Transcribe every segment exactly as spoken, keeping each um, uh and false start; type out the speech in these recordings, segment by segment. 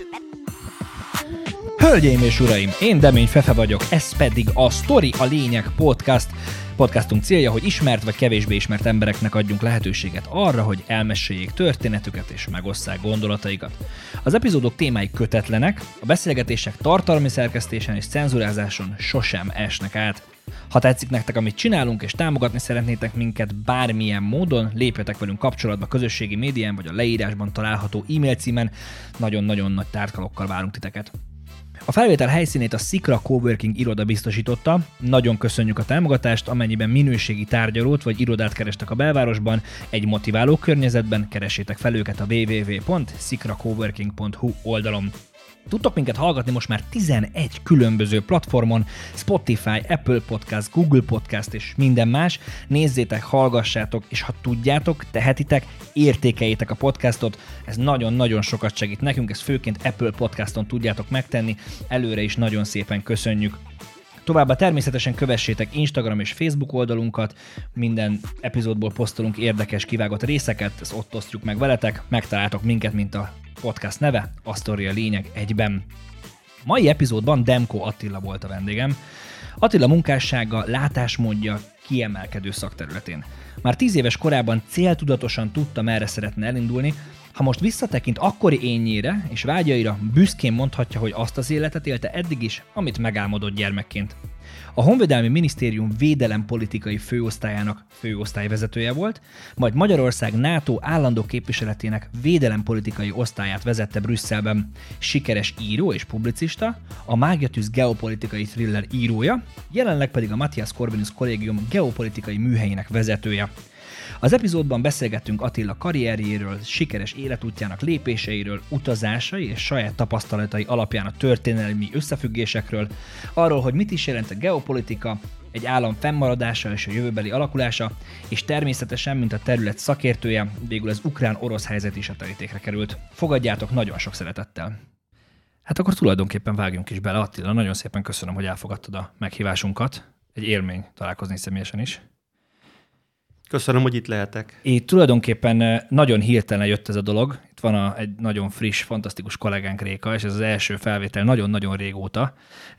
Hölgyeim és uraim, én Demény Fefe vagyok, ez pedig a Sztori a Lényeg podcast. Podcastunk célja, hogy ismert vagy kevésbé ismert embereknek adjunk lehetőséget arra, hogy elmeséljék történetüket és megosszák gondolataikat. Az epizódok témái kötetlenek, a beszélgetések tartalmi szerkesztésen és cenzurázáson sosem esnek át. Ha tetszik nektek, amit csinálunk, és támogatni szeretnétek minket bármilyen módon, lépjetek velünk kapcsolatba közösségi médián, vagy a leírásban található e-mail címen. Nagyon-nagyon nagy tártkalokkal várunk titeket. A felvétel helyszínét a Szikra Coworking iroda biztosította. Nagyon köszönjük a támogatást, amennyiben minőségi tárgyalót vagy irodát kerestek a belvárosban, egy motiváló környezetben, keressétek fel őket a double-u double-u double-u pont szikra coworking pont hu oldalon. Tudtok minket hallgatni most már tizenegy különböző platformon, Spotify, Apple Podcast, Google Podcast és minden más. Nézzétek, hallgassátok, és ha tudjátok, tehetitek, értékeljétek a podcastot. Ez nagyon-nagyon sokat segít nekünk, ezt főként Apple Podcaston tudjátok megtenni. Előre is nagyon szépen köszönjük. Továbbá természetesen kövessétek Instagram és Facebook oldalunkat, minden epizódból posztolunk érdekes, kivágott részeket, ezt ott osztjuk meg veletek, megtaláltok minket, mint a podcast neve, a Sztori a Lényeg egyben. Mai epizódban Demko Attila volt a vendégem. Attila munkássága, látásmódja kiemelkedő szakterületén. Már tíz éves korában céltudatosan tudta, merre szeretne elindulni. Ha most visszatekint akkori énjére és vágyaira, büszkén mondhatja, hogy azt az életet élte eddig is, amit megálmodott gyermekként. A Honvédelmi Minisztérium védelempolitikai főosztályának főosztályvezetője volt, majd Magyarország NATO állandó képviseletének védelempolitikai osztályát vezette Brüsszelben. Sikeres író és publicista, a Mágiatűz geopolitikai thriller írója, jelenleg pedig a Matthias Corvinus Kollégium geopolitikai műhelyének vezetője. Az epizódban beszélgettünk Attila karrierjéről, sikeres életútjának lépéseiről, utazásai és saját tapasztalatai alapján a történelmi összefüggésekről, arról, hogy mit is jelent a geopolitika, egy állam fennmaradása és a jövőbeli alakulása, és természetesen, mint a terület szakértője, végül az ukrán-orosz helyzet is a terítékre került. Fogadjátok nagyon sok szeretettel! Hát akkor tulajdonképpen vágjunk is bele. Attila, nagyon szépen köszönöm, hogy elfogadtad a meghívásunkat. Egy élmény találkozni személyesen is. Köszönöm, hogy itt lehetek. Itt tulajdonképpen nagyon hirtelen jött ez a dolog. Itt van a, egy nagyon friss, fantasztikus kollégánk, Réka, és ez az első felvétel nagyon-nagyon régóta,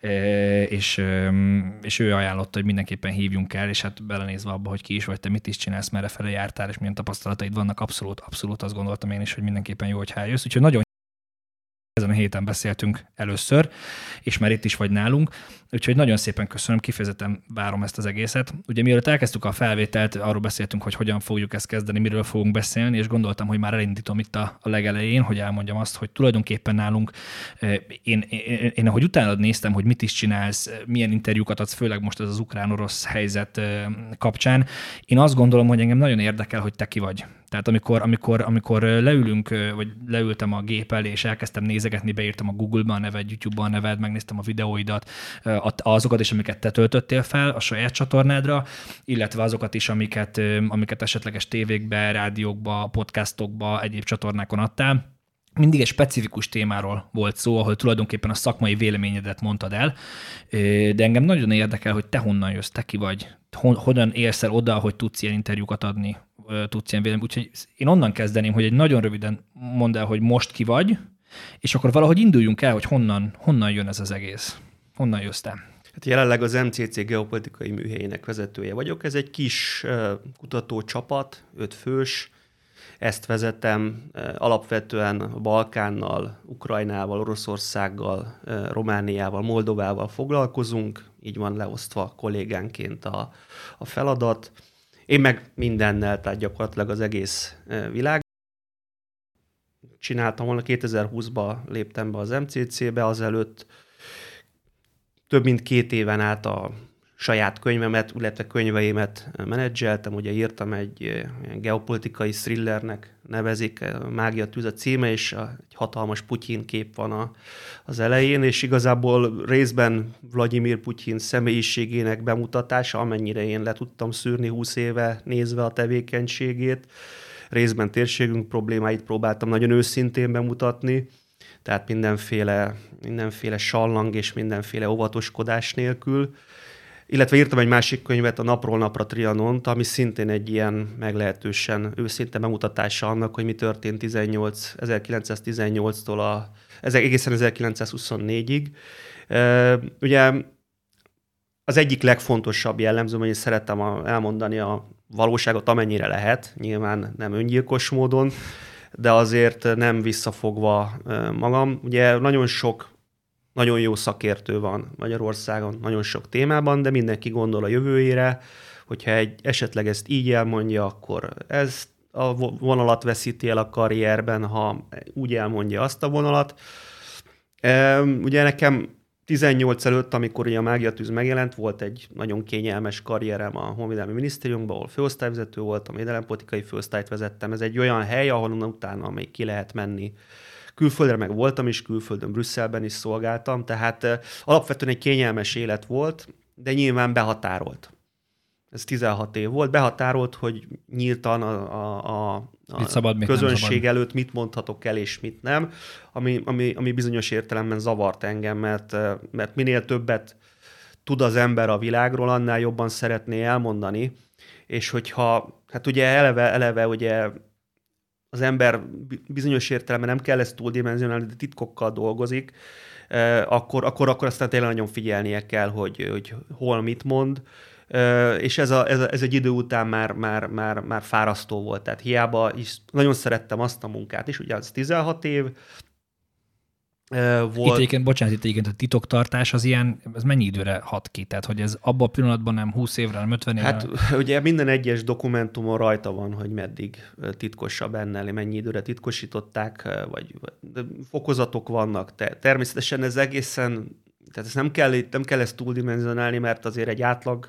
és, és ő ajánlotta, hogy mindenképpen hívjunk el, és hát belenézve abba, hogy ki is vagy, te mit is csinálsz, merre fele jártál, és milyen tapasztalataid vannak, abszolút, abszolút azt gondoltam én is, hogy mindenképpen jó, hogy eljössz. Úgyhogy nagyon ezen a héten beszéltünk először, és már itt is vagy nálunk, úgyhogy nagyon szépen köszönöm, kifejezetten várom ezt az egészet. Ugye mielőtt elkezdtük a felvételt, arról beszéltünk, hogy hogyan fogjuk ezt kezdeni, miről fogunk beszélni, és gondoltam, hogy már elindítom itt a, a legelején, hogy elmondjam azt, hogy tulajdonképpen nálunk, én, én, én ahogy utána néztem, hogy mit is csinálsz, milyen interjúkat adsz, főleg most ez az ukrán-orosz helyzet kapcsán, én azt gondolom, hogy engem nagyon érdekel, hogy te ki vagy. Tehát amikor, amikor, amikor leülünk, vagy leültem a gép elé, és elkezdtem nézegetni, beírtam a Google-ba a neved, YouTube-ba a neved, megnéztem a videóidat, azokat is, amiket te töltöttél fel a saját csatornádra, illetve azokat is, amiket, amiket esetleges tévékbe, rádiókba, podcastokba, egyéb csatornákon adtál. Mindig egy specifikus témáról volt szó, ahol tulajdonképpen a szakmai véleményedet mondtad el, de engem nagyon érdekel, hogy te honnan jössz, te ki vagy, hogyan érsz el oda, hogy tudsz ilyen interjúkat adni, tudsz ilyen véleményt. Úgyhogy én onnan kezdeném, hogy egy nagyon röviden mondd el, hogy most ki vagy, és akkor valahogy induljunk el, hogy honnan, honnan jön ez az egész. Honnan jössz te? Hát jelenleg az em cé cé geopolitikai műhelyének vezetője vagyok. Ez egy kis kutatócsapat, öt fős. Ezt vezetem, alapvetően a Balkánnal, Ukrajnával, Oroszországgal, Romániával, Moldovával foglalkozunk. Így van leosztva kollégánként a, a feladat. Én meg mindennel, tehát gyakorlatilag az egész világ. Csináltam volna, kétezer-húszban léptem be az em cé cé-be, azelőtt több mint két éven át a saját könyvemet, illetve könyveimet menedzseltem. Ugye írtam egy geopolitikai thrillernek nevezik, Mágiatűz a címe, és egy hatalmas Putyin kép van a, az elején, és igazából részben Vladimir Putyin személyiségének bemutatása, amennyire én le tudtam szűrni húsz éve nézve a tevékenységét. Részben térségünk problémáit próbáltam nagyon őszintén bemutatni, tehát mindenféle, mindenféle sallang és mindenféle óvatoskodás nélkül. illetve írtam egy másik könyvet, a Napról napra Trianont, ami szintén egy ilyen meglehetősen őszinte bemutatása annak, hogy mi történt tizennyolc, ezerkilencszáztizennyolctól a, egészen ezerkilencszázhuszonnégyig. Ugye az egyik legfontosabb jellemző, hogy szeretem elmondani a valóságot, amennyire lehet, nyilván nem öngyilkos módon, de azért nem visszafogva magam. Ugye nagyon sok, nagyon jó szakértő van Magyarországon, nagyon sok témában, de mindenki gondol a jövőjére, hogyha egy, esetleg ezt így elmondja, akkor ez a vonalat veszíti el a karrierben, ha úgy elmondja azt a vonalat. Ugye nekem tizennyolc előtt, amikor ugye a Mágiatűz megjelent, volt egy nagyon kényelmes karrierem a Honvédelmi Minisztériumban, ahol főosztályvezető voltam, védelempolitikai főosztályt vezettem. Ez egy olyan hely, ahol utána még ki lehet menni. Külföldre meg voltam is, külföldön, Brüsszelben is szolgáltam, tehát uh, alapvetően egy kényelmes élet volt, de nyilván behatárolt. Ez tizenhat év volt, behatárolt, hogy nyíltan a, a, a, a szabad, közönség előtt mit mondhatok el és mit nem, ami, ami, ami bizonyos értelemben zavart engem, mert, mert minél többet tud az ember a világról, annál jobban szeretné elmondani, és hogyha, hát ugye eleve, eleve ugye az ember bizonyos értelemben nem kell ezt túldimenzionálni, de titkokkal dolgozik, akkor, akkor, akkor aztán tényleg nagyon figyelnie kell, hogy, hogy hol mit mond, és ez, a, ez, a, ez egy idő után már, már, már, már fárasztó volt. Tehát hiába is nagyon szerettem azt a munkát is, ugye az tizenhat év volt. Itt egyébként, bocsánat, itt egyébként a titoktartás az ilyen, ez mennyi időre hat ki? Tehát, hogy ez abban a pillanatban nem húsz évre, nem ötven évre? Hát ugye minden egyes dokumentumon rajta van, hogy meddig titkosabb benne, mennyi időre titkosították, vagy fokozatok vannak. Természetesen ez egészen, tehát ezt nem kell, nem kell ezt túldimenzionálni, mert azért egy átlag,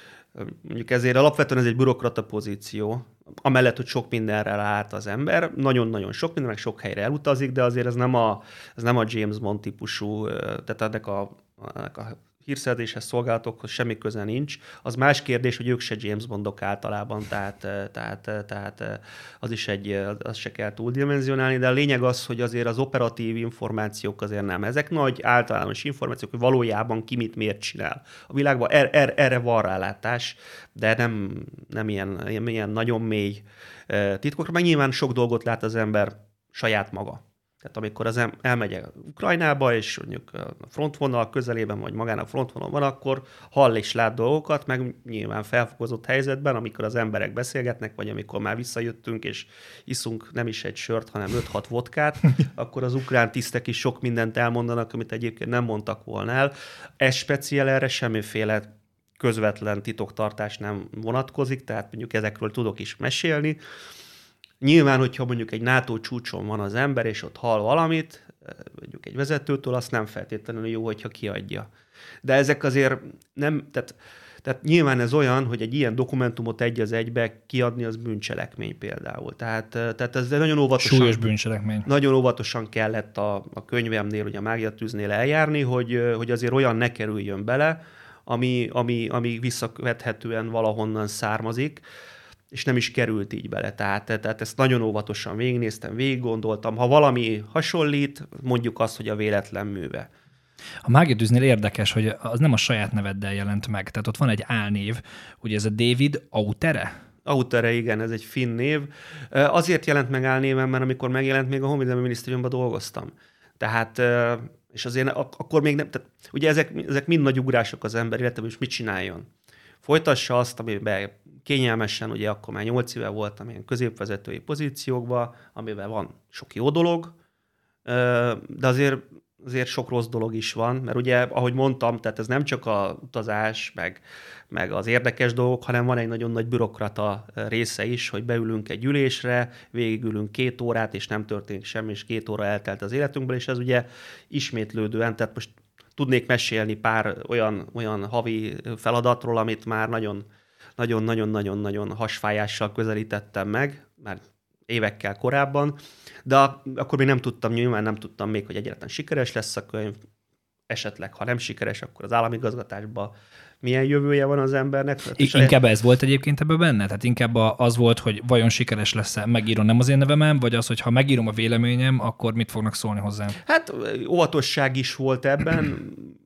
mondjuk ezért alapvetően ez egy bürokrata pozíció, amellett, hogy sok mindenre lát az ember, nagyon-nagyon sok minden, meg sok helyre elutazik, de azért ez nem a, ez nem a James Bond típusú, tehát ennek a, ennek a hírszerzéshez, szolgálatokhoz semmi köze nincs. Az más kérdés, hogy ők se James Bondok általában, tehát, tehát, tehát az is egy, az se kell túldimenzionálni, de a lényeg az, hogy azért az operatív információk azért nem. Ezek nagy általános információk, hogy valójában ki mit miért csinál. A világban er, er, erre van rálátás, de nem, nem ilyen, ilyen nagyon mély titkokra, meg nyilván sok dolgot lát az ember saját maga. Tehát amikor az elmegy Ukrajnába, és mondjuk a frontvonal közelében, vagy magán a frontvonalon van, akkor hall és lát dolgokat, meg nyilván felfokozott helyzetben, amikor az emberek beszélgetnek, vagy amikor már visszajöttünk, és iszunk nem is egy sört, hanem öt-hat vodkát, akkor az ukrán tisztek is sok mindent elmondanak, amit egyébként nem mondtak volna el. Ez speciál erre semmiféle közvetlen titoktartás nem vonatkozik, tehát mondjuk ezekről tudok is mesélni. Nyilván, hogyha mondjuk egy NATO csúcson van az ember, és ott hall valamit, mondjuk egy vezetőtől, azt nem feltétlenül jó, hogyha kiadja. De ezek azért nem, tehát, tehát nyilván ez olyan, hogy egy ilyen dokumentumot egy az egybe kiadni, az bűncselekmény például. Tehát, tehát ez nagyon óvatosan... Súlyos bűncselekmény. Nagyon óvatosan kellett a, a könyvemnél, ugye a Mágiatűznél eljárni, hogy, hogy azért olyan ne kerüljön bele, ami, ami, ami visszavethetően valahonnan származik, és nem is került így bele. Tehát, tehát ezt nagyon óvatosan végignéztem, végiggondoltam. Ha valami hasonlít, mondjuk azt, hogy a véletlen műve. A Mágiatűznél érdekes, hogy az nem a saját neveddel jelent meg. Tehát ott van egy álnév, ugye ez a David Autere? Autere, igen, ez egy finn név. Azért jelent meg álnéven, mert amikor megjelent, még a Honvédelmi Minisztériumban dolgoztam. Tehát, és azért akkor még nem, tehát ugye ezek, ezek mind nagy ugrások az ember életében, és mit csináljon? Folytassa azt, amiben kényelmesen, ugye akkor már nyolc éve voltam ilyen középvezetői pozíciókban, amiben van sok jó dolog, de azért, azért sok rossz dolog is van, mert ugye, ahogy mondtam, tehát ez nem csak az utazás, meg, meg az érdekes dolgok, hanem van egy nagyon nagy bürokrata része is, hogy beülünk egy ülésre, végigülünk két órát, és nem történik semmi, és két óra eltelt az életünkből, és ez ugye ismétlődően, tehát most tudnék mesélni pár olyan, olyan havi feladatról, amit már nagyon nagyon-nagyon-nagyon-nagyon hasfájással közelítettem meg, már évekkel korábban, de akkor még nem tudtam, nyilván nem tudtam még, hogy egyáltalán sikeres lesz a könyv, esetleg, ha nem sikeres, akkor az államigazgatásban milyen jövője van az embernek. I- inkább ez volt egyébként ebben benne? Tehát inkább az volt, hogy vajon sikeres lesz-e, megírom nem az én nevemen, vagy az, hogy ha megírom a véleményem, akkor mit fognak szólni hozzám? Hát óvatosság is volt ebben.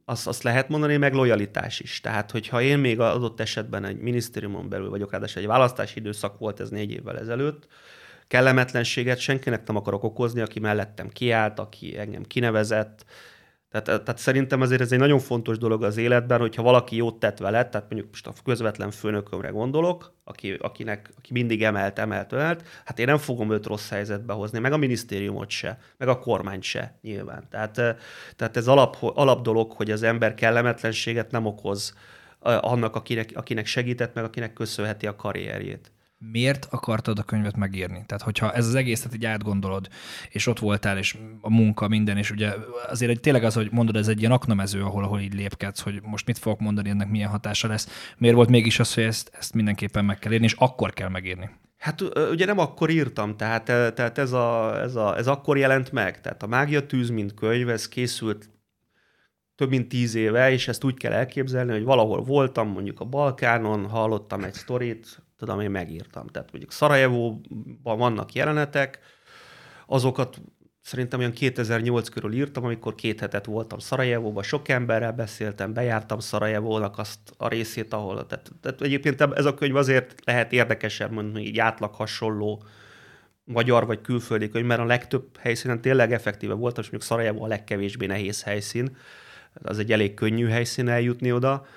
azt, azt lehet mondani, meg lojalitás is. Tehát, hogyha én még adott esetben egy minisztériumon belül vagyok, ráadásul egy választási időszak volt ez négy évvel ezelőtt, kellemetlenséget senkinek nem akarok okozni, aki mellettem kiállt, aki engem kinevezett. Tehát, tehát szerintem azért ez egy nagyon fontos dolog az életben, hogyha valaki jót tett veled, tehát mondjuk most a közvetlen főnökömre gondolok, aki, akinek, aki mindig emelt, emelt, emelt, hát én nem fogom őt rossz helyzetbe hozni, meg a minisztériumot se, meg a kormányt se nyilván. Tehát, tehát ez alap, alap dolog, hogy az ember kellemetlenséget nem okoz annak, akinek, akinek segített, meg akinek köszönheti a karrierjét. Miért akartad a könyvet megírni? Tehát, hogyha ez az egészet így átgondolod, és ott voltál, és a munka, minden, és ugye azért egy, tényleg az, hogy mondod, ez egy ilyen aknamező, ahol, ahol így lépkedsz, hogy most mit fogok mondani, ennek milyen hatása lesz. Miért volt mégis az, hogy ezt, ezt mindenképpen meg kell írni, és akkor kell megírni? Hát ugye nem akkor írtam, tehát, tehát ez, a, ez, a, ez akkor jelent meg. Tehát a Mágia tűz, mint könyv, ez készült több mint tíz éve, és ezt úgy kell elképzelni, hogy valahol voltam, mondjuk a Balkánon, hallottam egy sztorit, tudom, én megírtam. Tehát mondjuk Szarajevóban vannak jelenetek, azokat szerintem olyan kétezer-nyolc körül írtam, amikor két hetet voltam Szarajevóban, sok emberrel beszéltem, bejártam Szarajevónak azt a részét, ahol... Tehát, tehát egyébként ez a könyv azért lehet érdekesebb, mondani, így átlag hasonló magyar vagy külföldi könyv, mert a legtöbb helyszínen tényleg effektíve voltam, és mondjuk Szarajevó a legkevésbé nehéz helyszín. Az egy elég könnyű helyszín eljutni oda.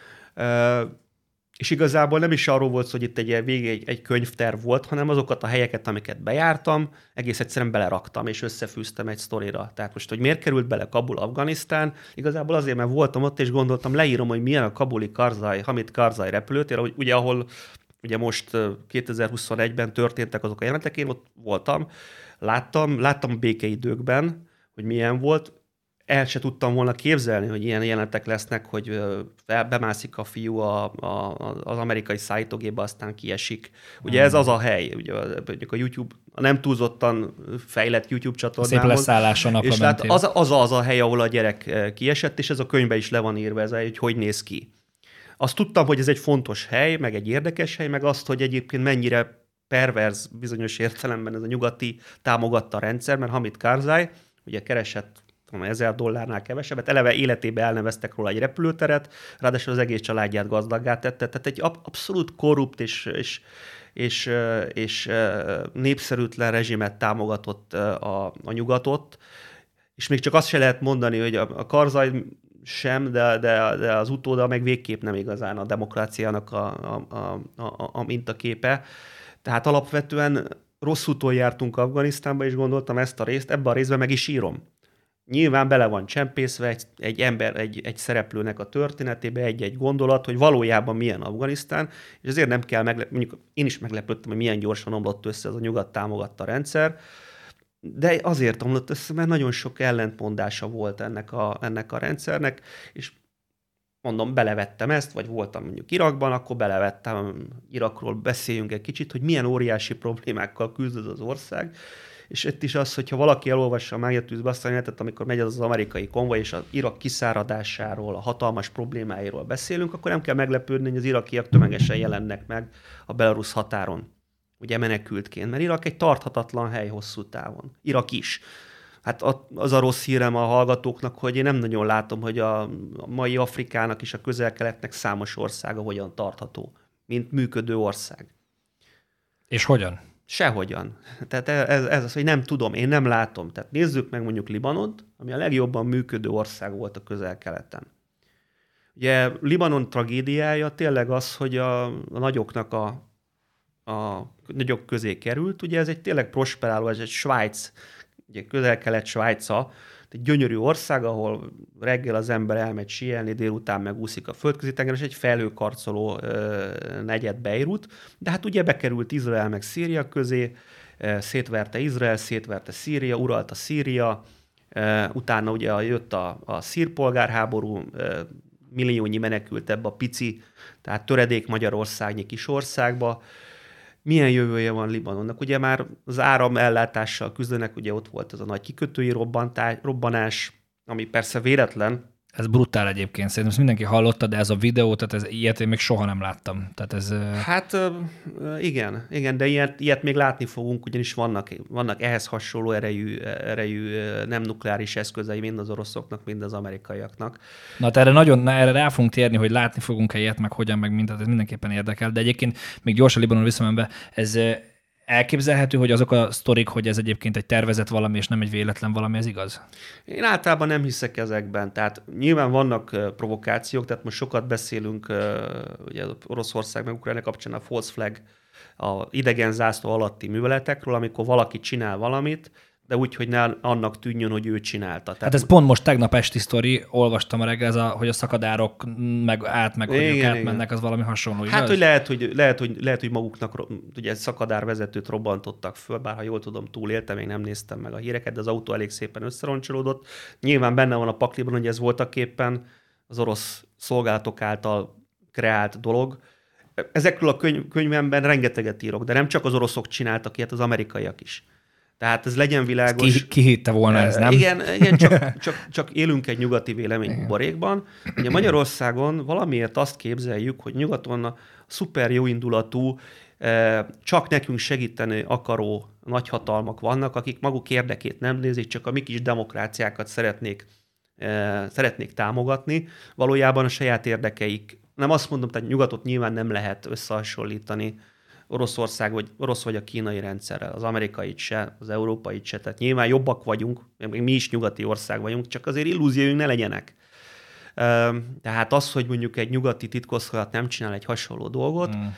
És igazából nem is arról volt, hogy itt egy, végig egy, egy könyvterv volt, hanem azokat a helyeket, amiket bejártam, egész egyszerűen beleraktam, és összefűztem egy sztorira. Tehát most, hogy miért került bele Kabul, Afganisztán, igazából azért, mert voltam ott, és gondoltam, leírom, hogy milyen a kabuli Karzai, Hamid Karzai repülőtér, ugye ahol ugye most kétezer-huszonegyben történtek azok a jelenetek, én ott voltam, láttam, láttam a békeidőkben, hogy milyen volt, el se tudtam volna képzelni, hogy ilyen jelenetek lesznek, hogy bemászik a fiú a, a, az amerikai szállítógépbe, aztán kiesik. Ugye ez az a hely, ugye a YouTube, a nem túlzottan fejlett YouTube csatornámon. Szép leszállás a napra és tehát az, az az a hely, ahol a gyerek kiesett, és ez a könyvben is le van írva, ez, hogy hogy néz ki. Azt tudtam, hogy ez egy fontos hely, meg egy érdekes hely, meg azt, hogy egyébként mennyire perverz bizonyos értelemben ez a nyugati támogatta a rendszer, mert Hamid Karzai ugye keresett ezer dollárnál kevesebbet, eleve életébe elneveztek róla egy repülőteret, ráadásul az egész családját gazdaggá tette, tehát egy abszolút korrupt és, és, és, és népszerűtlen rezsimet támogatott a, a nyugatot, és még csak azt se lehet mondani, hogy a, a Karzai sem, de, de, de az utóda meg végképp nem igazán a demokráciának a, a, a, a, a mintaképe. Tehát alapvetően rossz úton jártunk Afganisztánba, és gondoltam ezt a részt, ebben a részben meg is írom. Nyilván bele van csempészve egy, egy ember, egy, egy szereplőnek a történetébe, egy-egy gondolat, hogy valójában milyen Afganisztán, és ezért nem kell meglepni, mondjuk én is meglepődtem, hogy milyen gyorsan omlott össze, az a nyugat támogatta rendszer, de azért omlott össze, mert nagyon sok ellentmondása volt ennek a, ennek a rendszernek, és mondom, belevettem ezt, vagy voltam mondjuk Irakban, akkor belevettem Irakról, beszéljünk egy kicsit, hogy milyen óriási problémákkal küzd az ország, és itt is az, hogyha valaki elolvassa a Mágia tűz basszonyát, amikor megy az, az amerikai konvoj, és az Irak kiszáradásáról, a hatalmas problémáiról beszélünk, akkor nem kell meglepődni, hogy az irakiak tömegesen jelennek meg a belarusz határon, ugye menekültként, mert Irak egy tarthatatlan hely hosszú távon. Irak is. Hát az a rossz hírem a hallgatóknak, hogy én nem nagyon látom, hogy a mai Afrikának és a Közel-Keletnek számos országa hogyan tartható, mint működő ország. És hogyan? Sehogyan. Tehát ez, ez az, hogy nem tudom, én nem látom. Tehát nézzük meg mondjuk Libanont, ami a legjobban működő ország volt a Közel-Keleten. Ugye Libanon tragédiája tényleg az, hogy a, a nagyoknak a, a nagyok közé került. Ugye ez egy tényleg prosperáló, ez egy Svájc, ugye Közel-Kelet Svájca, egy gyönyörű ország, ahol reggel az ember elmegy síelni, délután megúszik a földközi tenger, és egy felhőkarcoló ö, negyed Beirut, de hát ugye bekerült Izrael meg Szíria közé, ö, szétverte Izrael, szétverte Szíria, uralta Szíria, ö, utána ugye jött a, a szír polgárháború, ö, milliónyi menekült ebbe a pici, tehát töredék Magyarországnyi kis országba. Milyen jövője van Libanonnak? Ugye már az áram ellátással küzdenek, ugye ott volt az a nagy kikötői robbantás, robbanás, ami persze véletlen, Ez brutál egyébként, szerintem ezt mindenki hallotta, de ez a videó, tehát ez, ilyet én még soha nem láttam. Tehát ez, hát igen, igen, de ilyet, ilyet még látni fogunk, ugyanis vannak, vannak ehhez hasonló erejű, erejű nem nukleáris eszközei mind az oroszoknak, mind az amerikaiaknak. Na, hát erre nagyon, na, erre rá fogunk térni, hogy látni fogunk-e ilyet, meg hogyan, meg mindent, ez mindenképpen érdekel. De egyébként még gyorsan Libanon visszamenve, ez elképzelhető, hogy azok a sztorik, hogy ez egyébként egy tervezett valami, és nem egy véletlen valami, ez igaz? Én általában nem hiszek ezekben. Tehát nyilván vannak uh, provokációk, tehát most sokat beszélünk uh, ugye Oroszország meg Ukrajna kapcsán a false flag, a idegen zászló alatti műveletekről, amikor valaki csinál valamit, de úgy, hogy ne annak tűnjön, hogy ő csinálta. Tehát hát ez pont most tegnap esti sztori, olvastam a reggel, ez a, hogy a szakadárok meg át, meg hogy ők átmennek, az valami hasonló, igaz? Hát, hogy lehet, hogy, lehet, hogy, lehet, hogy maguknak ugye szakadár vezetőt robbantottak föl, bár ha jól tudom, túléltem, még nem néztem meg a híreket, de az autó elég szépen összeroncsolódott. Nyilván benne van a pakliban, hogy ez voltaképpen az orosz szolgálatok által kreált dolog. Ezekről a könyv, könyvemben rengeteget írok, de nem csak az oroszok csináltak ilyet, az amerikaiak is. Tehát ez legyen világos. Ki, ki hitte volna ez, nem? Igen, igen csak, csak, csak élünk egy nyugati véleménybuborékban. Ugye Magyarországon valamiért azt képzeljük, hogy nyugaton a szuper jóindulatú, csak nekünk segíteni akaró nagyhatalmak vannak, akik maguk érdekét nem nézik, csak a mi kis demokráciákat szeretnék, szeretnék támogatni. Valójában a saját érdekeik, nem azt mondom, tehát nyugatot nyilván nem lehet összehasonlítani Oroszország, vagy orosz vagy a kínai rendszerrel, az amerikait se, az európait se, tehát nyilván jobbak vagyunk, mi is nyugati ország vagyunk, csak azért illúzióink ne legyenek. Tehát az, hogy mondjuk egy nyugati titkosszolgálat nem csinál egy hasonló dolgot, mm.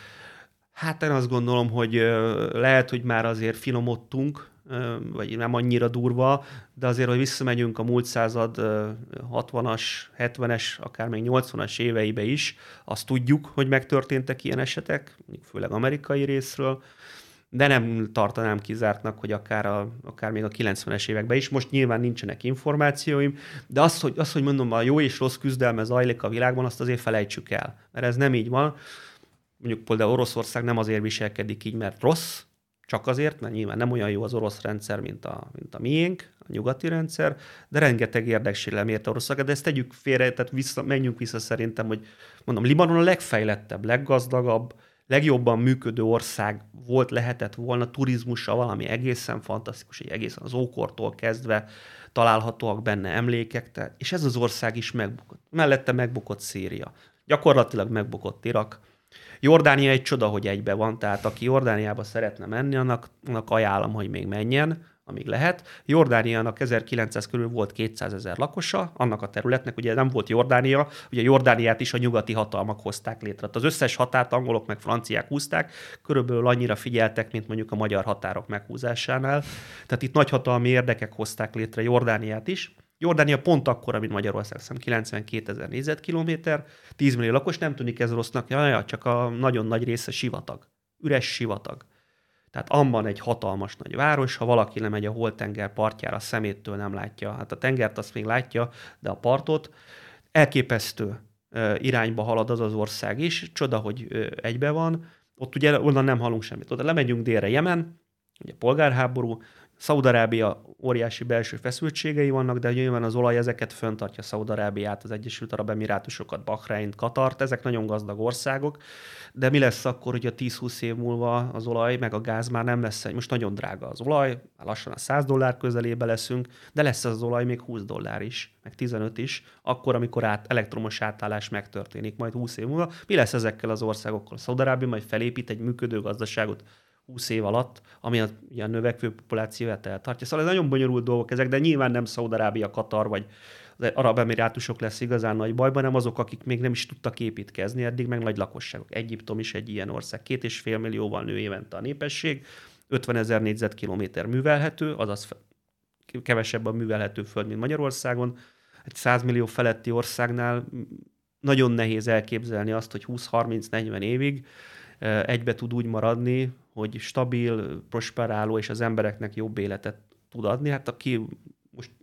hát én azt gondolom, hogy lehet, hogy már azért finomodtunk, vagy nem annyira durva, de azért, hogy visszamegyünk a múlt század hatvanas, hetvenes, akár még nyolcvanas éveibe is, azt tudjuk, hogy megtörténtek ilyen esetek, főleg amerikai részről, de nem tartanám kizártnak, hogy akár, a, akár még a kilencvenes években is. Most nyilván nincsenek információim, de azt, hogy, azt, hogy mondom, a jó és rossz küzdelme zajlik a világban, azt azért felejtsük el, mert ez nem így van. Mondjuk például Oroszország nem azért viselkedik így, mert rossz, csak azért, mert nyilván nem olyan jó az orosz rendszer, mint a, mint a miénk, a nyugati rendszer, de rengeteg érdeksérelem érte Oroszország, de ezt tegyük félre, tehát vissza, menjünk vissza szerintem, hogy mondom, Libanon a legfejlettebb, leggazdagabb, legjobban működő ország volt, lehetett volna, turizmussal valami egészen fantasztikus, egy egészen az ókortól kezdve találhatóak benne emlékek, tehát, és ez az ország is megbukott. Mellette megbukott Szíria. Gyakorlatilag megbukott Irak. Jordánia egy csoda, hogy egybe van, tehát aki Jordániába szeretne menni, annak, annak ajánlom, hogy még menjen, amíg lehet. Jordániának ezerkilencszáz körül volt kétszázezer lakosa, annak a területnek, ugye nem volt Jordánia, ugye Jordániát is a nyugati hatalmak hozták létre. Az összes határt angolok meg franciák húzták, körülbelül annyira figyeltek, mint mondjuk a magyar határok meghúzásánál. Tehát itt nagyhatalmi érdekek hozták létre Jordániát is. Jordánia pont akkora, mint Magyarország, szám kilencvenkétezer négyzetkilométer, tíz millió lakos, nem tűnik ez rossznak, ja, csak a nagyon nagy része sivatag, üres sivatag. Tehát Amman egy hatalmas nagy város, ha valaki lemegy a Holtenger partjára, a szeméttől nem látja. Hát a tengert azt még látja, de a partot elképesztő irányba halad az az ország is. Csoda, hogy egybe van. Ott ugye onnan nem hallunk semmit. Oda lemegyünk délre, Jemen, ugye polgárháború, Szaúd-Arábia óriási belső feszültségei vannak, de nyilván az olaj ezeket föntartja, Szaúd-Arábiát, az Egyesült Arab Emirátusokat, Bahreint, Katart, ezek nagyon gazdag országok, de mi lesz akkor, hogy a tíz-húsz év múlva az olaj, meg a gáz már nem lesz, most nagyon drága az olaj, lassan a száz dollár közelébe leszünk, de lesz az olaj még húsz dollár is, meg tizenöt is, akkor, amikor át, elektromos átállás megtörténik majd húsz év múlva. Mi lesz ezekkel az országokkal? Szaúd-Arábia majd felépít egy működő gazdaságot húsz év alatt, ami a, a növekvő populációját eltartja. Szóval ez nagyon bonyolult dolgok ezek, de nyilván nem Szaúd-Arábia, Katar vagy az Arab Emirátusok lesz igazán nagy bajban, hanem azok, akik még nem is tudtak építkezni, eddig meg nagy lakosságok. Egyiptom is egy ilyen ország. Két és fél millióval nő évente a népesség, ötvenezer négyzetkilométer művelhető, azaz kevesebb a művelhető föld, mint Magyarországon. Egy száz millió feletti országnál nagyon nehéz elképzelni azt, hogy húsz-harminc-negyven évig egybe tud úgy maradni, hogy stabil, prosperáló és az embereknek jobb életet tud adni. Hát aki most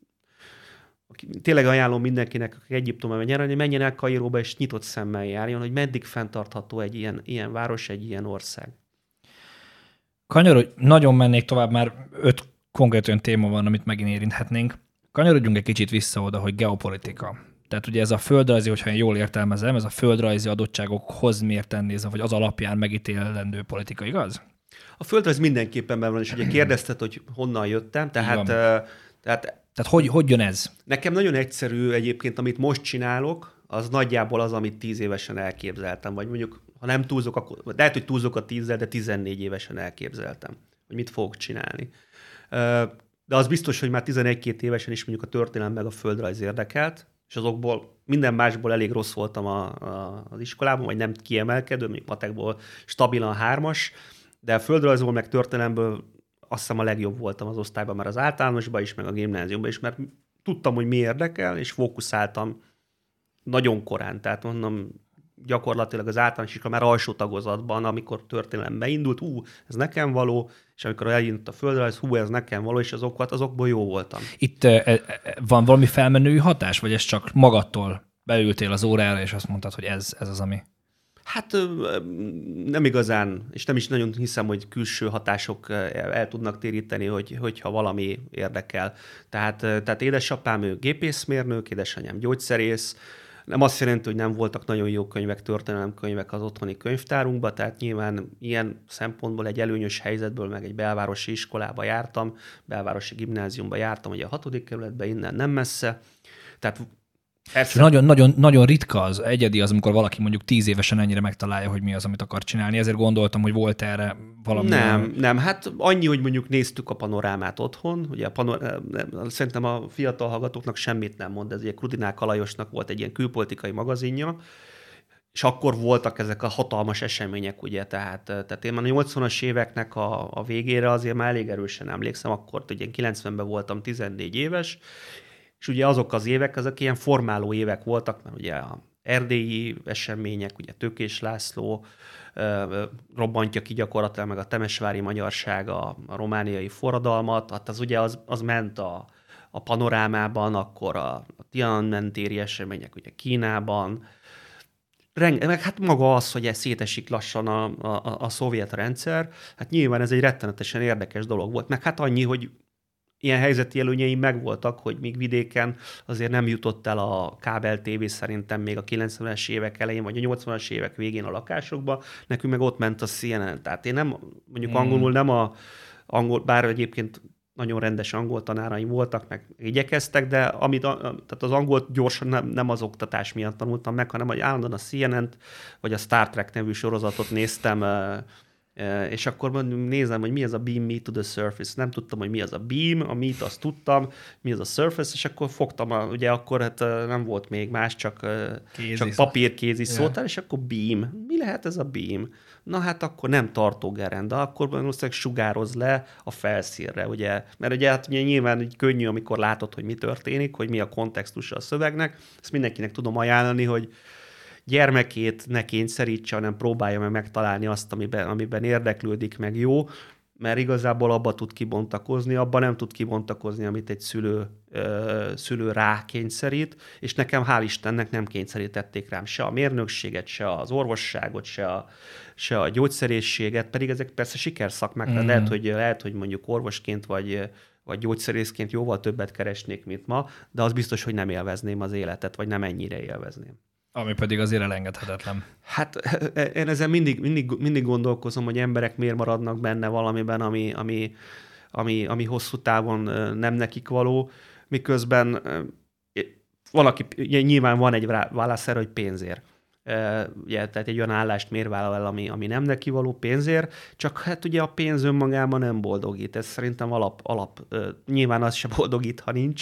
aki, tényleg ajánlom mindenkinek, aki Egyiptomban menjen, hogy menjen el Kairóba és nyitott szemmel járjon, hogy meddig fenntartható egy ilyen, ilyen város, egy ilyen ország. Kanyarodj, nagyon mennék tovább, már öt konkrét olyan téma van, amit megint érinthetnénk. Kanyarodjunk egy kicsit vissza oda, hogy geopolitika. Tehát ugye ez a földrajzi, hogyha én jól értelmezem, ez a földrajzi adottságokhoz mérten nézve, vagy az alapján megítélendő politika, igaz? A földrajz mindenképpen benne van, és ugye kérdezted, hogy honnan jöttem, tehát... Uh, tehát Tehát hogy, hogy jön ez? Nekem nagyon egyszerű egyébként, amit most csinálok, az nagyjából az, amit tíz évesen elképzeltem, vagy mondjuk, ha nem túlzok, akkor lehet, hogy túlzok a tízzel, de tizennégy évesen elképzeltem, hogy mit fogok csinálni. De az biztos, hogy már tizenegy-két évesen is mondjuk a történelem meg a földrajz érdekelt, és azokból minden másból elég rossz voltam a, a, az iskolában, vagy nem kiemelkedő, mondjuk matekból stabilan hármas, de a földrajzból meg történelemből azt hiszem a legjobb voltam az osztályban, már az általánosban is, meg a gimnáziumban is, mert tudtam, hogy mi érdekel, és fókuszáltam nagyon korán. Tehát mondom, gyakorlatilag az általános iskola már alsó tagozatban, amikor történelem beindult, ú, ez nekem való, és amikor elindult a földrajz, hú, ez nekem való, és azokat, azokból jó voltam. Itt e, van valami felmenői hatás, vagy ez csak magadtól beültél az órára, és azt mondtad, hogy ez, ez az, ami... Hát nem igazán, és nem is nagyon hiszem, hogy külső hatások el tudnak téríteni, hogy, hogyha valami érdekel. Tehát, tehát édesapám ő gépészmérnök, édesanyám gyógyszerész, nem azt jelenti, hogy nem voltak nagyon jó könyvek, történelemkönyvek az otthoni könyvtárunkban, tehát nyilván ilyen szempontból egy előnyös helyzetből meg egy belvárosi iskolába jártam, belvárosi gimnáziumba jártam, ugye a hatodik kerületben, innen nem messze. Tehát nagyon, nagyon, nagyon ritka az, egyedi az, amikor valaki mondjuk tíz évesen ennyire megtalálja, hogy mi az, amit akar csinálni. Ezért gondoltam, hogy volt erre valami... Nem, nem. Hát annyi, hogy mondjuk néztük a Panorámát otthon. Ugye a panor... Szerintem a fiatal hallgatóknak semmit nem mond. Ez ugye Krudinák Alajosnak volt egy ilyen külpolitikai magazinja, és akkor voltak ezek a hatalmas események, ugye, tehát, tehát én már a nyolcvanas éveknek a, a végére azért már elég erősen emlékszem, akkor ugye kilencvenben voltam tizennégy éves, és ugye azok az évek, azok ilyen formáló évek voltak, mert ugye a erdélyi események, ugye Tőkés László ö, robbantja ki gyakorlatilag meg a temesvári magyarság a, a romániai forradalmat, hát az ugye az, az ment a, a Panorámában, akkor a, a Tiananmen téri események ugye Kínában, Reng, meg hát maga az, hogy ez szétesik lassan a, a, a szovjet rendszer, hát nyilván ez egy rettenetesen érdekes dolog volt, meg hát annyi, hogy ilyen helyzeti előnyeim megvoltak, hogy még vidéken azért nem jutott el a kábel tévé szerintem még a kilencvenes évek elején, vagy a nyolcvanas évek végén a lakásokba, nekünk meg ott ment a C N N. Tehát én nem, mondjuk hmm. angolul nem a angol, bár egyébként nagyon rendes angol tanáraim voltak, meg igyekeztek, de amit a, tehát az angolt gyorsan nem, nem az oktatás miatt tanultam meg, hanem hogy állandóan a C N N-t, vagy a Star Trek nevű sorozatot néztem, és akkor nézem, hogy mi az a beam meet to the surface. Nem tudtam, hogy mi az a beam, a meet azt tudtam, mi az a surface, és akkor fogtam, a, ugye akkor hát nem volt még más, csak, csak papírkézi szótál, és akkor beam. Mi lehet ez a beam? Na hát akkor nem tartógerenda, akkor valószínűleg sugároz le a felszínre, ugye? Mert ugye, hát ugye nyilván így könnyű, amikor látod, hogy mi történik, hogy mi a kontextusa a szövegnek. Ezt mindenkinek tudom ajánlani, hogy gyermekét ne kényszerítse, hanem próbálja meg megtalálni azt, amiben, amiben érdeklődik, meg jó, mert igazából abba tud kibontakozni, abban nem tud kibontakozni, amit egy szülő, ö, szülő rá kényszerít, és nekem hál' Istennek nem kényszerítették rám se a mérnökséget, se az orvosságot, se a, se a gyógyszerészséget, pedig ezek persze sikerszakmák, mm. lehet, hogy, lehet, hogy mondjuk orvosként vagy, vagy gyógyszerészként jóval többet keresnék, mint ma, de az biztos, hogy nem élvezném az életet, vagy nem ennyire élvezném. Ami pedig azért elengedhetetlen. Hát én ezen mindig, mindig, mindig gondolkozom, hogy emberek miért maradnak benne valamiben, ami, ami, ami, ami hosszú távon nem nekik való, miközben valaki, nyilván van egy válasz erre, hogy pénzért. Ugye, tehát egy olyan állást miért vállal el, ami, ami nem neki való, pénzért, csak hát ugye a pénz önmagában nem boldogít. Ez szerintem alap, alap nyilván az se boldogít, ha nincs.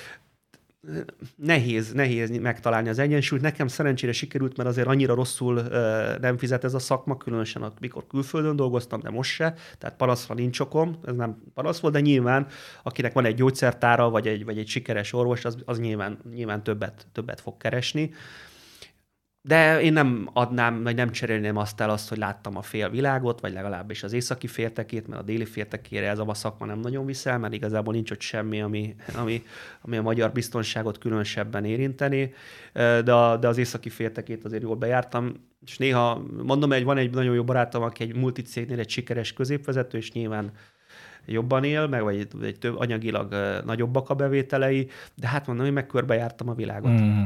Nehéz, nehéz megtalálni az egyensúlyt. Nekem szerencsére sikerült, mert azért annyira rosszul uh, nem fizet ez a szakma, különösen amikor külföldön dolgoztam, de most se. Tehát panaszra nincs okom, ez nem panasz volt, de nyilván akinek van egy gyógyszertára, vagy egy, vagy egy sikeres orvos, az, az nyilván, nyilván többet, többet fog keresni. De én nem adnám, vagy nem cserélném azt el azt, hogy láttam a fél világot, vagy legalábbis az északi féltekét, mert a déli féltekére ez a szakma nem nagyon viszel, mert igazából nincs ott semmi, ami, ami, ami a magyar biztonságot különösebben érinteni, de, a, de az északi féltekét azért jól bejártam, és néha mondom, hogy van egy nagyon jó barátom, aki egy multicégnél egy sikeres középvezető, és nyilván jobban él, meg vagy egy több anyagilag nagyobbak a bevételei, de hát mondom, hogy meg körbejártam a világot. Mm.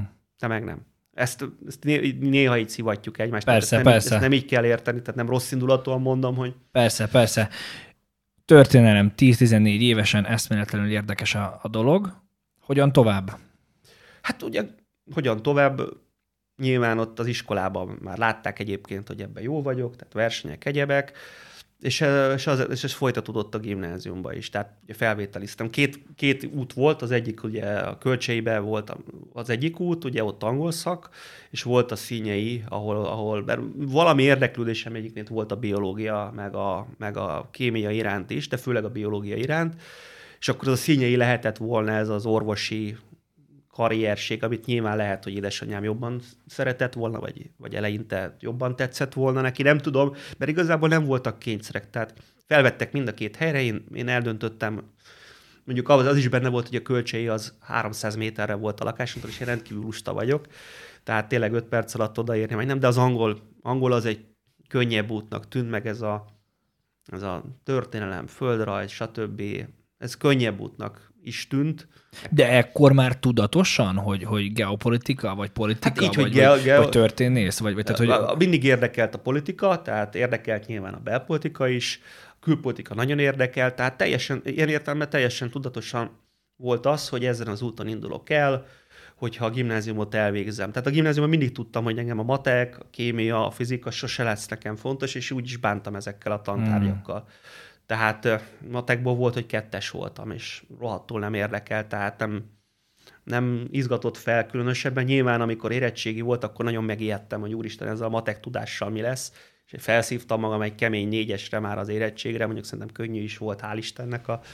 te meg nem. Ezt, ezt néha így szivatjuk egymást. Persze, ezt nem, persze. Ezt nem így kell érteni, tehát nem rossz indulatúan mondom, hogy... Persze, persze. Történelem tíz-tizennégy évesen eszméletlenül érdekes a, a dolog. Hogyan tovább? Hát ugye, hogyan tovább? Nyilván ott az iskolában már látták egyébként, hogy ebben jó vagyok, tehát versenyek, egyebek, és, és, az, és ez folytatódott a gimnáziumban is. Tehát felvételiztem. Két, két út volt, az egyik ugye a Kölcseiben volt az egyik út, ugye ott angol szak, és volt a Színyei, ahol, ahol valami érdeklődésem egyébként volt a biológia, meg a, meg a kémia iránt is, de főleg a biológia iránt, és akkor az a Színyei lehetett volna ez az orvosi karrierség, amit nyilván lehet, hogy édesanyám jobban szeretett volna, vagy, vagy eleinte jobban tetszett volna neki, nem tudom, mert igazából nem voltak kényszerek, tehát felvettek mind a két helyre, én, én eldöntöttem, mondjuk az, az is benne volt, hogy a Kölcsei az háromszáz méterre volt a lakásomtól, és én rendkívül lusta vagyok, tehát tényleg öt perc alatt odaérni, vagy nem, de az angol, angol az egy könnyebb útnak tűnt, meg ez a, ez a történelem, földrajz, stb. Ez könnyebb útnak is tűnt. De ekkor már tudatosan, hogy, hogy geopolitika, vagy politika, hát így, vagy, hogy geo, geo... vagy történész? Vagy, vagy, tehát, hogy... Mindig érdekelt a politika, tehát érdekelt nyilván a belpolitika is, a külpolitika nagyon érdekelt, tehát teljesen, ilyen értelemben teljesen tudatosan volt az, hogy ezen az úton indulok el, hogyha a gimnáziumot elvégzem. Tehát a gimnáziumban mindig tudtam, hogy engem a matek, a kémia, a fizika sose lesz nekem fontos, és úgy is bántam ezekkel a tantárgyakkal. Hmm. Tehát matekból volt, hogy kettes voltam, és rohadtul nem érdekel, tehát nem, nem izgatott fel különösebben. Nyilván, amikor érettségi volt, akkor nagyon megijedtem, hogy úristen, ezzel a matek tudással mi lesz, és felszívtam magam egy kemény négyesre már az érettségre, mondjuk szerintem könnyű is volt, hál' Istennek a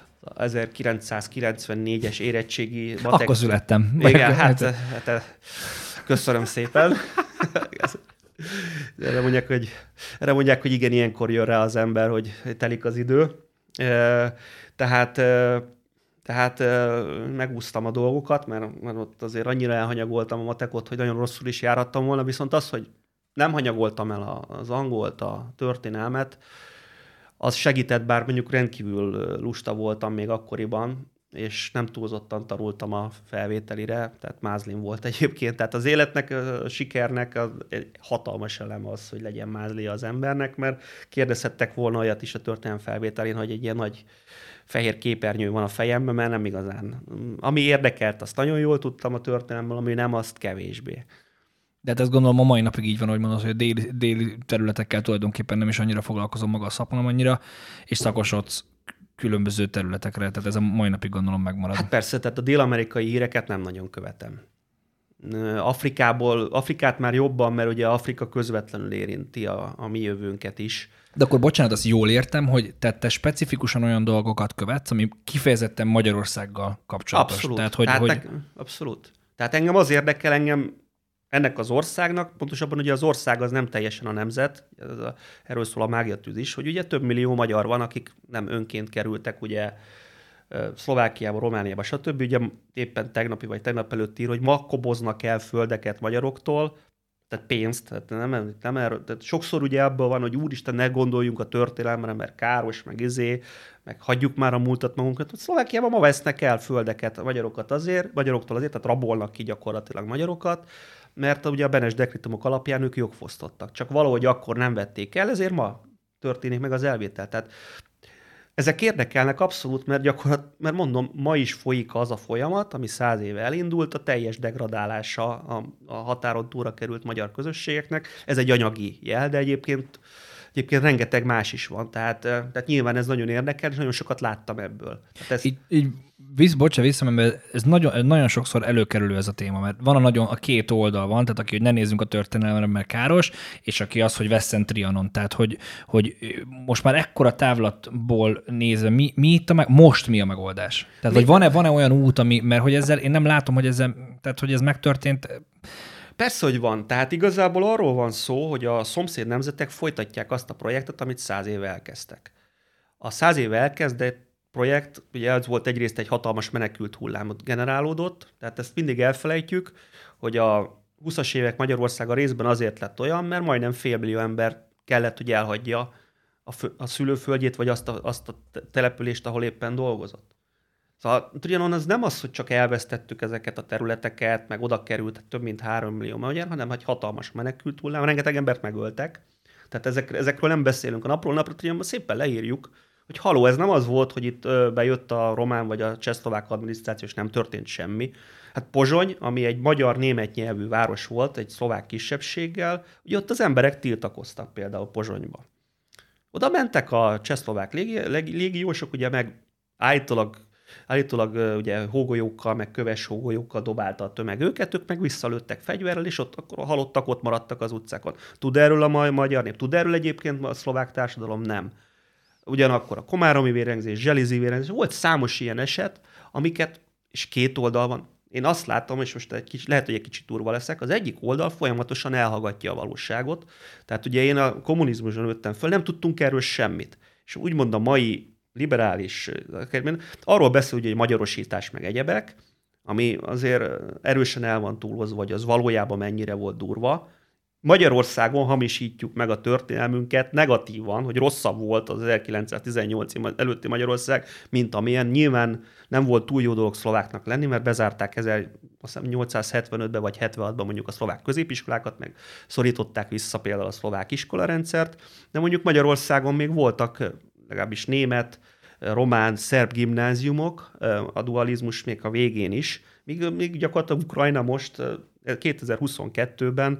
ezerkilencszázkilencvennégyes érettségi matek. Akkor születtem. Igen, hát, hát köszönöm szépen. Erre mondják, hogy, erre mondják, hogy igen, ilyenkor jön rá az ember, hogy telik az idő. Tehát, tehát megúsztam a dolgokat, mert, mert ott azért annyira elhanyagoltam a matekot, hogy nagyon rosszul is járattam volna, viszont az, hogy nem hanyagoltam el az angolt, a történelmet, az segített, bár mondjuk rendkívül lusta voltam még akkoriban, és nem túlzottan tanultam a felvételire, tehát mázlim volt egyébként. Tehát az életnek, a sikernek az egy hatalmas elem az, hogy legyen mázlia az embernek, mert kérdezhettek volna olyat is a történelem felvételén, hogy egy ilyen nagy fehér képernyő van a fejemben, mert nem igazán. Ami érdekelt, azt nagyon jól tudtam a történelemből, ami nem, azt kevésbé. De hát ezt gondolom a mai napig így van, hogy mondod, hogy a déli, déli területekkel tulajdonképpen nem is annyira foglalkozom maga a szakmam annyira, és szakosodsz különböző területekre, tehát ez a mai napig gondolom megmarad. Hát persze, tehát a dél-amerikai híreket nem nagyon követem. Afrikából, Afrikát már jobban, mert ugye Afrika közvetlenül érinti a, a mi jövőnket is. De akkor bocsánat, azt jól értem, hogy te, te specifikusan olyan dolgokat követsz, ami kifejezetten Magyarországgal kapcsolatos. Abszolút. Tehát, hogy, Tehát hogy... Ne, abszolút. Tehát engem az érdekel, engem ennek az országnak, pontosabban ugye az ország az nem teljesen a nemzet, ez a, erről szól a mágiatűz is, hogy ugye több millió magyar van, akik nem önként kerültek ugye Szlovákiába, Romániába, stb. Ugye éppen tegnapi vagy tegnap előtt ír, hogy ma koboznak el földeket magyaroktól, tehát pénzt, tehát nem, nem erről, tehát sokszor ugye abban van, hogy úristen, ne gondoljunk a történelemre, mert káros, meg izé, meg hagyjuk már a múltat magunkat. Szlovákiában ma vesznek el földeket a magyarokat azért, magyaroktól azért, tehát rabolnak ki gyakorlatilag magyarokat, mert ugye a Benes dekrétumok alapján ők jogfosztottak. Csak valahogy akkor nem vették el, ezért ma történik meg az elvétel. Tehát ezek érdekelnek abszolút, mert gyakorlatilag, mert mondom, ma is folyik az a folyamat, ami száz éve elindult, a teljes degradálása a, a határon túlra került magyar közösségeknek. Ez egy anyagi jel, de egyébként, egyébként rengeteg más is van. Tehát, tehát nyilván ez nagyon érdekel, és nagyon sokat láttam ebből. Ez... Így, így visz, bocsánat, vissza, mert ez nagyon, nagyon sokszor előkerülő ez a téma, mert van a, nagyon, a két oldal van, tehát aki, hogy ne nézzünk a történelemre, mert káros, és aki az, hogy vesszen Trianon. Tehát, hogy, hogy most már ekkora távlatból nézve, mi, mi itt a meg, most mi a megoldás? Tehát, vagy van-e, van-e olyan út, ami, mert hogy ezzel, én nem látom, hogy, ezzel, tehát, hogy ez megtörtént. Persze, hogy van. Tehát igazából arról van szó, hogy a szomszéd nemzetek folytatják azt a projektet, amit száz éve elkezdtek. A száz éve elkezdett projekt, ugye ez volt egyrészt egy hatalmas menekült hullámot generálódott, tehát ezt mindig elfelejtjük, hogy a huszas évek Magyarországa részben azért lett olyan, mert majdnem félmillió ember kellett, hogy elhagyja a, fő, a szülőföldjét, vagy azt a, azt a települést, ahol éppen dolgozott. Szóval Trianon az nem az, hogy csak elvesztettük ezeket a területeket, meg oda került több mint három millió magyar, hanem egy hatalmas menekült hullám, rengeteg embert megöltek. Tehát ezek, ezekről nem beszélünk. A napról napra Trianonban szépen leírjuk, hogy haló, ez nem az volt, hogy itt bejött a román vagy a csehszlovák adminisztráció, és nem történt semmi. Hát Pozsony, ami egy magyar-német nyelvű város volt, egy szlovák kisebbséggel, ugye ott az emberek tiltakoztak például Pozsonyba. Oda mentek a csehszlovák légi, légiósok, ugye meg állítólag, állítólag ugye hógolyókkal, meg köves hógolyókkal dobálta a tömeg őket, ők meg visszalőttek fegyverrel, és ott akkor a halottak ott maradtak az utcákon. Tud erről a magyar nép? Tud erről egyébként a szlovák társadalom? Nem. Ugyanakkor a komáromi vérengzés, zselizi vérengzés, volt számos ilyen eset, amiket, és két oldal van. Én azt látom, és most egy kicsit, lehet, hogy egy kicsit durva leszek, az egyik oldal folyamatosan elhallgatja a valóságot. Tehát ugye én a kommunizmuson nőttem föl, nem tudtunk erről semmit. És úgymond a mai liberális, arról beszél, hogy egy magyarosítás meg egyebek, ami azért erősen el van túlhozva, vagy az valójában mennyire volt durva. Magyarországon hamisítjuk meg a történelmünket negatívan, hogy rosszabb volt az ezerkilencszáztizennyolc előtti Magyarország, mint amilyen. Nyilván nem volt túl jó dolog szlováknak lenni, mert bezárták ezernyolcszázhetvenötben vagy hetvenhatban mondjuk a szlovák középiskolákat, meg szorították vissza például a szlovák iskolarendszert, de mondjuk Magyarországon még voltak legalábbis német, román, szerb gimnáziumok, a dualizmus még a végén is, míg, míg gyakorlatilag Ukrajna most kétezer-huszonkettőben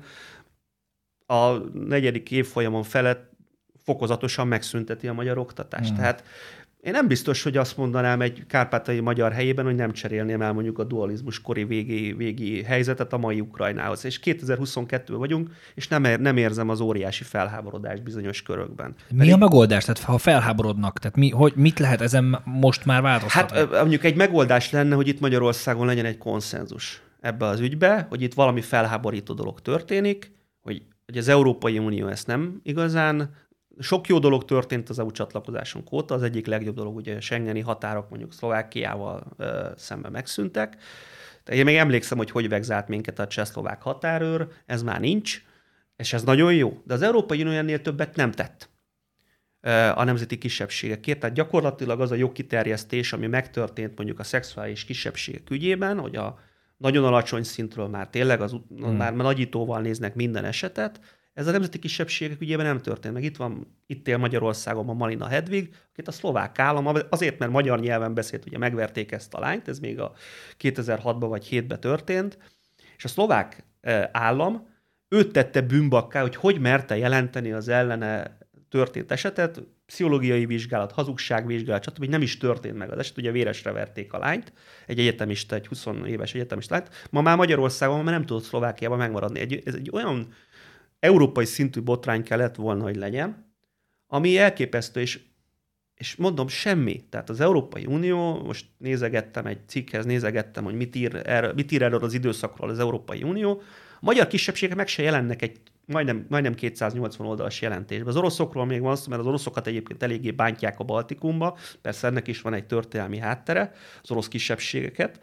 a negyedik évfolyamon felett fokozatosan megszünteti a magyar oktatást. Mm. Tehát én nem biztos, hogy azt mondanám egy kárpátaljai magyar helyében, hogy nem cserélném el mondjuk a dualizmus kori végi, végi helyzetet a mai Ukrajnához. És kétezer-huszonkettőben vagyunk, és nem, ér, nem érzem az óriási felháborodást bizonyos körökben. Mi Pedig... a megoldás? Tehát ha felháborodnak, tehát mi, hogy mit lehet ezen most már változtatni? Hát mondjuk egy megoldás lenne, hogy itt Magyarországon legyen egy konszenzus ebbe az ügybe, hogy itt valami felháborító dolog történik, hogy hogy az Európai Unió ezt nem igazán. Sok jó dolog történt az é u csatlakozásunk óta, az egyik legjobb dolog, ugye a schengeni határok mondjuk Szlovákiával ö, szemben megszűntek. De én még emlékszem, hogy hogy vegzált minket a cseh-szlovák határőr, ez már nincs, és ez nagyon jó. De az Európai Unió ennél többet nem tett ö, a nemzeti kisebbségekért. Tehát gyakorlatilag az a jogkiterjesztés, ami megtörtént mondjuk a szexuális kisebbségek ügyében, hogy a nagyon alacsony szintről már tényleg az, hmm. már nagyítóval néznek minden esetet. Ez a nemzeti kisebbségek ügyében nem történt. Meg itt van, itt él Magyarországon a Malina Hedvig, akit a szlovák állam, azért, mert magyar nyelven beszélt, ugye megverték ezt a lányt, ez még a kétezer-hatban vagy hétben történt, és a szlovák állam őt tette bűnbakká, hogy hogy merte jelenteni az ellene történt esetet, pszichológiai vizsgálat, hazugságvizsgálat, stb. Nem is történt meg az eset, ugye véresre verték a lányt, egy egyetemista, egy húsz éves egyetemista lányt. Ma már Magyarországon már nem tudott Szlovákiában megmaradni. Egy, ez egy olyan európai szintű botrány kellett volna, hogy legyen, ami elképesztő, és, és mondom, semmi. Tehát az Európai Unió, most nézegettem egy cikkhez, nézegettem, hogy mit ír, erről, mit ír erről az időszakról az Európai Unió. A magyar kisebbségek meg se jelennek egy majdnem, majdnem kétszáznyolcvan oldalas jelentésben. Az oroszokról még van szó, mert az oroszokat egyébként eléggé bántják a Baltikumba, persze ennek is van egy történelmi háttere, az orosz kisebbségeket,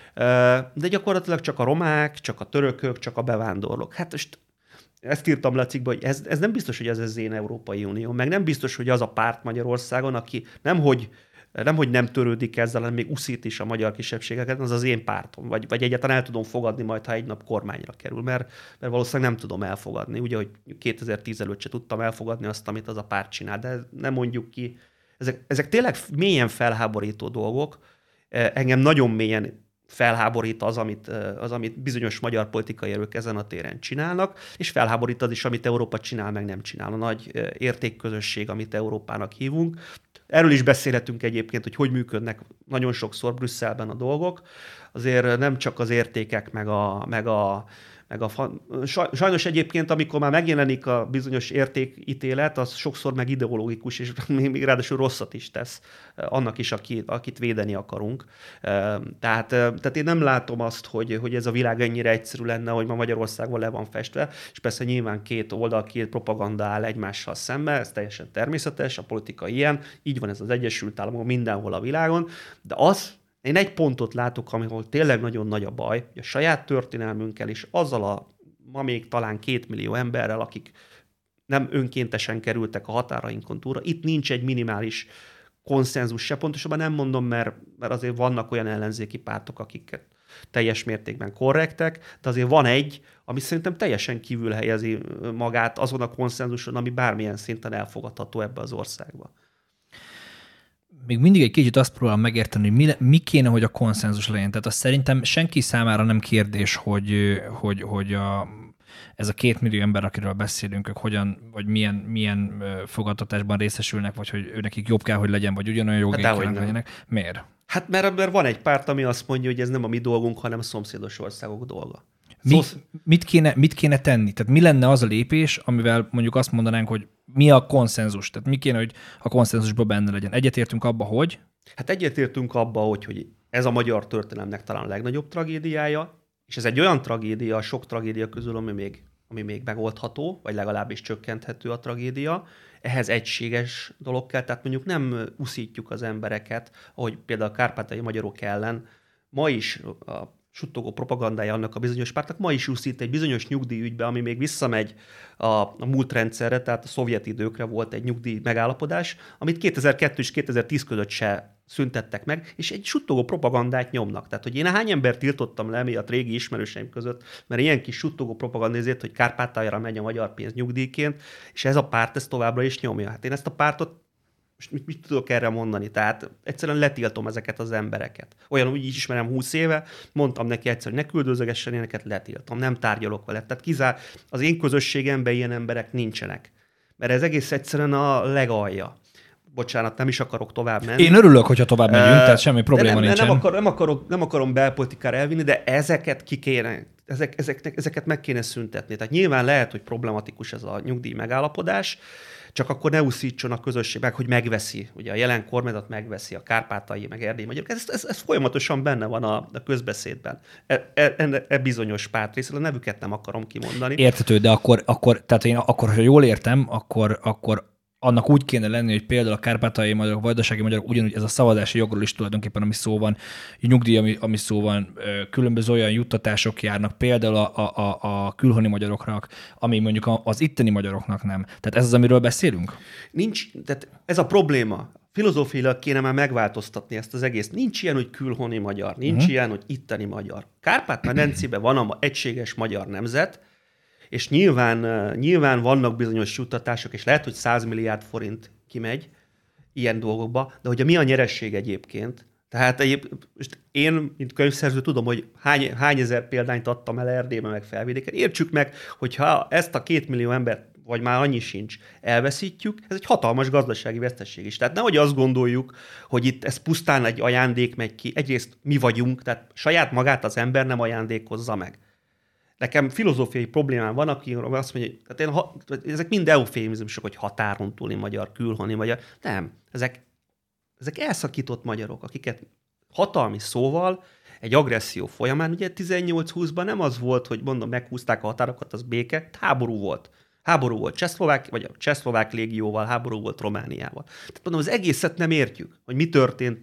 de gyakorlatilag csak a romák, csak a törökök, csak a bevándorlók. Hát most ezt írtam le a cikkbe, hogy ez, ez nem biztos, hogy ez az én Európai Unió, meg nem biztos, hogy az a párt Magyarországon, aki nemhogy nem, hogy nem törődik ezzel, hanem még uszít is a magyar kisebbségeket, az az én pártom, vagy, vagy egyáltalán el tudom fogadni majd, ha egy nap kormányra kerül, mert, mert valószínűleg nem tudom elfogadni. Ugye, hogy kétezer-tíz előtt se tudtam elfogadni azt, amit az a párt csinál, de nem mondjuk ki. Ezek, ezek tényleg mélyen felháborító dolgok. Engem nagyon mélyen felháborít az amit, az, amit bizonyos magyar politikai erők ezen a téren csinálnak, és felháborít az is, amit Európa csinál, meg nem csinál. A nagy értékközösség, amit Európának hívunk. Erről is beszélhetünk egyébként, hogy hogy működnek nagyon sokszor Brüsszelben a dolgok. Azért nem csak az értékek, meg a, meg a, meg a sajnos egyébként, amikor már megjelenik a bizonyos értékítélet, az sokszor meg ideológikus, és még ráadásul rosszat is tesz annak is, aki, akit védeni akarunk. Tehát, tehát én nem látom azt, hogy, hogy ez a világ ennyire egyszerű lenne, hogy ma Magyarországon le van festve, és persze nyilván két oldal, két propaganda áll egymással szemben, ez teljesen természetes, a politika ilyen, így van ez az Egyesült Államok mindenhol a világon, de az, én egy pontot látok, ahol tényleg nagyon nagy a baj, hogy a saját történelmünkkel és azzal a ma még talán két millió emberrel, akik nem önkéntesen kerültek a határainkon túlra, itt nincs egy minimális konszenzus se, pontosabban nem mondom, mert, mert azért vannak olyan ellenzéki pártok, akiket teljes mértékben korrektek, de azért van egy, ami szerintem teljesen kívül helyezi magát azon a konszenzuson, ami bármilyen szinten elfogadható ebbe az országba. Még mindig egy kicsit azt próbálom megérteni, hogy mi, mi kéne, hogy a konszenzus legyen. Tehát azt szerintem senki számára nem kérdés, hogy, hogy, hogy a, ez a két millió ember, akiről beszélünk, ők hogyan, vagy milyen, milyen fogadtatásban részesülnek, vagy hogy őnekik jobb kell, hogy legyen, vagy ugyanolyan jogaik hát kellene legyenek. Miért? Hát mert, mert van egy párt, ami azt mondja, hogy ez nem a mi dolgunk, hanem a szomszédos országok dolga. Mi, mit, kéne, mit kéne tenni? Tehát mi lenne az a lépés, amivel mondjuk azt mondanánk, hogy mi a konszenzus? Tehát mi kéne, hogy a konszenzusban benne legyen? Egyetértünk abba, hogy? Hát egyetértünk abba, hogy, hogy ez a magyar történelemnek talán a legnagyobb tragédiája, és ez egy olyan tragédia, a sok tragédia közül, ami még, ami még megoldható, vagy legalábbis csökkenthető a tragédia. Ehhez egységes dolog kell, tehát mondjuk nem uszítjuk az embereket, ahogy például a kárpátaljai magyarok ellen ma is a suttogó propagandája annak a bizonyos pártnak ma is úszít egy bizonyos nyugdíjügybe, ami még visszamegy a, a múlt rendszerre, tehát a szovjet időkre volt egy nyugdíj megállapodás, amit kétezer-kettő és kétezer-tíz között se szüntettek meg, és egy suttogó propagandát nyomnak. Tehát, hogy én hány embert tiltottam le miatt régi ismerőseim között, mert ilyen kis suttogó propagandizét, hogy Kárpátaljára megy a magyar pénz nyugdíjként, és ez a párt ezt továbbra is nyomja. Hát én ezt a pártot most mit, mit tudok erre mondani? Tehát egyszerűen letiltom ezeket az embereket. Olyan úgy ismerem húsz éve, mondtam neki egyszer, hogy ne küldözögessen, éneket letiltom, nem tárgyalok vele. Tehát kizár, az én közösségemben ilyen emberek nincsenek. Mert ez egész egyszerűen a legalja. Bocsánat, nem is akarok tovább menni. Én örülök, hogyha tovább megyünk, uh, tehát semmi probléma nem, nincsen. Nem, akar, nem, akarok, nem akarom belpolitikára elvinni, de ezeket ki kéne, ezek, ezek, ezeket meg kéne szüntetni. Tehát nyilván lehet, hogy problematikus ez a nyugdíj megállapodás, csak akkor ne úszítson a közösség meg, hogy megveszi. Ugye a jelen kormányzat megveszi a kárpátaljai, meg erdélyi magyarok. Ez, ez, ez folyamatosan benne van a, a közbeszédben. E, e, e bizonyos párt részéről, a nevüket nem akarom kimondani. Érthető, de akkor, akkor tehát én akkor, ha jól értem, akkor, akkor annak úgy kéne lenni, hogy például a kárpátaljai magyarok, a vajdasági magyarok ugyanúgy ez a szavazási jogról is tulajdonképpen, ami szó van, nyugdíj, ami, ami szó van, különböző olyan juttatások járnak, például a, a, a külhoni magyaroknak, ami mondjuk az itteni magyaroknak nem. Tehát ez az, amiről beszélünk? Nincs, tehát ez a probléma. Filozófiailag kéne már megváltoztatni ezt az egész. Nincs ilyen, hogy külhoni magyar, nincs uh-huh. ilyen, hogy itteni magyar. Kárpát-medencében van a egységes magyar nemzet, és nyilván, nyilván vannak bizonyos juttatások, és lehet, hogy száz milliárd forint kimegy ilyen dolgokba, de hogy mi a nyeresség egyébként? Tehát egyéb, most én, mint könyvszerző tudom, hogy hány, hány ezer példányt adtam el Erdélyben, meg Felvidéken. Értsük meg, hogyha ezt a két millió embert, vagy már annyi sincs, elveszítjük, ez egy hatalmas gazdasági veszteség is. Tehát nehogy azt gondoljuk, hogy itt ez pusztán egy ajándék megy ki. Egyrészt mi vagyunk, tehát saját magát az ember nem ajándékozza meg. Nekem filozófiai problémám van, aki azt mondja, hogy tehát én, ezek mind eufémizmusok, hogy határon túli magyar, külhoni magyar. Nem, ezek, ezek elszakított magyarok, akiket hatalmi szóval egy agresszió folyamán, ugye tizennyolc-húszban nem az volt, hogy mondom, meghúzták a határokat, az béke, háború volt. Háború volt Csehszlovák, vagy a Csehszlovák légióval, háború volt Romániával. Tehát mondom, az egészet nem értjük, hogy mi történt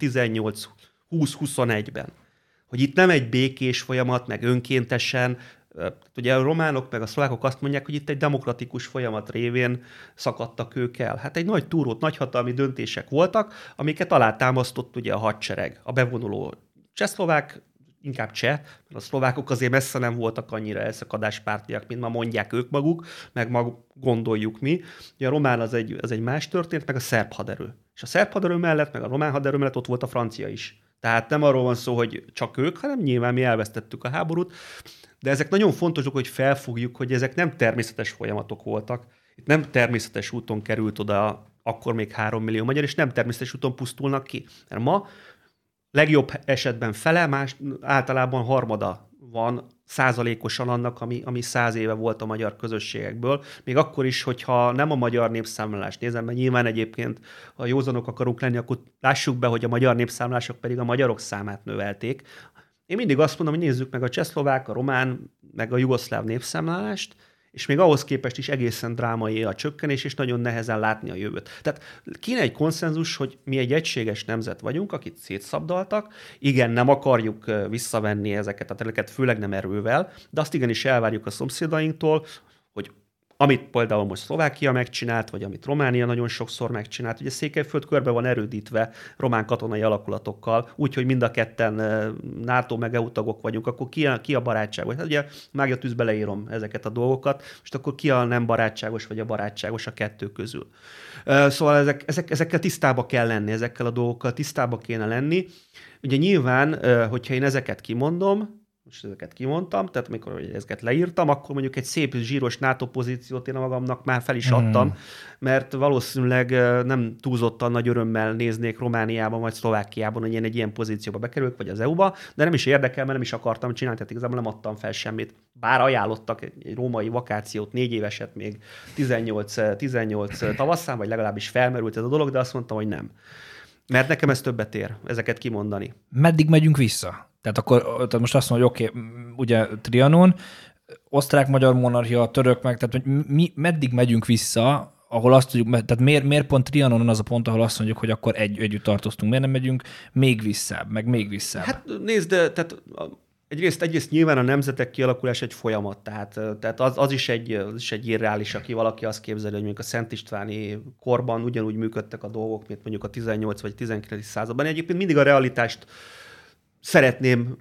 tizennyolc-húsz-huszonegyben. Hogy itt nem egy békés folyamat, meg önkéntesen. Ugye a románok meg a szlovákok azt mondják, hogy itt egy demokratikus folyamat révén szakadtak ők el. Hát egy nagy túrót, nagyhatalmi döntések voltak, amiket alátámasztott ugye a hadsereg, a bevonuló csehszlovák, inkább cseh, mert a szlovákok azért messze nem voltak annyira elszakadáspártiak, mint ma mondják ők maguk, meg ma gondoljuk mi. Ugye a román az egy, az egy más történet, meg a szerb haderő. És a szerb haderő mellett, meg a román haderő mellett ott volt a francia is. Tehát nem arról van szó, hogy csak ők, hanem nyilván mi elvesztettük a háborút. De ezek nagyon fontosok, hogy felfogjuk, hogy ezek nem természetes folyamatok voltak. Itt nem természetes úton került oda akkor még három millió magyar, és nem természetes úton pusztulnak ki. Mert ma legjobb esetben fele, más általában harmada van százalékosan annak, ami, ami száz éve volt a magyar közösségekből. Még akkor is, hogyha nem a magyar népszámlálást nézem, mert nyilván egyébként, ha józanok akarunk lenni, akkor lássuk be, hogy a magyar népszámlások pedig a magyarok számát növelték. Én mindig azt mondom, hogy nézzük meg a csehszlovák, a román, meg a jugoszláv népszámlálást, és még ahhoz képest is egészen drámai a csökkenés, és nagyon nehezen látni a jövőt. Tehát kéne egy konszenzus, hogy mi egy egységes nemzet vagyunk, akit szétszabdaltak, igen, nem akarjuk visszavenni ezeket a területeket, főleg nem erővel, de azt igenis elvárjuk a szomszédainktól, hogy amit például most Szlovákia megcsinált, vagy amit Románia nagyon sokszor megcsinált. Ugye Székelyföld körbe van erődítve román katonai alakulatokkal, úgyhogy mind a ketten NATO meg é u tagok vagyunk, akkor ki a, ki a barátságos? Hát ugye mágia tűzbe leírom ezeket a dolgokat, most akkor ki a nem barátságos, vagy a barátságos a kettő közül. Szóval ezek, ezek, ezekkel tisztába kell lenni, ezekkel a dolgokkal tisztába kéne lenni. Ugye nyilván, hogyha én ezeket kimondom, most ezeket kimondtam, tehát amikor ezeket leírtam, akkor mondjuk egy szép zsíros NATO pozíciót én magamnak már fel is adtam, mm. mert valószínűleg nem túlzottan nagy örömmel néznék Romániában vagy Szlovákiában, hogy én egy ilyen pozícióba bekerülök, vagy az é u-ba, de nem is érdekel, mert nem is akartam csinálni, tehát igazából nem adtam fel semmit. Bár ajánlottak egy római vakációt, négy éveset még tizennyolc, tizennyolc tavaszán, vagy legalábbis felmerült ez a dolog, de azt mondtam, hogy nem. Mert nekem ez többet ér, ezeket kimondani. Meddig megyünk vissza? Tehát akkor tehát most azt mondom, hogy oké, okay, ugye Trianon, osztrák-magyar monarchia, török meg, tehát hogy mi, meddig megyünk vissza, ahol azt tudjuk, tehát miért, miért pont Trianonon az a pont, ahol azt mondjuk, hogy akkor egy, együtt tartoztunk, miért nem megyünk még visszább, meg még visszább? Hát nézd, tehát egyrészt, egyrészt nyilván a nemzetek kialakulás egy folyamat, tehát, tehát az, az, is egy, az is egy irreális, aki valaki azt képzeli, hogy mondjuk a Szent Istváni korban ugyanúgy működtek a dolgok, mint mondjuk a tizennyolc vagy tizenkilenc században. Egyébként mindig a realitást szeretném,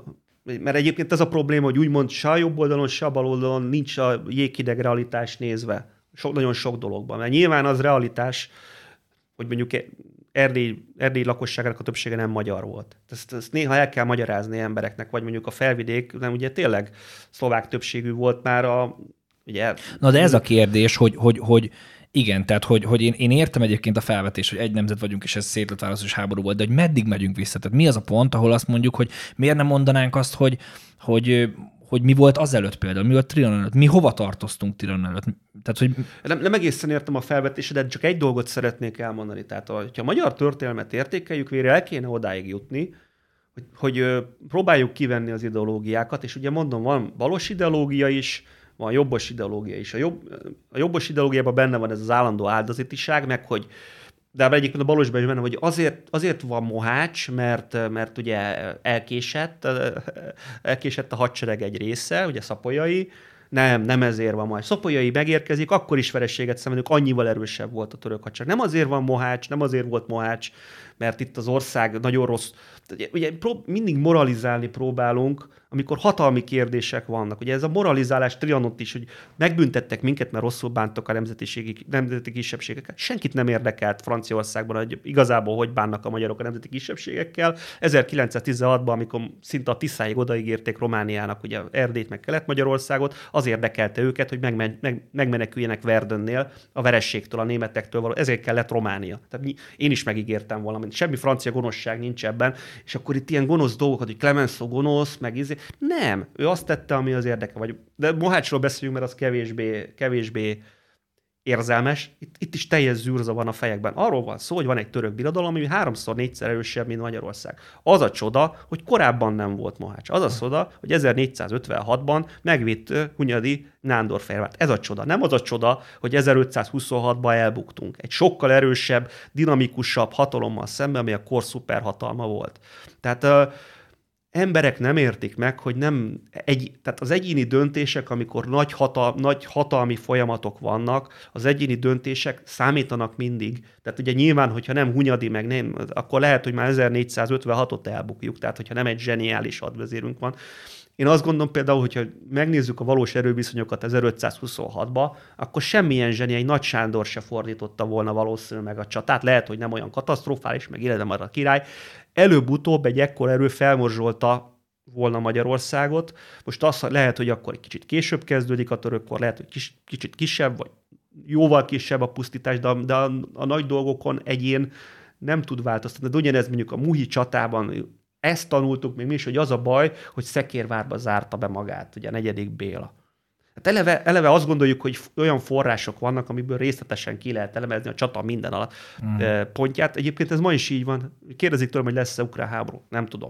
mert egyébként ez a probléma, hogy úgymond se a jobb oldalon, se a bal oldalon nincs a jéghideg realitás nézve. Sok, nagyon sok dologban. Mert nyilván az realitás, hogy mondjuk Erdély, Erdély lakosságának a többsége nem magyar volt. Ezt, ezt néha el kell magyarázni embereknek, vagy mondjuk a felvidék, nem ugye tényleg szlovák többségű volt már a... Ugye, Na de ez a kérdés, hogy, hogy, hogy igen, tehát hogy, hogy én, én értem egyébként a felvetés, hogy egy nemzet vagyunk, és ez szétlett választós háború volt, de hogy meddig megyünk vissza? Tehát mi az a pont, ahol azt mondjuk, hogy miért nem mondanánk azt, hogy, hogy, hogy mi volt azelőtt például, mi volt Trianon előtt, mi hova tartoztunk Trianon előtt? Tehát, hogy... nem, nem egészen értem a felvetésedet, csak egy dolgot szeretnék elmondani. Tehát, ha a magyar történelmet értékeljük, végre el kéne odáig jutni, hogy, hogy próbáljuk kivenni az ideológiákat, és ugye mondom, van balos ideológia is, van jobbos ideológia is. A, jobb, a jobbos ideológiában benne van ez az állandó áldozatiság, meg hogy, de egyébként a balosban is benne, hogy azért, azért van Mohács, mert, mert ugye elkésett, elkésett a hadsereg egy része, ugye Szapolyai, nem, nem ezért van majd. Szapolyai megérkezik, akkor is vereséget szenvedünk, annyival erősebb volt a török hadsereg. Nem azért van Mohács, nem azért volt Mohács, mert itt az ország nagyon rossz. Ugye mindig moralizálni próbálunk, amikor hatalmi kérdések vannak. Ugye ez a moralizálás Trianont is, hogy megbüntettek minket, mert rosszul bántak a nemzetiségi, nemzeti kisebbségekkel. Senkit nem érdekelt Franciaországban, hogy igazából hogy bánnak a magyarok a nemzeti kisebbségekkel. ezerkilencszáztizenhatban, amikor szinte a Tiszáig odaígérték Romániának, ugye Erdélyt meg Kelet-Magyarországot, az érdekelte őket, hogy megmen- meg- megmeneküljenek Verdönnél a verességtől, a németektől való. Ezért kellett Románia. Tehát én is megígértem valamit. Semmi francia gonoszság nincs ebben, és akkor itt ilyen gonosz dolgokat, hogy Clemenceau gonosz, meg izé. Nem, ő azt tette, ami az érdeke. Vagy, de Mohácsról beszéljünk, mert az kevésbé, kevésbé érzelmes. Itt, itt is teljes zűrza van a fejekben. Arról van szó, hogy van egy török birodalom, ami háromszor, négyszer erősebb, mint Magyarország. Az a csoda, hogy korábban nem volt Mohács. Az a csoda, hogy ezernégyszázötvenhatban megvitt Hunyadi Nándorfehérvárt. Ez a csoda. Nem az a csoda, hogy ezerötszázhuszonhatban elbuktunk. Egy sokkal erősebb, dinamikusabb hatalommal szemben, ami a kor szuperhatalma volt. Tehát uh, emberek nem értik meg, hogy nem egy, tehát az egyéni döntések, amikor nagy, hatal, nagy hatalmi folyamatok vannak, az egyéni döntések számítanak mindig. Tehát ugye nyilván, hogyha nem Hunyadi, meg nem, akkor lehet, hogy már ezernégyszázötvenhatot elbukjuk, tehát hogyha nem egy zseniális hadvezérünk van. Én azt gondolom például, hogyha megnézzük a valós erőviszonyokat ezerötszázhuszonhatban, akkor semmilyen zseni, egy Nagy Sándor se fordította volna valószínűleg meg a csatát. Lehet, hogy nem olyan katasztrofális, meg életem arra a király. Előbb-utóbb egy ekkor erő felmorzsolta volna Magyarországot. Most az lehet, hogy akkor egy kicsit később kezdődik a törökkor, lehet, hogy kis, kicsit kisebb, vagy jóval kisebb a pusztítás, de, a, de a, a nagy dolgokon egyén nem tud változtatni. De ugyanez mondjuk a Muhi csatában, ezt tanultuk még mi is, hogy az a baj, hogy Szekérvárba zárta be magát, ugye a negyedik Béla. Hát eleve, eleve azt gondoljuk, hogy olyan források vannak, amiből részletesen ki lehet elemezni a csata minden alatt mm. pontját. Egyébként ez ma is így van. Kérdezik tőlem, hogy lesz-e ukrán háború. Nem tudom.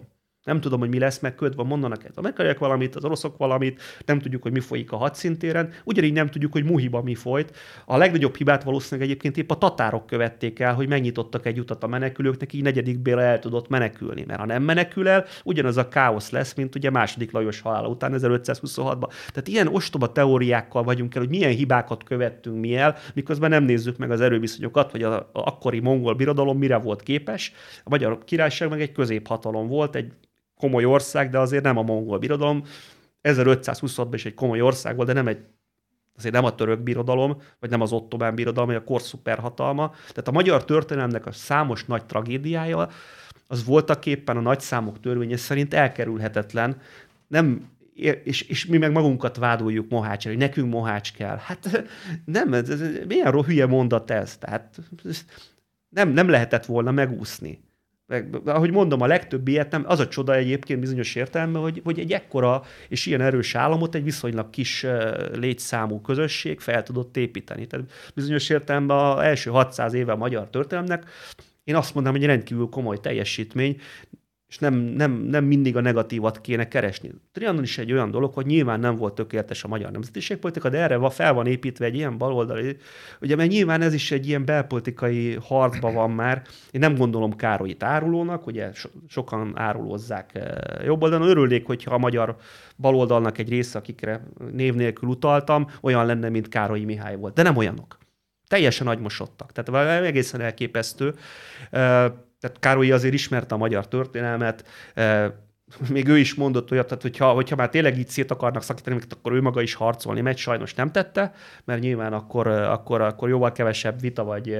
Nem tudom, hogy mi lesz, meg köd van, mondanak az amerikaiak valamit, az oroszok valamit, nem tudjuk, hogy mi folyik a hadszintéren, ugyanígy nem tudjuk, hogy Muhiba mi folyt. A legnagyobb hibát valószínűleg egyébként épp a tatárok követték el, hogy megnyitottak egy utat a menekülőknek, így negyedikből el tudott menekülni. Mert ha nem menekül el, ugyanaz a káosz lesz, mint ugye második Lajos halála után ezerötszázhuszonhatban. Tehát ilyen ostoba teóriákkal vagyunk el, hogy milyen hibákat követtünk mi el, miközben nem nézzük meg az erőviszonyokat, vagy az akkori mongol birodalom mire volt képes. A Magyar Királyság meg egy középhatalom volt, egy komoly ország, de azért nem a mongol birodalom. ezerötszázhuszonhatban is egy komoly ország volt, de nem egy, azért nem a török birodalom, vagy nem az ottomán birodalom, vagy a kor szuperhatalma. Tehát a magyar történelemnek a számos nagy tragédiája az voltaképpen a nagyszámok törvénye szerint elkerülhetetlen. Nem, és, és mi meg magunkat vádoljuk Mohácsra, hogy nekünk Mohács kell. Hát nem, ez, ez, milyen hülye mondat ez? Tehát ez nem, nem lehetett volna megúszni. Ahogy mondom, a legtöbb ilyet nem, az a csoda egyébként bizonyos értelemben, hogy, hogy egy ekkora és ilyen erős államot egy viszonylag kis létszámú közösség fel tudott építeni. Tehát bizonyos értelemben az első hatszáz éve a magyar történelemnek én azt mondanám, hogy rendkívül komoly teljesítmény, és nem, nem, nem mindig a negatívat kéne keresni. Trianon is egy olyan dolog, hogy nyilván nem volt tökéletes a magyar nemzetiségpolitika, de erre fel van építve egy ilyen baloldali, ugye, mert nyilván ez is egy ilyen belpolitikai harcban van már. Én nem gondolom Károlyit árulónak, ugye so, sokan árulózzák jobb oldalon. Örülnék, hogyha a magyar baloldalnak egy része, akikre név nélkül utaltam, olyan lenne, mint Károlyi Mihály volt. De nem olyanok. Teljesen agymosodtak. Tehát egészen elképesztő. Tehát Károlyi azért ismerte a magyar történelmet, még ő is mondott olyat, tehát hogyha, hogyha már tényleg így szét akarnak szakítani, akkor ő maga is harcolni megy, sajnos nem tette, mert nyilván akkor, akkor, akkor jóval kevesebb vita vagy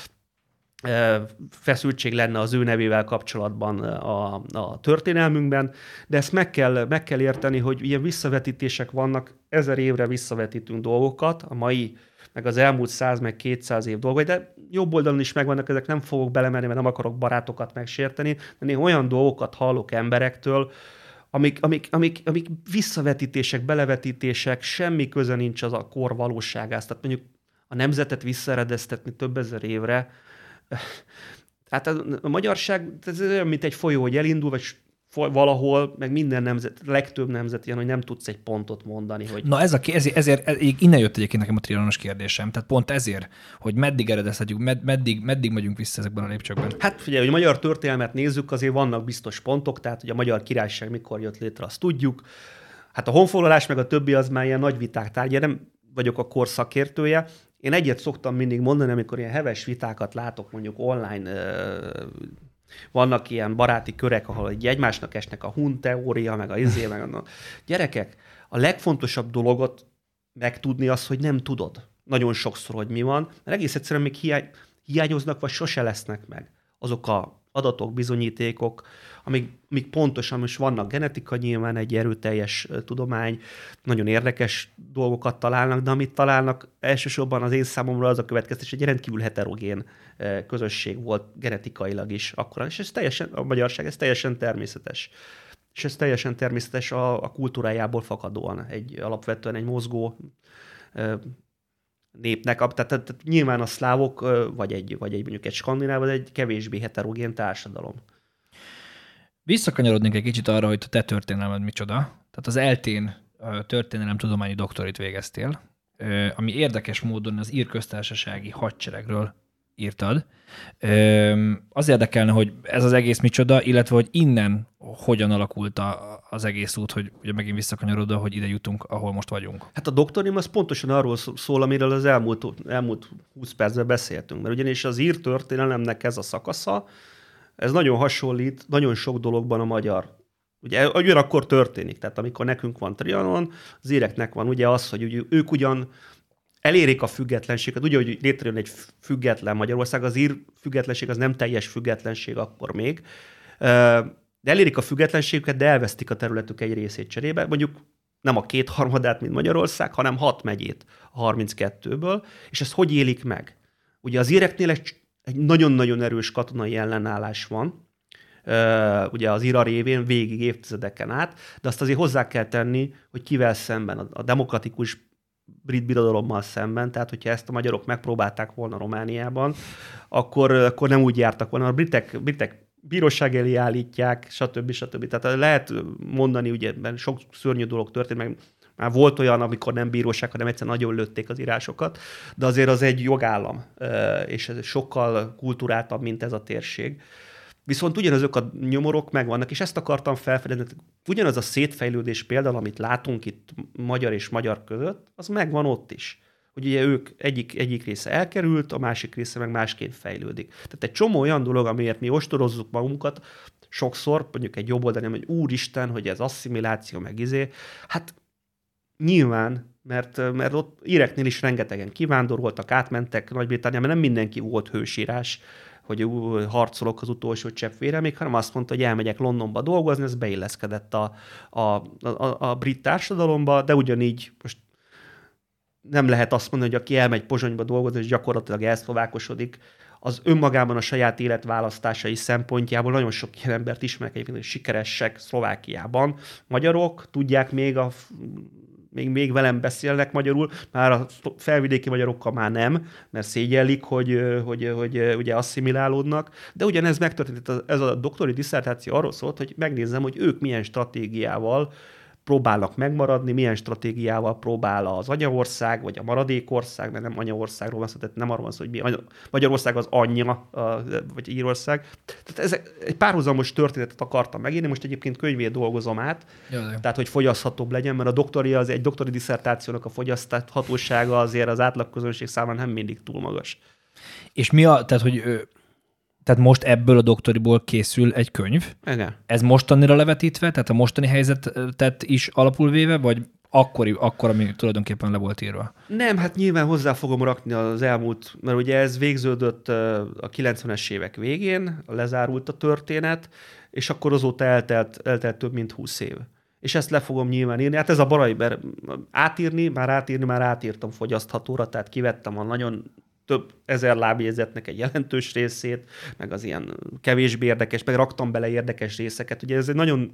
feszültség lenne az ő nevével kapcsolatban a, a történelmünkben, de ezt meg kell, meg kell érteni, hogy ilyen visszavetítések vannak, ezer évre visszavetítünk dolgokat, a mai meg az elmúlt száz, meg kétszáz év dolgai, de jobb oldalon is megvannak, ezek nem fogok belemenni, mert nem akarok barátokat megsérteni, de én olyan dolgokat hallok emberektől, amik, amik, amik, amik visszavetítések, belevetítések, semmi köze nincs az a kor valóságához. Tehát mondjuk a nemzetet visszaeredeztetni több ezer évre. Hát a, a magyarság, ez olyan, mint egy folyó, hogy elindul, vagy valahol, meg minden nemzet, legtöbb nemzet ilyen, hogy nem tudsz egy pontot mondani. Hogy... Na ez a, ezért, ezért, innen jött egyébként nekem a trianonos kérdésem. Tehát pont ezért, hogy meddig eredezhetjük, med, meddig, meddig megyünk vissza ezekben a lépcsőkben. Hát figyelj, hogy a magyar történelmet nézzük, azért vannak biztos pontok, tehát hogy a Magyar Királyság mikor jött létre, azt tudjuk. Hát a honfoglalás meg a többi az már ilyen nagy viták tárgya, nem vagyok a kor szakértője. Én egyet szoktam mindig mondani, amikor ilyen heves vitákat látok mondjuk online. Vannak ilyen baráti körek, ahol egymásnak esnek a hun teória, meg a izé, meg a... Gyerekek, a legfontosabb dologot megtudni az, hogy nem tudod. Nagyon sokszor, hogy mi van, mert egész egyszerűen még hiány, hiányoznak, vagy sose lesznek meg azok a adatok, bizonyítékok, amik, amik pontosan most vannak. Genetika nyilván egy erőteljes tudomány, nagyon érdekes dolgokat találnak, de amit találnak elsősorban az én számomra az a következtetés, egy rendkívül heterogén közösség volt genetikailag is akkor, és ez teljesen, a magyarság, ez teljesen természetes. És ez teljesen természetes a, a kultúrájából fakadóan, egy alapvetően egy mozgó népnek, tehát, tehát nyilván a szlávok, vagy egy, vagy egy mondjuk egy skandináv, egy kevésbé heterogén társadalom. Visszakanyarodnék egy kicsit arra, hogy a te történelmed micsoda. Tehát az eltén történelemtudományi doktorit végeztél, ami érdekes módon az ír köztársasági hadseregről írtad. Az érdekelne, hogy ez az egész micsoda, illetve hogy innen hogyan alakult a, az egész út, hogy ugye megint visszakanyarodva, hogy ide jutunk, ahol most vagyunk. Hát a doktorim az pontosan arról szól, amiről az elmúlt, elmúlt húsz percben beszéltünk, mert ugyanis az ír történelemnek ez a szakasza, ez nagyon hasonlít nagyon sok dologban a magyar. Ugye ugyanakkor történik, tehát amikor nekünk van Trianon, az íreknek van ugye az, hogy ők ugyan elérik a függetlenséget, ugye, hogy létrejön egy független Magyarország, az ír függetlenség az nem teljes függetlenség akkor még, de elérik a függetlenségüket, de elvesztik a területük egy részét cserébe, mondjuk nem a kétharmadát, mint Magyarország, hanem hat megyét a harminckettőből, és ezt hogy élik meg? Ugye az íreknél egy, egy nagyon-nagyon erős katonai ellenállás van, ugye az ira révén végig évtizedeken át, de azt azért hozzá kell tenni, hogy kivel szemben, a, a demokratikus brit birodalommal szemben, tehát hogyha ezt a magyarok megpróbálták volna Romániában, akkor, akkor nem úgy jártak volna. A britek, britek bíróság elé állítják, stb. stb. Tehát lehet mondani, ugye ebben sok szörnyű dolog történt, meg már volt olyan, amikor nem bíróság, hanem egyszer nagyon lőtték az írásokat, de azért az egy jogállam, és ez sokkal kulturáltabb, mint ez a térség. Viszont ugyanazok a nyomorok megvannak, és ezt akartam felfedezni. Ugyanaz a szétfejlődés például, amit látunk itt magyar és magyar között, az megvan ott is. Hogy ugye ők egyik, egyik része elkerült, a másik része meg másként fejlődik. Tehát egy csomó olyan dolog, amiért mi ostorozzuk magunkat, sokszor, mondjuk egy jobb oldalon, hogy úristen, hogy ez asszimiláció, meg izé. Hát nyilván, mert, mert ott íreknél is rengetegen kivándoroltak, átmentek Nagy-Britanniában, mert nem mindenki volt hősírás, hogy harcolok az utolsó csepp véremig, hanem azt mondta, hogy elmegyek Londonba dolgozni, ez beilleszkedett a, a, a, a brit társadalomba, de ugyanígy most nem lehet azt mondani, hogy aki elmegy Pozsonyba dolgozni, és gyakorlatilag elszlovákosodik, az önmagában a saját életválasztásai szempontjából nagyon sok ilyen embert ismerek egyébként, hogy sikeresek Szlovákiában. Magyarok tudják még a Még, még velem beszélnek magyarul, már a felvidéki magyarokkal már nem, mert szégyellik, hogy, hogy, hogy ugye asszimilálódnak, de ugyanez megtörtént, ez a doktori disszertáció arról szólt, hogy megnézzem, hogy ők milyen stratégiával próbálnak megmaradni, milyen stratégiával próbál az anyaország, vagy a maradékország, mert nem anyaországról van szó, tehát nem arról van szó, hogy mi, Magyarország az anyja, vagy Írország. Tehát ez egy párhuzamos történetet akartam megírni, most egyébként könyvét dolgozom át, Jaj. tehát hogy fogyaszthatóbb legyen, mert a doktori, az egy doktori disszertációnak a fogyaszthatósága azért az átlagközönség számára nem mindig túl magas. És mi a, tehát hogy Tehát most ebből a doktoriból készül egy könyv. Igen. Ez mostanira levetítve, tehát a mostani helyzetet is alapul véve, vagy akkori, akkor, ami tulajdonképpen le volt írva? Nem, hát nyilván hozzá fogom rakni az elmúlt, mert ugye ez végződött a kilencvenes évek végén, lezárult a történet, és akkor azóta eltelt, eltelt több mint húsz év. És ezt le fogom nyilván írni. Hát ez a barai, mert átírni, már átírni, már átírtam fogyaszthatóra, tehát kivettem a nagyon több ezer lábjegyzetnek egy jelentős részét, meg az ilyen kevésbé érdekes, meg raktam bele érdekes részeket. Ugye ez egy nagyon,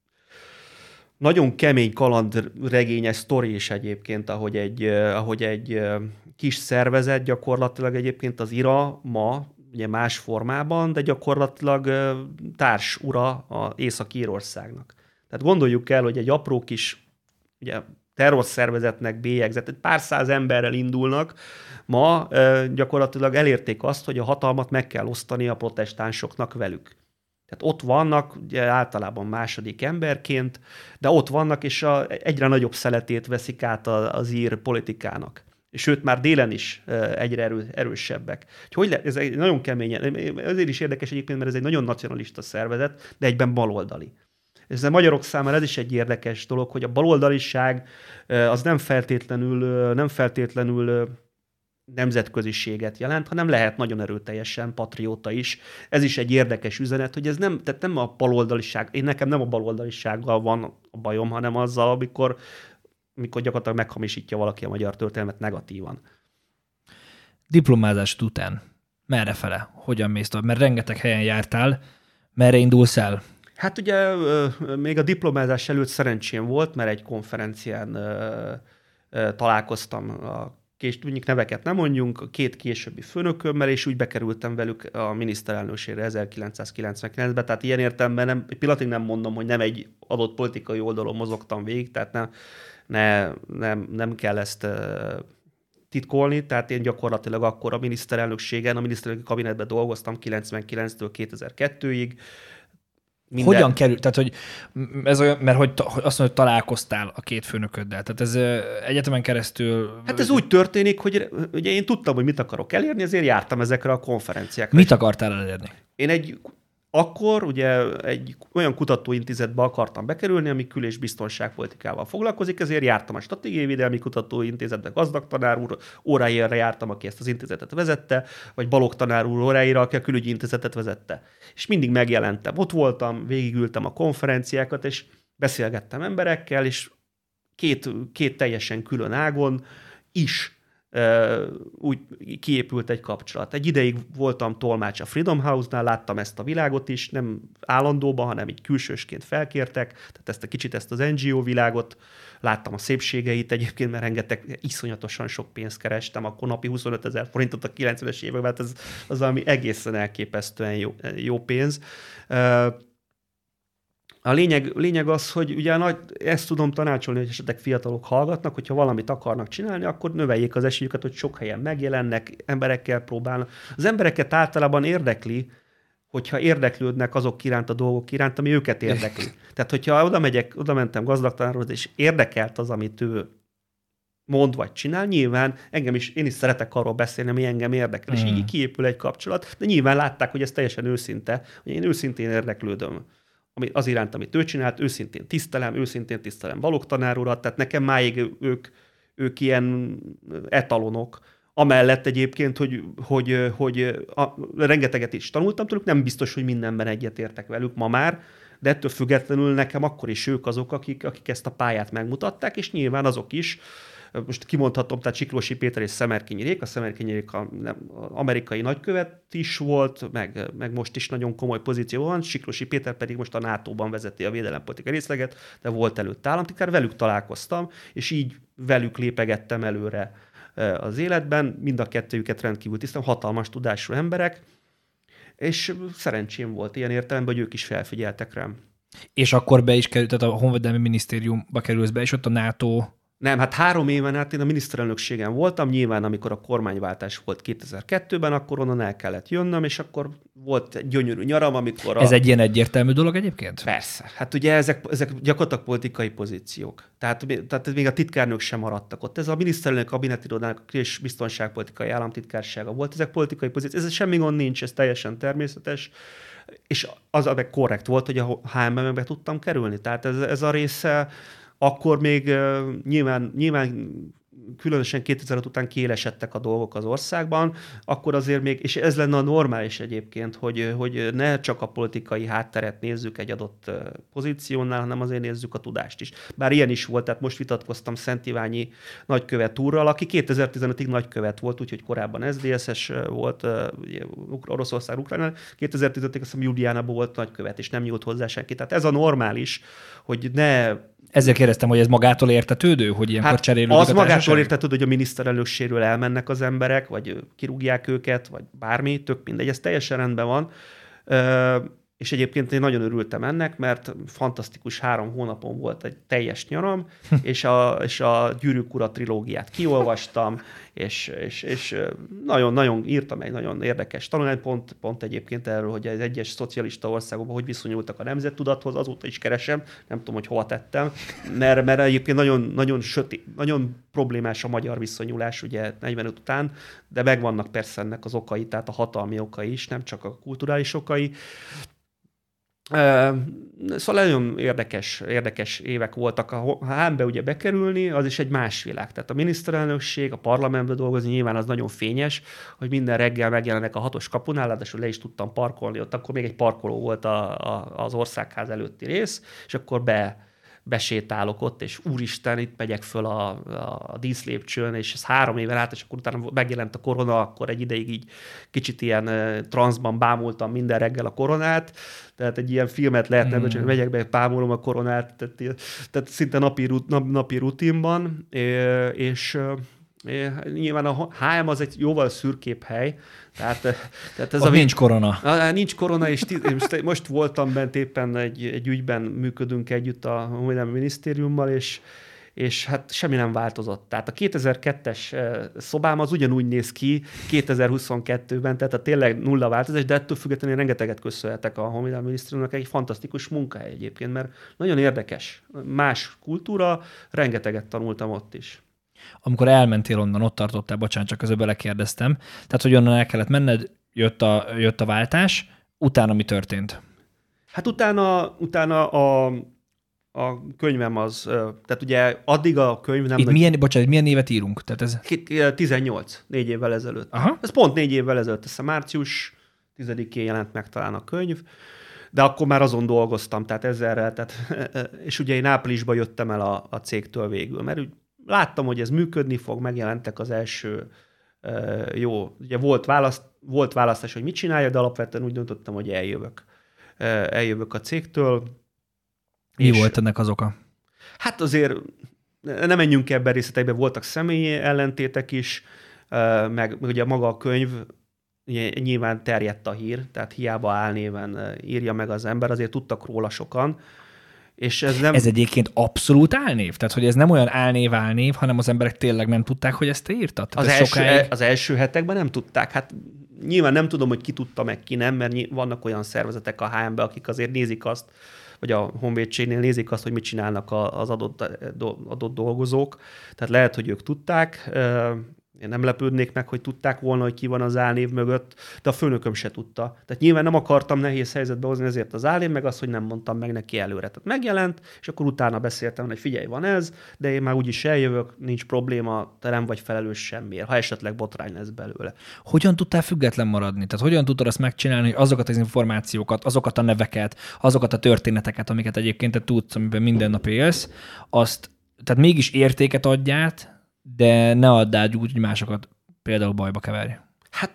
nagyon kemény kalandregényes sztori is egyébként, ahogy egy, ahogy egy kis szervezet gyakorlatilag egyébként az i er á ma, ugye más formában, de gyakorlatilag társ ura az Észak-Írországnak. Tehát gondoljuk el, hogy egy apró kis ugye, terrorszervezetnek bélyegzett, egy pár száz emberrel indulnak, ma e, gyakorlatilag elérték azt, hogy a hatalmat meg kell osztani a protestánsoknak velük. Tehát ott vannak, ugye általában második emberként, de ott vannak, és a, egyre nagyobb szeletét veszik át az ír politikának. És sőt, már délen is egyre erő, erősebbek. Hogy le, ez egy nagyon keményen, ezért is érdekes egyébként, mert ez egy nagyon nacionalista szervezet, de egyben baloldali. Ez a magyarok számára ez is egy érdekes dolog, hogy a baloldaliság az nem feltétlenül, nem feltétlenül nemzetköziséget jelent, hanem lehet nagyon erőteljesen patrióta is. Ez is egy érdekes üzenet, hogy ez nem, tehát nem a baloldaliság, én nekem nem a baloldalisággal van a bajom, hanem azzal, amikor, amikor gyakorlatilag meghamisítja valaki a magyar történelmet negatívan. Diplomázásod után merre fele? Hogyan mész tovább? Mert rengeteg helyen jártál. Merre indulsz el? Hát ugye még a diplomázás előtt szerencsém volt, mert egy konferencián találkoztam, a kés, mondjuk neveket nem mondjunk, két későbbi főnökömmel, és úgy bekerültem velük a miniszterelnökségre ezerkilencszázkilencvenkilencben, tehát ilyen értelemben nem, egy pillanatig nem mondom, hogy nem egy adott politikai oldalon mozogtam végig, tehát ne, ne, nem, nem kell ezt titkolni, tehát én gyakorlatilag akkor a miniszterelnökségen, a miniszterelnöki kabinetben dolgoztam kilencvenkilenctől kétezer-kettőig. Minden... Hogyan került? Tehát, hogy ez olyan, mert hogy azt mondod, hogy találkoztál a két főnököddel. Tehát ez egyetemen keresztül... Hát ez úgy történik, hogy ugye én tudtam, hogy mit akarok elérni, ezért jártam ezekre a konferenciákra. Mit akartál elérni? Én egy... Akkor ugye egy olyan kutatóintézetbe akartam bekerülni, ami kül- és biztonságpolitikával foglalkozik, ezért jártam a Stratégiai Védelmi Kutatóintézetbe, Gazdag tanár úr óráira jártam, aki ezt az intézetet vezette, vagy Balogh tanár úr óráira, aki a külügyi intézetet vezette. És mindig megjelentem. Ott voltam, végigültem a konferenciákat, és beszélgettem emberekkel, és két, két teljesen külön ágon is úgy kiépült egy kapcsolat. Egy ideig voltam tolmács a Freedom House-nál, láttam ezt a világot is, nem állandóban, hanem így külsősként felkértek, tehát ezt a kicsit ezt az en gé o világot, láttam a szépségeit egyébként, mert rengeteg, iszonyatosan sok pénzt kerestem, akkor napi huszonötezer forintot a kilencvenes években, hát ez az valami egészen elképesztően jó, jó pénz. A lényeg, lényeg az, hogy ugye nagy, ezt tudom tanácsolni, hogy esetleg fiatalok hallgatnak, hogyha valamit akarnak csinálni, akkor növeljék az esélyüket, hogy sok helyen megjelennek, emberekkel próbálnak. Az embereket általában érdekli, hogyha érdeklődnek azok iránt a dolgok iránt, ami őket érdekli. Tehát, hogyha oda megyek, oda mentem gazdagtalanhoz, és érdekelt az, amit ő mond vagy csinál, nyilván engem is, én is szeretek arról beszélni, ami engem érdekel, mm. és így kiépül egy kapcsolat, de nyilván látták, hogy ez teljesen őszinte, hogy én őszintén érdeklődöm az iránt, amit ő csinált, őszintén tisztelem, őszintén tisztelem Balogh tanár urat, tehát nekem máig ők, ők ilyen etalonok. Amellett egyébként, hogy, hogy, hogy a, rengeteget is tanultam tőlük, nem biztos, hogy mindenben egyetértek velük ma már, de ettől függetlenül nekem akkor is ők azok, akik, akik ezt a pályát megmutatták, és nyilván azok is, most kimondhatom, tehát Csiklósi Péter és Szemerkényi Réka, a Szemerkényi Réka az amerikai nagykövet is volt, meg, meg most is nagyon komoly pozíció van, Csiklósi Péter pedig most a nátóban vezeti a védelempolitikai részleget, de volt előtt államtitkár, velük találkoztam, és így velük lépegettem előre az életben, mind a kettőjüket rendkívül tisztem, hatalmas tudású emberek, és szerencsém volt ilyen értelemben, hogy ők is felfigyeltek rám. És akkor be is került, tehát a Honvédelmi Minisztériumba kerülsz be, és ott a NATO... Nem, hát három éven át én a miniszterelnökségen voltam, nyilván amikor a kormányváltás volt kétezer-kettőben, akkor onnan el kellett jönnöm, és akkor volt egy gyönyörű nyaram, amikor... A... Ez egy ilyen egyértelmű dolog egyébként? Persze. Hát ugye ezek, ezek gyakorlatilag politikai pozíciók. Tehát, tehát még a titkárnők sem maradtak ott. Ez a miniszterelnök kabinetirodának és biztonságpolitikai államtitkársága volt. Ezek politikai pozíciók. Ez semmi gond nincs, ez teljesen természetes. És az meg korrekt volt, hogy a há em em-be tudtam kerülni. Tehát ez, ez a része... Akkor még uh, nyilván, nyilván különösen kétezer-öt után kiélesedtek a dolgok az országban, akkor azért még, és ez lenne a normális egyébként, hogy, hogy ne csak a politikai hátteret nézzük egy adott pozíciónál, hanem azért nézzük a tudást is. Bár ilyen is volt, tehát most vitatkoztam Szent Iványi nagykövet úrral, aki kétezer-tizenötig nagykövet volt, úgyhogy korábban es zé dé es-es volt, Oroszország, Ukrajna, kétezer-tizenötig azt hiszem Juliánában volt nagykövet, és nem nyúlt hozzá senki. Tehát ez a normális, hogy ne... Ezzel kérdeztem, hogy ez magától értetődő, hogy ilyenkor hát cserélődik az a magától értetődő, hogy a miniszterelnökségről elmennek az emberek, vagy kirúgják őket, vagy bármi, tök mindegy, ez teljesen rendben van. És egyébként én nagyon örültem ennek, mert fantasztikus három hónapon volt egy teljes nyaram, és a, és a Gyűrűk ura trilógiát kiolvastam, és, és, és nagyon-nagyon írtam egy nagyon érdekes tanulmányt, pont, pont egyébként erről, hogy az egyes szocialista országokban hogy viszonyultak a nemzettudathoz, azóta is keresem, nem tudom, hogy hova tettem, mert, mert egyébként nagyon, nagyon, sötét, nagyon problémás a magyar viszonyulás ugye negyvenöt után, de megvannak persze ennek az okai, tehát a hatalmi okai is, nem csak a kulturális okai. Szóval nagyon érdekes, érdekes évek voltak. A há em-be ugye bekerülni, az is egy más világ. Tehát a miniszterelnökség, a parlamentbe dolgozni, nyilván az nagyon fényes, hogy minden reggel megjelenek a hatos kapunál, ráadásul le is tudtam parkolni ott, akkor még egy parkoló volt a, a, az országház előtti rész, és akkor be besétálok ott, és úristen, itt megyek föl a, a díszlépcsőn, és ez három éven át, és akkor utána megjelent a korona, akkor egy ideig így kicsit ilyen uh, transzban bámultam minden reggel a koronát, tehát egy ilyen filmet lehetne, mm. csak megyek be, bámulom a koronát, tehát, tehát szinte napi, nap, napi rutinban, és É, nyilván a há em az egy jóval szürkébb hely. Tehát, tehát ez a nincs korona. A, nincs korona, és tíz, most, most voltam bent éppen egy, egy ügyben, működünk együtt a Honvédelmi Minisztériummal, és, és hát semmi nem változott. Tehát a kétezer-kettes szobám az ugyanúgy néz ki kétezer-huszonkettőben, tehát a tényleg nulla változás, de ettől függetlenül rengeteget köszönhetek a Honvédelmi Minisztériumnak, egy fantasztikus munkahely egyébként, mert nagyon érdekes. Más kultúra, rengeteget tanultam ott is. Amikor elmentél onnan, ott tartottál, bocsánat, csak közben belekérdeztem, tehát, hogy onnan el kellett menned, jött a, jött a váltás, utána mi történt? Hát utána, utána a, a könyvem az, tehát ugye addig a könyv nem... Itt nagy... milyen, bocsánat, milyen évet írunk? Tehát ez... tizennyolc, négy évvel ezelőtt. Aha. Ez pont négy évvel ezelőtt, ez a március tizedikén jelent meg talán a könyv, de akkor már azon dolgoztam, tehát ezerrel, tehát, és ugye én áprilisban jöttem el a, a cégtől végül, mert úgy láttam, hogy ez működni fog, megjelentek az első uh, jó, ugye volt, választ, volt választás, hogy mit csinálja, de alapvetően úgy döntöttem, hogy eljövök. Uh, eljövök a cégtől. Mi és volt ennek az oka? Hát azért nem menjünk ebben részletekbe, voltak személyi ellentétek is, uh, meg, meg ugye maga a könyv, nyilván terjedt a hír, tehát hiába álnéven írja meg az ember, azért tudtak róla sokan. És ez, nem... ez egyébként abszolút álnév? Tehát, hogy ez nem olyan álnév-álnév, hanem az emberek tényleg nem tudták, hogy ezt te írtad? Az első, sokáig... az első hetekben nem tudták. Hát nyilván nem tudom, hogy ki tudta meg, ki nem, mert vannak olyan szervezetek a há em-ben, akik azért nézik azt, vagy a honvédségnél nézik azt, hogy mit csinálnak az adott, adott dolgozók. Tehát lehet, hogy ők tudták. Én nem lepődnék meg, hogy tudták volna, hogy ki van az álnév mögött, de a főnököm se tudta. Tehát nyilván nem akartam nehéz helyzetbe hozni, ezért az álnév, meg az, hogy nem mondtam meg neki előre. Tehát megjelent, és akkor utána beszéltem, hogy figyelj, van ez, de én már úgyis eljövök, nincs probléma, te nem vagy felelős semmiért, ha esetleg botrány lesz belőle. Hogyan tudtál független maradni? Tehát hogyan tudtad azt megcsinálni, hogy azokat az információkat, azokat a neveket, azokat a történeteket, amiket egyébként te tudsz, amiben minden nap élsz, azt, tehát mégis értéket adját, de ne add át úgy, hogy másokat például bajba keverj. Hát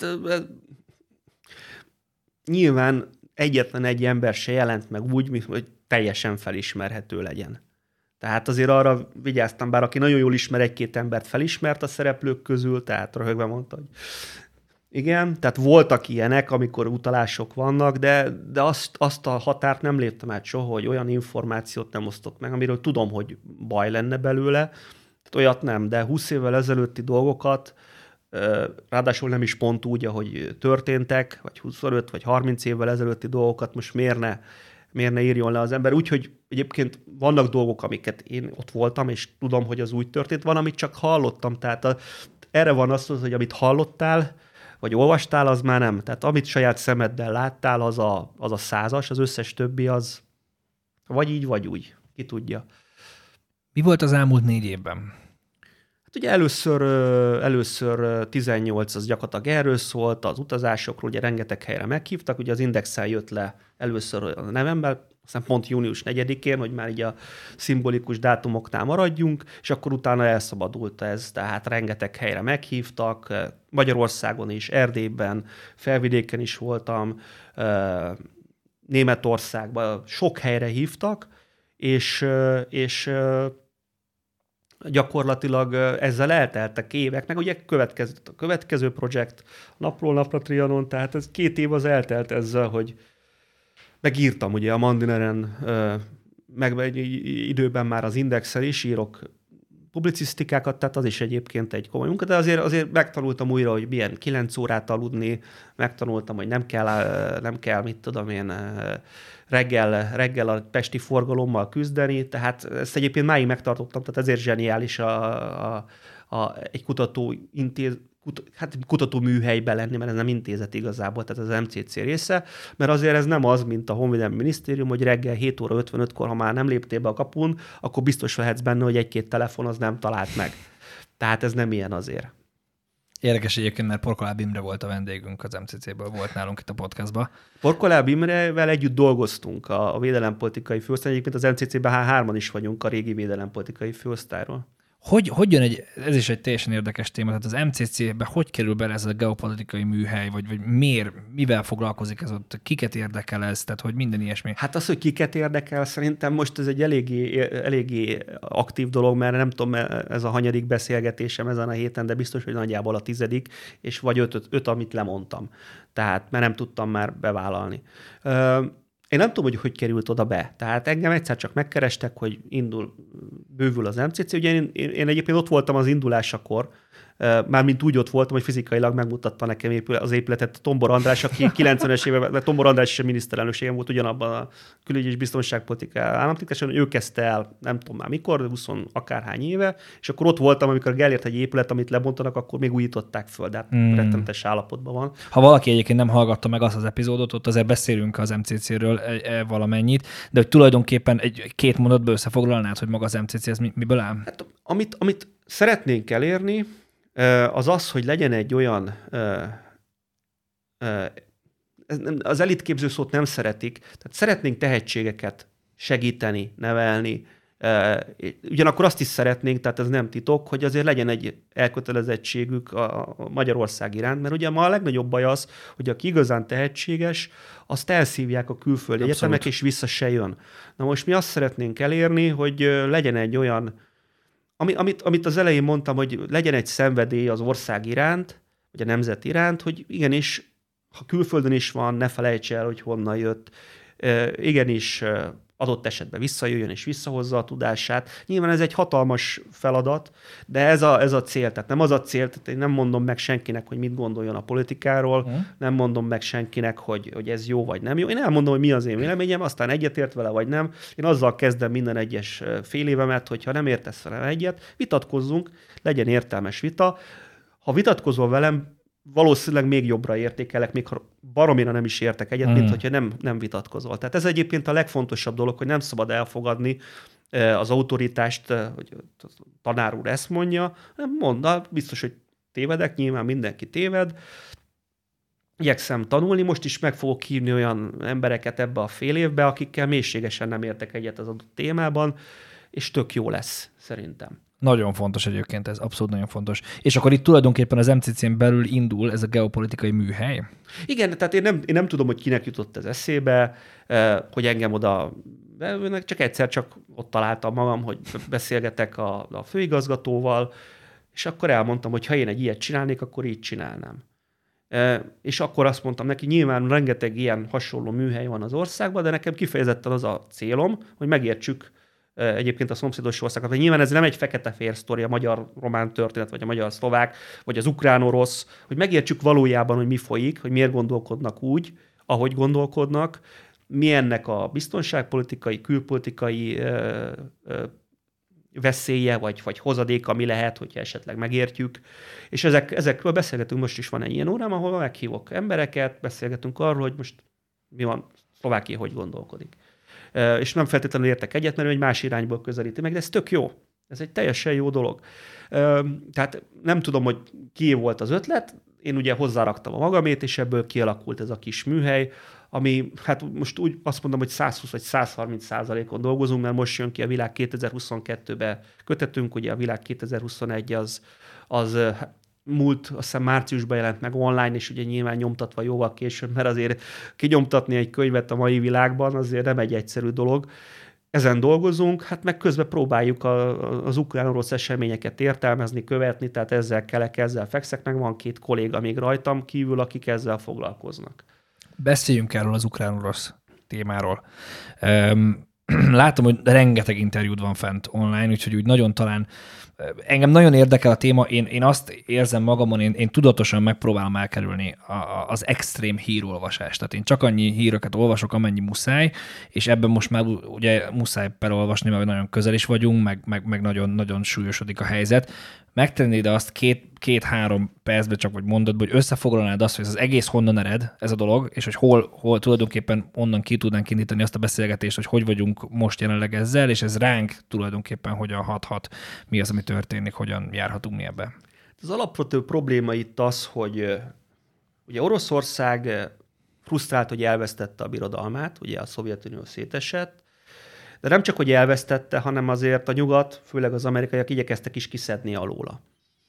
nyilván egyetlen egy ember se jelent meg úgy, hogy teljesen felismerhető legyen. Tehát azért arra vigyáztam, bár aki nagyon jól ismer egy-két embert, felismert a szereplők közül, tehát röhögve mondta, hogy igen, tehát voltak ilyenek, amikor utalások vannak, de, de azt, azt a határt nem léptem át soha, hogy olyan információt nem osztott meg, amiről tudom, hogy baj lenne belőle. Tehát olyat nem, de húsz évvel ezelőtti dolgokat, ráadásul nem is pont úgy, ahogy történtek, vagy huszonöt vagy harminc évvel ezelőtti dolgokat most miért ne, miért ne írjon le az ember. Úgyhogy egyébként vannak dolgok, amiket én ott voltam, és tudom, hogy az úgy történt, van, amit csak hallottam. Tehát a, erre van az, hogy amit hallottál, vagy olvastál, az már nem. Tehát amit saját szemeddel láttál, az a, az a százas, az összes többi az vagy így, vagy úgy. Ki tudja. Mi volt az elmúlt négy évben? Hát ugye először, először tizennyolc az gyakorlatilag erről szólt, az utazásokról, ugye rengeteg helyre meghívtak, ugye az Indexel jött le először a nevemben, aztán pont június negyedikén, hogy már így a szimbolikus dátumoknál maradjunk, és akkor utána elszabadult ez, tehát rengeteg helyre meghívtak, Magyarországon is, Erdélyben, Felvidéken is voltam, Németországban, sok helyre hívtak, és, és gyakorlatilag ezzel elteltek évek, meg ugye következett a következő projekt, napról napra Trianon, tehát ez két év az eltelt ezzel, hogy megírtam ugye a Mandineren, meg egy időben már az Indexel is írok publicisztikákat, tehát az is egyébként egy komoly munka, de azért, azért megtanultam újra, hogy milyen kilenc órát aludni, megtanultam, hogy nem kell, nem kell mit tudom én, reggel, reggel a pesti forgalommal küzdeni, tehát ezt egyébként máig megtartottam, tehát ezért zseniális a, a, a, egy kutató intéz, kut, hát kutató műhelyben lenni, mert ez nem intézet igazából, tehát az em cé cé része, mert azért ez nem az, mint a Honvédelmi Minisztérium, hogy reggel hét óra ötvenötkor, ha már nem léptél be a kapun, akkor biztos lehetsz benne, hogy egy-két telefon az nem talált meg. Tehát ez nem ilyen azért. Érdekes egyébként, mert Porkoláb Imre volt a vendégünk az em cé cé-ből, volt nálunk itt a podcastban. Porkoláb Imrevel együtt dolgoztunk a, a védelempolitikai főosztályon, egyébként az em cé cé-ben hárman is vagyunk a régi védelempolitikai főosztályról. Hogy, hogy jön egy, ez is egy teljesen érdekes téma, tehát az em cé cé-be hogy kerül bele ez a geopolitikai műhely, vagy, vagy miért, mivel foglalkozik ez ott, kiket érdekel ez, tehát hogy minden ilyesmi? Hát az, hogy kiket érdekel, szerintem most ez egy eléggé, eléggé aktív dolog, mert nem tudom, ez a hanyadik beszélgetésem ezen a héten, de biztos, hogy nagyjából a tizedik, és vagy öt, öt, öt amit lemondtam. Tehát, mert nem tudtam már bevállalni. Én nem tudom, hogy hogy került oda be. Tehát engem egyszer csak megkerestek, hogy indul, bővül az em cé cé. Ugye én, én egyébként ott voltam az indulásakor, mármint úgy ott voltam, hogy fizikailag megmutatta nekem az épületet Tombor András, aki kilencvenes években, mert Tombor András is a miniszterelnökségem volt ugyanabban a külügyi és biztonságpolitikai államtitkáson, ő kezdte el, nem tudom már mikor, húsz akárhány éve, és akkor ott voltam, amikor Gellért egy épület, amit lebontanak, akkor még újították föl, de hát mm. rettenetes állapotban van. Ha valaki egyébként nem hallgatta meg azt az epizódot, ott azért beszélünk az em cé cé-ről valamennyit, de hogy tulajdonképpen egy két mondatból összefoglalnád, hogy maga az em cé cé ez miből áll? Hát, amit, amit szeretnénk elérni, az az, hogy legyen egy olyan, az elitképző szót nem szeretik, tehát szeretnénk tehetségeket segíteni, nevelni, Ugyanakkor azt is szeretnénk, tehát ez nem titok, hogy azért legyen egy elkötelezettségük a Magyarország iránt, mert ugye ma a legnagyobb baj az, hogy aki igazán tehetséges, azt elszívják a külföldi Abszolút. egyetemek, és vissza se jön. Na most mi azt szeretnénk elérni, hogy legyen egy olyan, amit, amit az elején mondtam, hogy legyen egy szenvedély az ország iránt, vagy a nemzet iránt, hogy igenis, ha külföldön is van, ne felejts el, hogy honnan jött, igenis adott esetben visszajöjjön és visszahozza a tudását. Nyilván ez egy hatalmas feladat, de ez a, ez a cél. Tehát nem az a cél, tehát én nem mondom meg senkinek, hogy mit gondoljon a politikáról, mm. nem mondom meg senkinek, hogy, hogy ez jó vagy nem jó. Én elmondom, hogy mi az én véleményem, aztán egyetért vele vagy nem. Én azzal kezdem minden egyes fél évemet, hogyha nem értesz velem egyet, vitatkozzunk, legyen értelmes vita. Ha vitatkozol velem, valószínűleg még jobbra értékelek, még ha baromira nem is értek egyet, mm. mint hogyha nem, nem vitatkozol. Tehát ez egyébként a legfontosabb dolog, hogy nem szabad elfogadni az autoritást, hogy a tanár úr ezt mondja, nem mondta, biztos, hogy tévedek, nyilván mindenki téved. Igyekszem tanulni, most is meg fogok hívni olyan embereket ebbe a fél évbe, akikkel mélységesen nem értek egyet az adott témában, és tök jó lesz, szerintem. Nagyon fontos egyébként ez, abszolút nagyon fontos. És akkor itt tulajdonképpen az em cé cén belül indul ez a geopolitikai műhely? Igen, tehát én nem, én nem tudom, hogy kinek jutott ez eszébe, hogy engem oda, csak egyszer csak ott találtam magam, hogy beszélgetek a, a főigazgatóval, és akkor elmondtam, hogy ha én egy ilyet csinálnék, akkor így csinálnám. És akkor azt mondtam neki, nyilván rengeteg ilyen hasonló műhely van az országban, de nekem kifejezetten az a célom, hogy megértsük egyébként a szomszédos országokat. Vagy nyilván ez nem egy fekete-fehér sztori, a magyar-román történet, vagy a magyar-szlovák, vagy az ukrán-orosz, hogy megértsük valójában, hogy mi folyik, hogy miért gondolkodnak úgy, ahogy gondolkodnak, mi ennek a biztonságpolitikai, külpolitikai ö, ö, veszélye, vagy, vagy hozadéka mi lehet, hogyha esetleg megértjük. És ezek, ezekről beszélgetünk, most is van egy ilyen órám, ahol meghívok embereket, beszélgetünk arról, hogy most mi van, Szlovákia hogy gondolkodik. És nem feltétlenül értek egyet, mert egy más irányból közelíti meg, de ez tök jó. Ez egy teljesen jó dolog. Tehát nem tudom, hogy ki volt az ötlet, én ugye hozzáraktam a magamét, és ebből kialakult ez a kis műhely, ami, hát most úgy azt mondom, hogy százhúsz vagy százharminc százalékon dolgozunk, mert most jön ki a Világ kétezer-huszonkettőbe kötetünk, ugye a Világ kétezer-huszonegy az, az múlt, azt hiszem márciusban jelent meg online, és ugye nyilván nyomtatva jóval később, mert azért kinyomtatni egy könyvet a mai világban azért nem egy egyszerű dolog. Ezen dolgozunk, hát meg közben próbáljuk a, az ukrán-orosz eseményeket értelmezni, követni, tehát ezzel kelek, ezzel fekszek, meg van két kolléga még rajtam kívül, akik ezzel foglalkoznak. Beszéljünk erről az ukrán-orosz témáról. Látom, hogy rengeteg interjúd van fent online, úgyhogy úgy nagyon talán engem nagyon érdekel a téma, én, én azt érzem magamon, én, én tudatosan megpróbálom elkerülni a, a, az extrém hírolvasást. Tehát én csak annyi híröket olvasok, amennyi muszáj, és ebben most már ugye muszáj belolvasni, mert nagyon közel is vagyunk, meg, meg, meg nagyon, nagyon súlyosodik a helyzet. Megtennéd azt két, két-három percben csak, vagy mondatban, hogy összefoglalnád azt, hogy ez az egész honnan ered ez a dolog, és hogy hol, hol tulajdonképpen onnan ki tudnánk indítani azt a beszélgetést, hogy hogy vagyunk most jelenleg ezzel, és ez ránk tulajdonképpen hogyan hathat, mi az, ami történik, hogyan járhatunk mi ebbe. Az alapvető probléma itt az, hogy ugye Oroszország frusztrált, hogy elvesztette a birodalmát, ugye a Szovjetunió szétesett, de nem csak, hogy elvesztette, hanem azért a nyugat, főleg az amerikaiak igyekeztek is kiszedni alóla.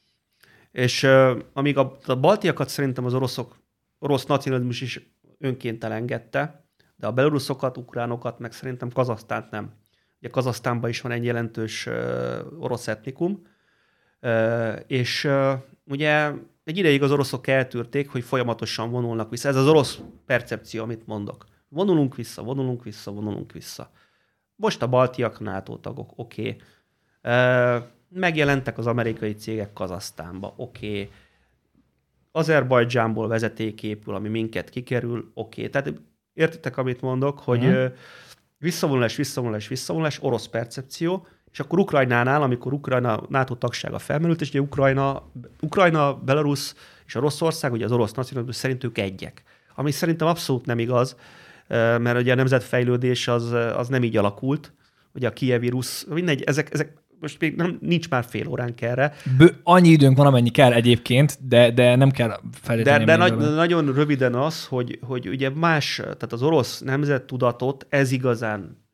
És uh, amíg a, a baltiakat szerintem az oroszok, orosz nacionalizmus is önként elengedte, de a beloruszokat, ukránokat, meg szerintem Kazahsztánt nem. Ugye Kazahsztánban is van egy jelentős uh, orosz etnikum, uh, és uh, ugye egy ideig az oroszok eltűrték, hogy folyamatosan vonulnak vissza. Ez az orosz percepció, amit mondok. Vonulunk vissza, vonulunk vissza, vonulunk vissza. Most a baltiak NATO tagok, oké. Okay. Megjelentek az amerikai cégek Kazahsztánba, oké. Okay. Azerbajdzsánból vezeték épül, ami minket kikerül, oké. Okay. Tehát értitek, amit mondok, hogy uh-huh. visszavonulás, visszavonulás, visszavonulás, orosz percepció, és akkor Ukrajnánál, amikor Ukrajna NATO tagsága felmerült, és ugye Ukrajna, Ukrajna, Belarus és Oroszország, ugye az orosz nacionalizmus szerint ők egyek. Ami szerintem abszolút nem igaz, mert ugye a nemzetfejlődés az, az nem így alakult. Ugye a kijevi rusz, mindegy, ezek, ezek most még nem, nincs már fél óránk erre. Bő, annyi időnk van, amennyi kell egyébként, de, de nem kell feltétlenül. De, de nagy, nagyon röviden az, hogy, hogy ugye más, tehát az orosz nemzettudatot ez igazán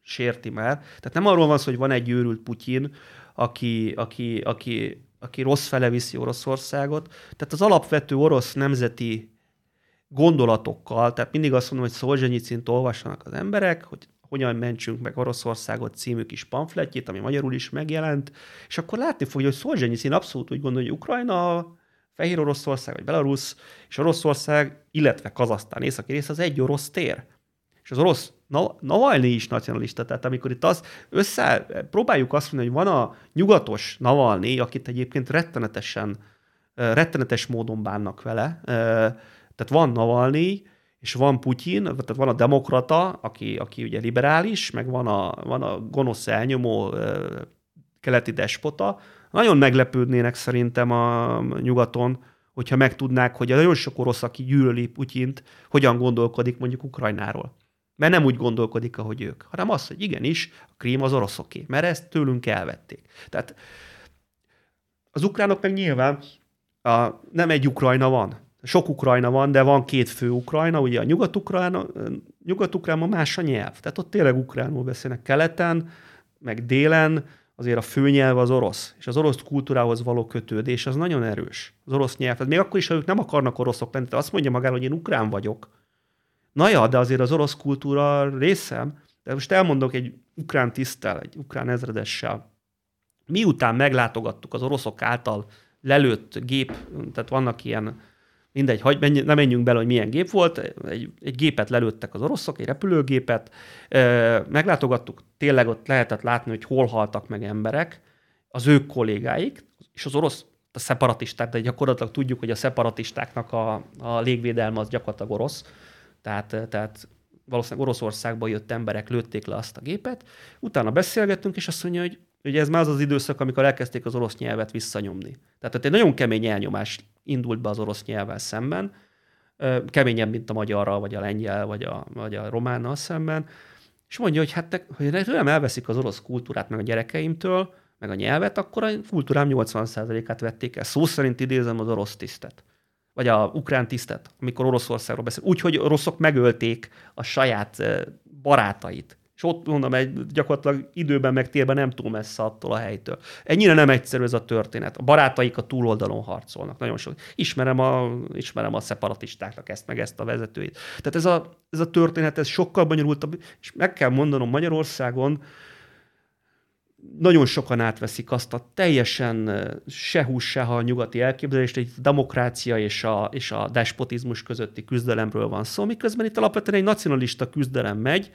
sérti már. Tehát nem arról van szó, hogy van egy őrült Putyin, aki, aki, aki, aki rossz fele viszi Oroszországot. Tehát az alapvető orosz nemzeti gondolatokkal, tehát mindig azt mondom, hogy Szolzsenyicint olvassanak az emberek, hogy hogyan mentsünk meg Oroszországot című kis pamfletjét, ami magyarul is megjelent, és akkor látni fogja, hogy Szolzsenyicin abszolút úgy gondolja, hogy Ukrajna, Fehér Oroszország, vagy Belarus, és Oroszország, illetve Kazahsztán északi rész az egy orosz tér. És az orosz Navalnyi is nacionalista, tehát amikor itt az össze, próbáljuk azt mondani, hogy van a nyugatos Navalnyi, akit egyébként rettenetesen, rettenetes módon bánnak vele, tehát van Navalnyi, és van Putyin, tehát van a demokrata, aki, aki ugye liberális, meg van a, van a gonosz elnyomó keleti despota. Nagyon meglepődnének szerintem a nyugaton, hogyha megtudnák, hogy a nagyon sok orosz, aki gyűlöli Putyint, hogyan gondolkodik mondjuk Ukrajnáról. Mert nem úgy gondolkodik, ahogy ők, hanem az, hogy igenis, a Krím az oroszoké, mert ezt tőlünk elvették. Tehát az ukránok meg nyilván a, nem egy Ukrajna van. Sok Ukrajna van, de van két fő Ukrajna, ugye a Nyugat-Ukrajna, Nyugat-Ukrajna más a nyelv. Tehát ott tényleg ukránul beszélnek keleten, meg délen, azért a főnyelv az orosz, és az orosz kultúrához való kötődés az nagyon erős. Az orosz nyelv. Tehát még akkor is, ha ők nem akarnak oroszok lenni, azt mondja magáról, hogy én ukrán vagyok. Na ja, de azért az orosz kultúra részem. De most elmondok egy ukrán tiszttel, egy ukrán ezredessel. Miután meglátogattuk az oroszok által lelőtt gép, tehát vannak ilyen, mindegy, hagy, menj, nem menjünk bele, hogy milyen gép volt, egy, egy gépet lelőttek az oroszok, egy repülőgépet, meglátogattuk, tényleg ott lehetett látni, hogy hol haltak meg emberek, az ő kollégáik, és az orosz, a szeparatisták, de gyakorlatilag tudjuk, hogy a szeparatistáknak a, a légvédelme az gyakorlatilag orosz, tehát, tehát valószínűleg Oroszországból jött emberek lőtték le azt a gépet, utána beszélgettünk, és azt mondja, hogy ugye ez már az az időszak, amikor elkezdték az orosz nyelvet visszanyomni. Tehát egy nagyon kemény elnyomás indult be az orosz nyelvvel szemben, keményebb, mint a magyarral, vagy a lengyel, vagy a, vagy a románnal szemben, és mondja, hogy hát te, hogy tőlem elveszik az orosz kultúrát meg a gyerekeimtől, meg a nyelvet, akkor a kultúrám nyolcvan százalékát vették el. Szó szerint idézem az orosz tisztet. Vagy a ukrán tisztet, amikor Oroszországról beszél. Úgyhogy oroszok megölték a saját barátait. És ott mondom, egy gyakorlatilag időben meg térben nem túl messze attól a helytől. Ennyire nem egyszerű ez a történet. A barátaik a túloldalon harcolnak. Nagyon sok. Ismerem a, ismerem a szeparatistáknak ezt, meg ezt a vezetőit. Tehát ez a, ez a történet, ez sokkal bonyolultabb, és meg kell mondanom, Magyarországon nagyon sokan átveszik azt a teljesen se hús, se hal nyugati elképzelést, hogy a demokrácia és a, és a despotizmus közötti küzdelemről van szó, miközben itt alapvetően egy nacionalista küzdelem megy,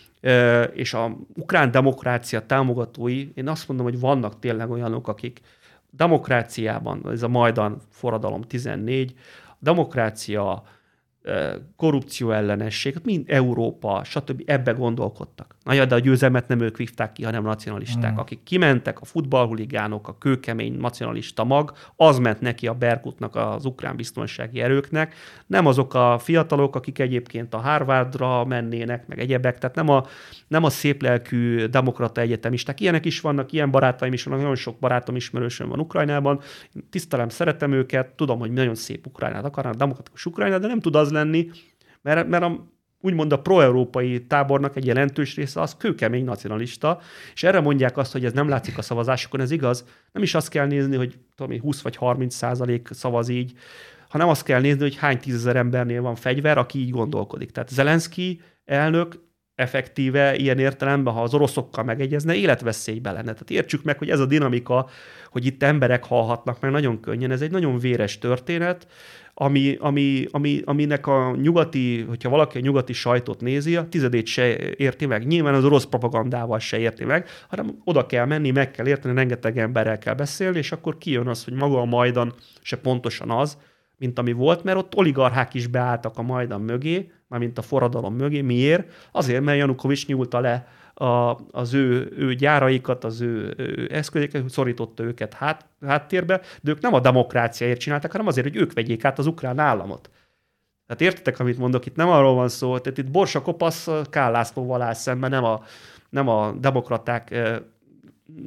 és a ukrán demokrácia támogatói, én azt mondom, hogy vannak tényleg olyanok, akik demokráciában, ez a Majdan forradalom tizennégy, a demokrácia, korrupció ellenesség, mind Európa, stb. Ebbe gondolkodtak. Na ja, de a győzelmet nem ők vívták ki, hanem nacionalisták, mm. akik kimentek, a futballhuligánok, a kőkemény nacionalista mag, az ment neki a Berkutnak, az ukrán biztonsági erőknek, nem azok a fiatalok, akik egyébként a Harvardra mennének, meg egyebek, tehát nem a, nem a széplelkű demokrata egyetemisták. Ilyenek is vannak, ilyen barátaim is vannak, nagyon sok barátom ismerősöm van Ukrajnában, tisztelem, szeretem őket, tudom, hogy nagyon szép Ukrajnát akarnak, demokratikus Ukrajnát, de nem tud az lenni, mert, mert a, úgymond a pro-európai tábornak egy jelentős része az kőkemény nacionalista, és erre mondják azt, hogy ez nem látszik a szavazásokon, ez igaz. Nem is azt kell nézni, hogy tudom, húsz vagy harminc százalék szavaz így, hanem azt kell nézni, hogy hány tízezer embernél van fegyver, aki így gondolkodik. Tehát Zelenszky elnök effektíve ilyen értelemben, ha az oroszokkal megegyezne, életveszélybe lenne. Tehát értsük meg, hogy ez a dinamika, hogy itt emberek halhatnak meg nagyon könnyen, ez egy nagyon véres történet, ami, ami, ami, aminek a nyugati, hogyha valaki a nyugati sajtót nézi, a tizedét se érti meg. Nyilván az orosz propagandával se érti meg, hanem oda kell menni, meg kell érteni, rengeteg emberrel kell beszélni, és akkor kijön az, hogy maga a Majdan se pontosan az, mint ami volt, mert ott oligarchák is beálltak a Majdan mögé, mármint a forradalom mögé. Miért? Azért, mert Janukovics nyúlta le a, az ő, ő gyáraikat, az ő, ő eszközéket, szorította őket hát, háttérbe, de ők nem a demokráciáért csináltak, hanem azért, hogy ők vegyék át az ukrán államot. Tehát értitek, amit mondok? Itt nem arról van szó, tehát itt Borsa Kopasz Kál Lászlóval áll szemben, nem a, nem a demokraták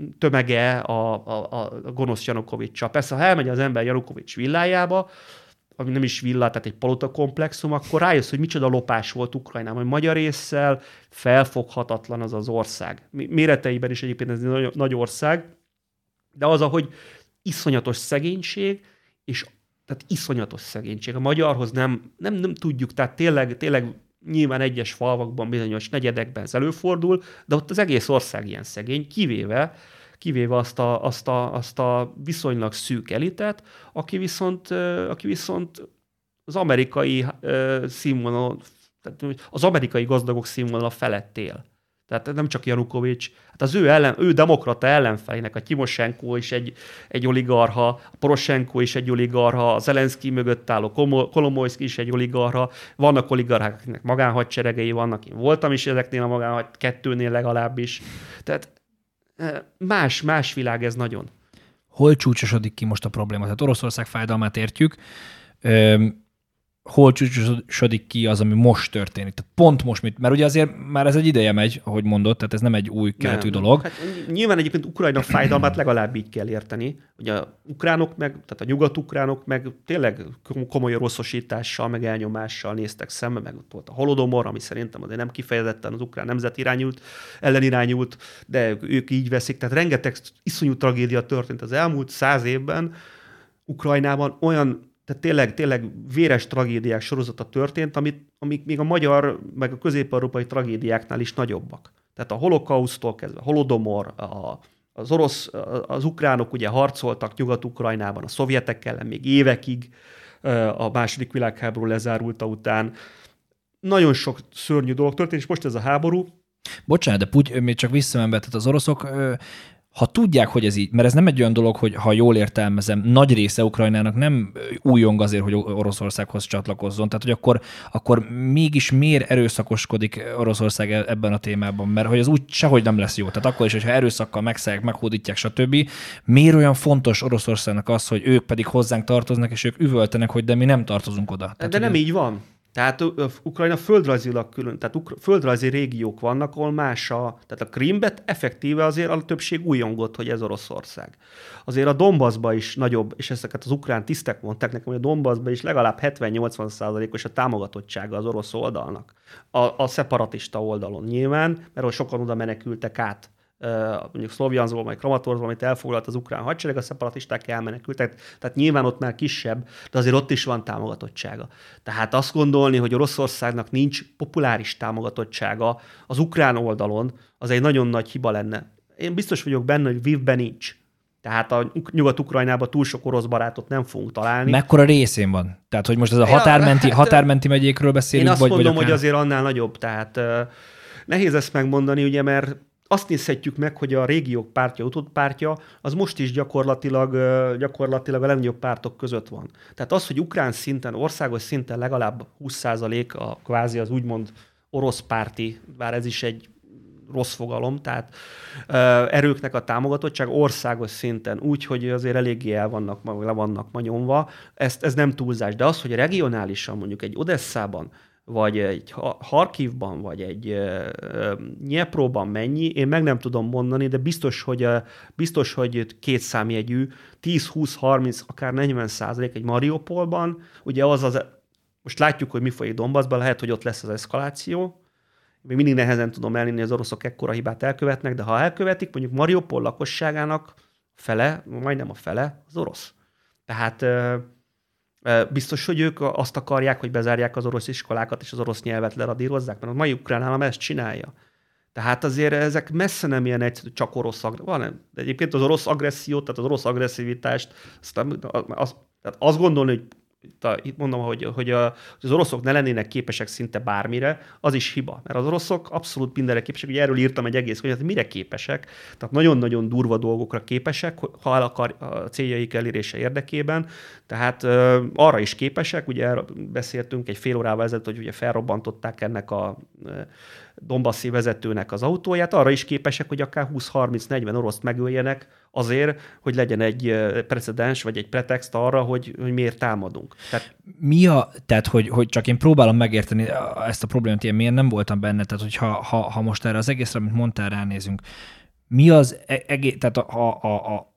tömege a, a, a gonosz Janukovics-sal. Persze, ha elmegy az ember Janukovics villájába, ami nem is villa, tehát egy palotakomplexum, akkor rájössz, hogy micsoda lopás volt Ukrajnában, hogy magyar ésszel felfoghatatlan az az ország. Méreteiben is egyébként ez egy nagy, nagy ország, de az, ahogy iszonyatos szegénység, és tehát iszonyatos szegénység. A magyarhoz nem, nem, nem tudjuk, tehát tényleg, tényleg nyilván egyes falvakban, bizonyos negyedekben ez előfordul, de ott az egész ország ilyen szegény, kivéve, kivéve azt a, azt, a, azt a viszonylag szűk elitet, aki viszont, aki viszont az amerikai színvonal, tehát az amerikai gazdagok színvonala felett él. Tehát nem csak Janukovics, hát az ő, ellen, ő demokrata ellenfelének, a Timosenko is egy, egy oligarha, a Poroshenko is egy oligarha, a Zelenszky mögött álló Kolomoyszky is egy oligarha, vannak oligarchák, akiknek magánhadseregei vannak, én voltam is ezeknél a magánhad, kettőnél legalábbis. Tehát más, más világ ez nagyon. Hol csúcsosodik ki most a probléma? Tehát Oroszország fájdalmát értjük, Üm, hol csúcsosodik ki az, ami most történik. Tehát pont most, mit, mert ugye azért már ez egy ideje megy, ahogy mondott, tehát ez nem egy új keletű nem. dolog. Hát, nyilván egyébként Ukrajna fájdalmát legalább így kell érteni, hogy a ukránok meg, tehát a nyugat-ukránok meg tényleg komoly oroszosítással, meg elnyomással néztek szembe, meg ott volt a Holodomor, ami szerintem azért nem kifejezetten az ukrán nemzet irányult, ellenirányult, de ők így veszik. Tehát rengeteg iszonyú tragédia történt az elmúlt száz évben Ukrajnában, olyan tehát tényleg, tényleg véres tragédiák sorozata történt, amit, amik még a magyar, meg a közép-európai tragédiáknál is nagyobbak. Tehát a holokausztól kezdve, a Holodomor, a, az orosz, az ukránok ugye harcoltak Nyugat-Ukrajnában a szovjetek ellen még évekig, a második világháború lezárulta után. Nagyon sok szörnyű dolog történt, és most ez a háború. Bocsánat, de Puty, még csak visszamenve, tehát az oroszok... Ha tudják, hogy ez így, mert ez nem egy olyan dolog, hogy ha jól értelmezem, nagy része Ukrajnának nem újjong azért, hogy Oroszországhoz csatlakozzon, tehát hogy akkor, akkor mégis miért erőszakoskodik Oroszország ebben a témában, mert hogy az úgy sehogy nem lesz jó. Tehát akkor is, hogyha erőszakkal megszállják, meghódítják, stb. Miért olyan fontos Oroszországnak az, hogy ők pedig hozzánk tartoznak, és ők üvöltenek, hogy de mi nem tartozunk oda. Tehát, de nem így van. Tehát Ukrajna földrajzilag külön, tehát ukra- földrajzi régiók vannak, ahol más a, tehát a Krímbet effektíve azért a többség újongott, hogy ez Oroszország. Azért a Donbassban is nagyobb, és ezeket az ukrán tisztek mondták nekem, hogy a Donbassban is legalább hetven-nyolcvan százalékos a támogatottsága az orosz oldalnak. A, a szeparatista oldalon nyilván, mert sokan oda menekültek át, mondjuk Szlovjanszból, vagy Kramatorzból, amit elfoglalt az ukrán hadsereg, a szeparatisták elmenekültek, tehát nyilván ott már kisebb, de azért ott is van támogatottsága. Tehát azt gondolni, hogy Oroszországnak nincs populáris támogatottsága az ukrán oldalon, az egy nagyon nagy hiba lenne. Én biztos vagyok benne, hogy Lvivben nincs. Tehát a Nyugat-Ukrajnában túl sok orosz barátot nem fogunk találni. Mekkora részén van? Tehát, hogy most ez a határmenti, határmenti megyékről beszélünk? Én azt vagy, mondom, vagy hogy azért annál nagyobb. Tehát uh, nehéz ezt megmondani, ugye, mert azt nézhetjük meg, hogy a régiók pártja, utódpártya, az most is gyakorlatilag, gyakorlatilag a legnagyobb pártok között van. Tehát az, hogy ukrán szinten, országos szinten legalább húsz százalék a kvázi az úgymond orosz párti, bár ez is egy rossz fogalom, tehát erőknek a támogatottság országos szinten úgy, hogy azért eléggé el vannak, le vannak nyomva, ez, ez nem túlzás. De az, hogy regionálisan mondjuk egy Odesszában, vagy egy Harkivban, vagy egy Nyepróban mennyi, én meg nem tudom mondani, de biztos, hogy, biztos, hogy két számjegyű, tíz, húsz, harminc, akár negyven százalék egy Mariupolban, ugye az az, most látjuk, hogy mi folyik Donbassban, lehet, hogy ott lesz az eszkaláció, még mindig nehezen tudom elhinni, hogy az oroszok ekkora hibát elkövetnek, de ha elkövetik, mondjuk Mariupol lakosságának fele, majdnem a fele, az orosz. Tehát biztos, hogy ők azt akarják, hogy bezárják az orosz iskolákat, és az orosz nyelvet leradírozzák, mert a mai ukrán állam ezt csinálja. Tehát azért ezek messze nem ilyen egyszerű, csak orosz agresszió. De egyébként az orosz agressziót, tehát az orosz agresszivitást, azt, az, tehát azt gondolni, hogy itt mondom, hogy, hogy az oroszok ne lennének képesek szinte bármire, az is hiba. Mert az oroszok abszolút mindenre képesek, ugye erről írtam egy egész, hogy mire képesek, tehát nagyon-nagyon durva dolgokra képesek, ha el akar a céljaik elérése érdekében, tehát uh, arra is képesek, ugye erről beszéltünk egy fél órával ezelőtt, hogy ugye felrobbantották ennek a uh, donbassi vezetőnek az autóját, arra is képesek, hogy akár húsz, harminc, negyven oroszt megöljenek azért, hogy legyen egy precedens, vagy egy pretext arra, hogy, hogy miért támadunk. Tehát, Mi a, tehát hogy, hogy csak én próbálom megérteni ezt a problémát, ilyen miért nem voltam benne, tehát hogyha ha, ha most erre az egészre, amit mondtál, ránézünk, mi az egész, tehát a, a, a,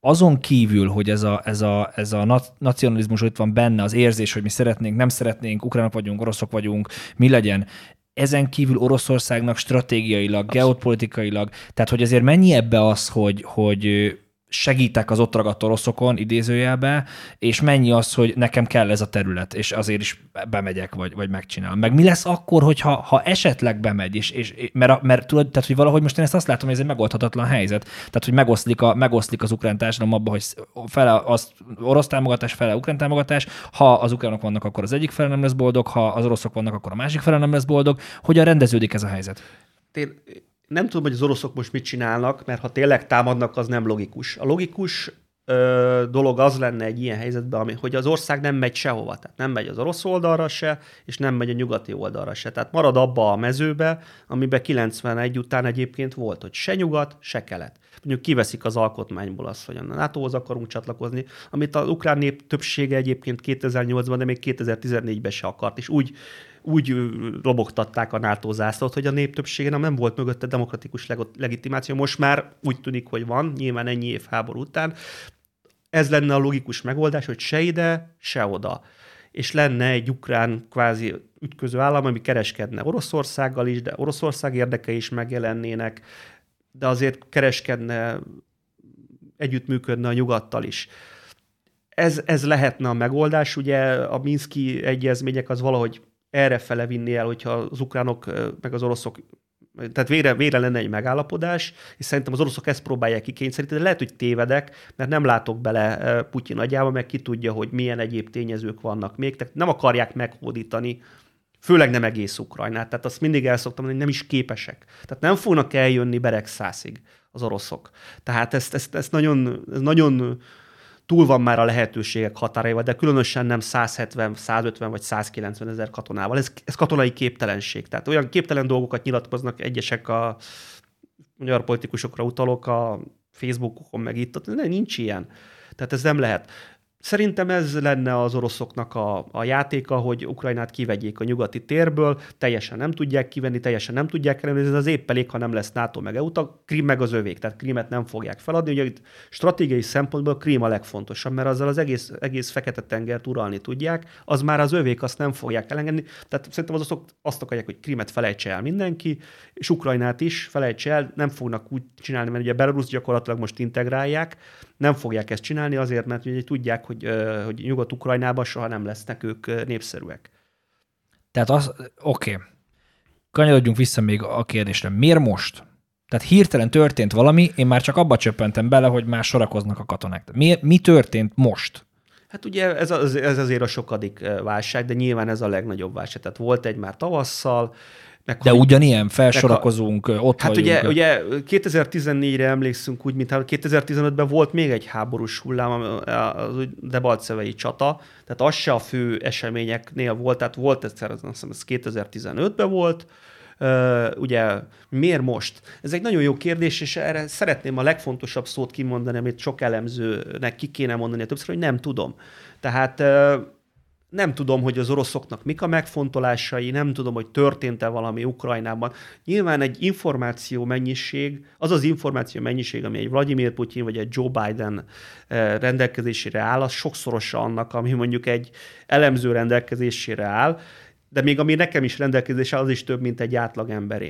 azon kívül, hogy ez a, ez a, ez a nacionalizmus itt van benne, az érzés, hogy mi szeretnénk, nem szeretnénk, ukránok vagyunk, oroszok vagyunk, mi legyen, ezen kívül Oroszországnak stratégiailag, Abszolút. geopolitikailag, tehát hogy azért mennyi ebbe az, hogy, hogy segítek az ott ragadt oroszokon, idézőjelbe, és mennyi az, hogy nekem kell ez a terület, és azért is bemegyek, vagy, vagy megcsinálom. Meg mi lesz akkor, hogyha ha esetleg bemegy, és, és, mert, mert tudod, tehát, hogy valahogy most én ezt azt látom, hogy ez egy megoldhatatlan helyzet. Tehát, hogy megoszlik, a, megoszlik az ukrán társadalom abba, hogy fele az orosz támogatás, fele ukrán támogatás. Ha az ukránok vannak, akkor az egyik fele nem lesz boldog, ha az oroszok vannak, akkor a másik fele nem lesz boldog. Hogyan rendeződik ez a helyzet? Én nem tudom, hogy az oroszok most mit csinálnak, mert ha tényleg támadnak, az nem logikus. A logikus ö, dolog az lenne egy ilyen helyzetben, ami, hogy az ország nem megy sehova. Tehát nem megy az orosz oldalra se, és nem megy a nyugati oldalra se. Tehát marad abba a mezőbe, amiben kilencvenegy után egyébként volt, hogy se nyugat, se kelet. Mondjuk kiveszik az alkotmányból azt, hogy a nátóhoz akarunk csatlakozni, amit az ukrán nép többsége egyébként kétezer-nyolcban, de még kétezer-tizennégyben se akart, és úgy úgy lobogtatták a NATO zászlót, hogy a nép többsége nem, nem volt mögötte demokratikus legitimáció. Most már úgy tűnik, hogy van, nyilván ennyi év háború után. Ez lenne a logikus megoldás, hogy se ide, se oda. És lenne egy ukrán kvázi ütköző állam, ami kereskedne Oroszországgal is, de Oroszország érdekei is megjelennének, de azért kereskedne, együttműködne a nyugattal is. Ez, ez lehetne a megoldás. Ugye a minszki egyezmények az valahogy errefele vinni el, hogyha az ukránok meg az oroszok, tehát végre, végre lenne egy megállapodás, és szerintem az oroszok ezt próbálják kikényszeríteni, de lehet, hogy tévedek, mert nem látok bele Putyin agyába, meg ki tudja, hogy milyen egyéb tényezők vannak még, tehát nem akarják meghódítani, főleg nem egész Ukrajnát, tehát azt mindig el szoktam mondani, hogy nem is képesek. Tehát nem fognak eljönni Beregszászig az oroszok. Tehát ezt, ezt, ezt nagyon, ez nagyon túl van már a lehetőségek határaival, de különösen nem száz hetven, száz ötven vagy száz kilencven ezer katonával. Ez, ez katonai képtelenség. Tehát olyan képtelen dolgokat nyilatkoznak egyesek a magyar politikusokra utalok a Facebookon, meg itt, de nincs ilyen. Tehát ez nem lehet. Szerintem ez lenne az oroszoknak a, a játéka, hogy Ukrajnát kivegyék a nyugati térből, teljesen nem tudják kivenni, teljesen nem tudják ellenőrizni, ez az épp elég, ha nem lesz NATO meg é u, Krím meg az övék, tehát Krímet nem fogják feladni. Ugye itt stratégiai szempontból Krím a legfontosabb, mert azzal az egész, egész Fekete-tengert uralni tudják, az már az övék, azt nem fogják elengedni. Tehát szerintem az oroszok azt akarják, hogy Krímet felejtse el mindenki, és Ukrajnát is felejtse el, nem fognak úgy csinálni, mert ugye Belarus gyakorlatilag most integrálják, nem fogják ezt csinálni azért, mert ugye tudják, hogy, hogy Nyugat-Ukrajnában soha nem lesznek ők népszerűek. Tehát az, oké. Okay. Kanyarodjunk vissza még a kérdésre. Miért most? Tehát hirtelen történt valami, én már csak abba csöppentem bele, hogy már sorakoznak a katonák. Mi, mi történt most? Hát ugye ez, az, ez azért a sokadik válság, de nyilván ez a legnagyobb válság. Tehát volt egy már tavasszal, Meg, de ugyanilyen, felsorakozunk, meg, ott hát vagyunk. Hát ugye, ugye kétezer-tizennégyre emlékszünk úgy, mint kétezer-tizenötben volt még egy háborús hullám, a Debalcevei csata, tehát az se a fő eseményeknél volt, tehát volt egyszer, azt hiszem, ez kétezer-tizenötben volt. Uh, ugye miért most? Ez egy nagyon jó kérdés, és erre szeretném a legfontosabb szót kimondani, amit sok elemzőnek ki kéne mondani többször, hogy nem tudom. Tehát uh, nem tudom, hogy az oroszoknak mik a megfontolásai, nem tudom, hogy történt-e valami Ukrajnában. Nyilván egy információ mennyiség, az az információ mennyiség, ami egy Vladimir Putyin vagy egy Joe Biden rendelkezésére áll, az sokszorosa annak, ami mondjuk egy elemző rendelkezésére áll, de még ami nekem is rendelkezésre áll, az is több, mint egy átlag emberé.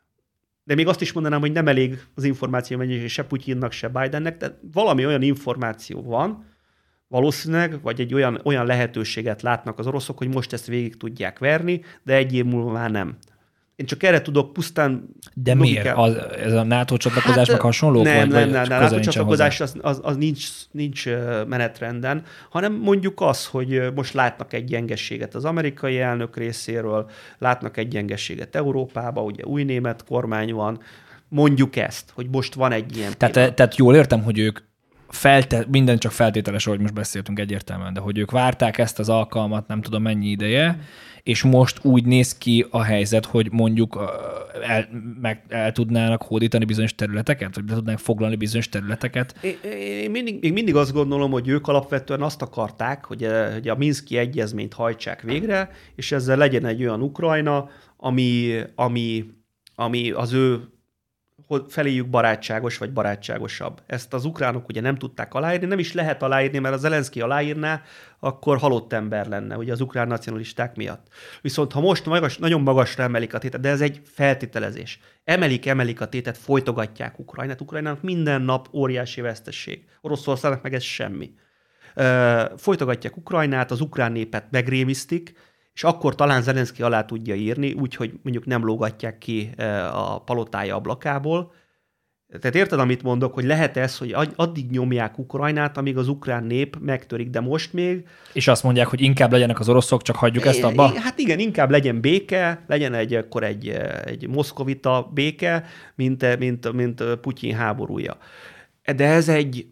De még azt is mondanám, hogy nem elég az információ mennyiség se Putyinnak, se Bidennek, tehát valami olyan információ van, valószínűleg, vagy egy olyan, olyan lehetőséget látnak az oroszok, hogy most ezt végig tudják verni, de egy év múlva már nem. Én csak erre tudok pusztán... De logikán... miért? Az, ez a NATO csatlakozásnak hát, hasonló? Nem, vagy, nem, nem. A NATO csatlakozás az, az, az nincs, nincs menetrenden, hanem mondjuk az, hogy most látnak egy gyengességet az amerikai elnök részéről, látnak egy gyengességet Európába, ugye új német kormány van, mondjuk ezt, hogy most van egy ilyen... Tehát, tehát jól értem, hogy ők Felte, minden csak feltételes, ahogy most beszéltünk egyértelműen, de hogy ők várták ezt az alkalmat nem tudom mennyi ideje, és most úgy néz ki a helyzet, hogy mondjuk el, meg el tudnának hódítani bizonyos területeket, vagy be tudnának foglalni bizonyos területeket. Én, én mindig, én mindig azt gondolom, hogy ők alapvetően azt akarták, hogy a, hogy a Minszki egyezményt hajtsák végre, és ezzel legyen egy olyan Ukrajna, ami, ami, ami az ő feléjük barátságos vagy barátságosabb. Ezt az ukránok ugye nem tudták aláírni, nem is lehet aláírni, mert az Zelenszkij aláírná, akkor halott ember lenne, ugye az ukrán nacionalisták miatt. Viszont ha most magas, nagyon magasra emelik a tétet, de ez egy feltételezés. Emelik, emelik a tétet, folytogatják Ukrajnát. Ukrajnának minden nap óriási vesztesség. Oroszországnak meg ez semmi. Folytogatják Ukrajnát, az ukrán népet megrémisztik, és akkor talán Zelenszkij alá tudja írni, úgyhogy mondjuk nem lógatják ki a palotája ablakából. Tehát érted, amit mondok, hogy lehet ez, hogy addig nyomják Ukrajnát, amíg az ukrán nép megtörik, de most még... És azt mondják, hogy inkább legyenek az oroszok, csak hagyjuk ezt abba? Hát igen, inkább legyen béke, legyen egy, akkor egy, egy moszkovita béke, mint, mint, mint Putyin háborúja. De ez egy...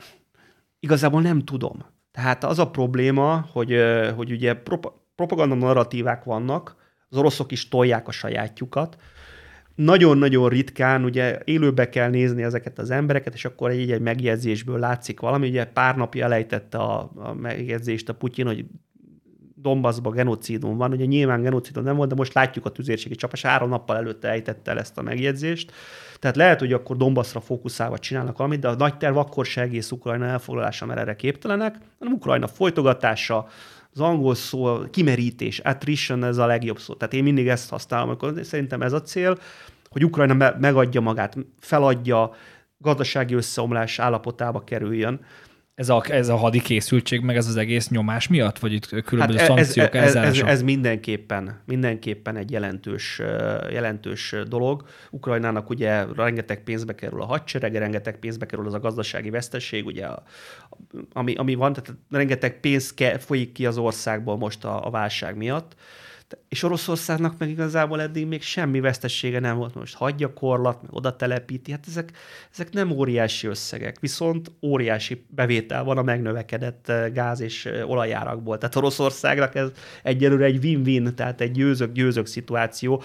Igazából nem tudom. Tehát az a probléma, hogy, hogy ugye prop- propaganda narratívák vannak, az oroszok is tolják a sajátjukat. Nagyon-nagyon ritkán, ugye élőbe kell nézni ezeket az embereket, és akkor egy, egy megjegyzésből látszik valami. Ugye pár napja elejtette a, a megjegyzést a Putyin, hogy Donbassban genocídum van. Ugye nyilván genocídum nem volt, de most látjuk a tüzérségi csapás. Három nappal előtte ejtette el ezt a megjegyzést. Tehát lehet, hogy akkor Donbassra fókuszálva csinálnak valamit, de a nagy terv akkor se egész Ukrajna elfoglalása, mert erre képtelenek, hanem Ukrajna folytogatása, az angol szó, kimerítés, attrition, ez a legjobb szó. Tehát én mindig ezt használom, amikor szerintem ez a cél, hogy Ukrajna me- megadja magát, feladja, gazdasági összeomlás állapotába kerüljön. Ez a, ez a hadi készültség, meg ez az egész nyomás miatt? Vagy itt különböző hát szankciók ez, ez, ez, ez, ez mindenképpen, mindenképpen egy jelentős, jelentős dolog. Ukrajnának ugye rengeteg pénzbe kerül a hadsereg, rengeteg pénzbe kerül az a gazdasági veszteség, ugye, ami, ami van, tehát rengeteg pénz ke, folyik ki az országból most a, a válság miatt. És Oroszországnak meg igazából eddig még semmi vesztessége nem volt. Most hadgyakorlat, meg oda telepíti, hát ezek, ezek nem óriási összegek, viszont óriási bevétel van a megnövekedett gáz- és olajárakból. Tehát Oroszországnak ez egyelőre egy win-win, tehát egy győzök-győzök szituáció.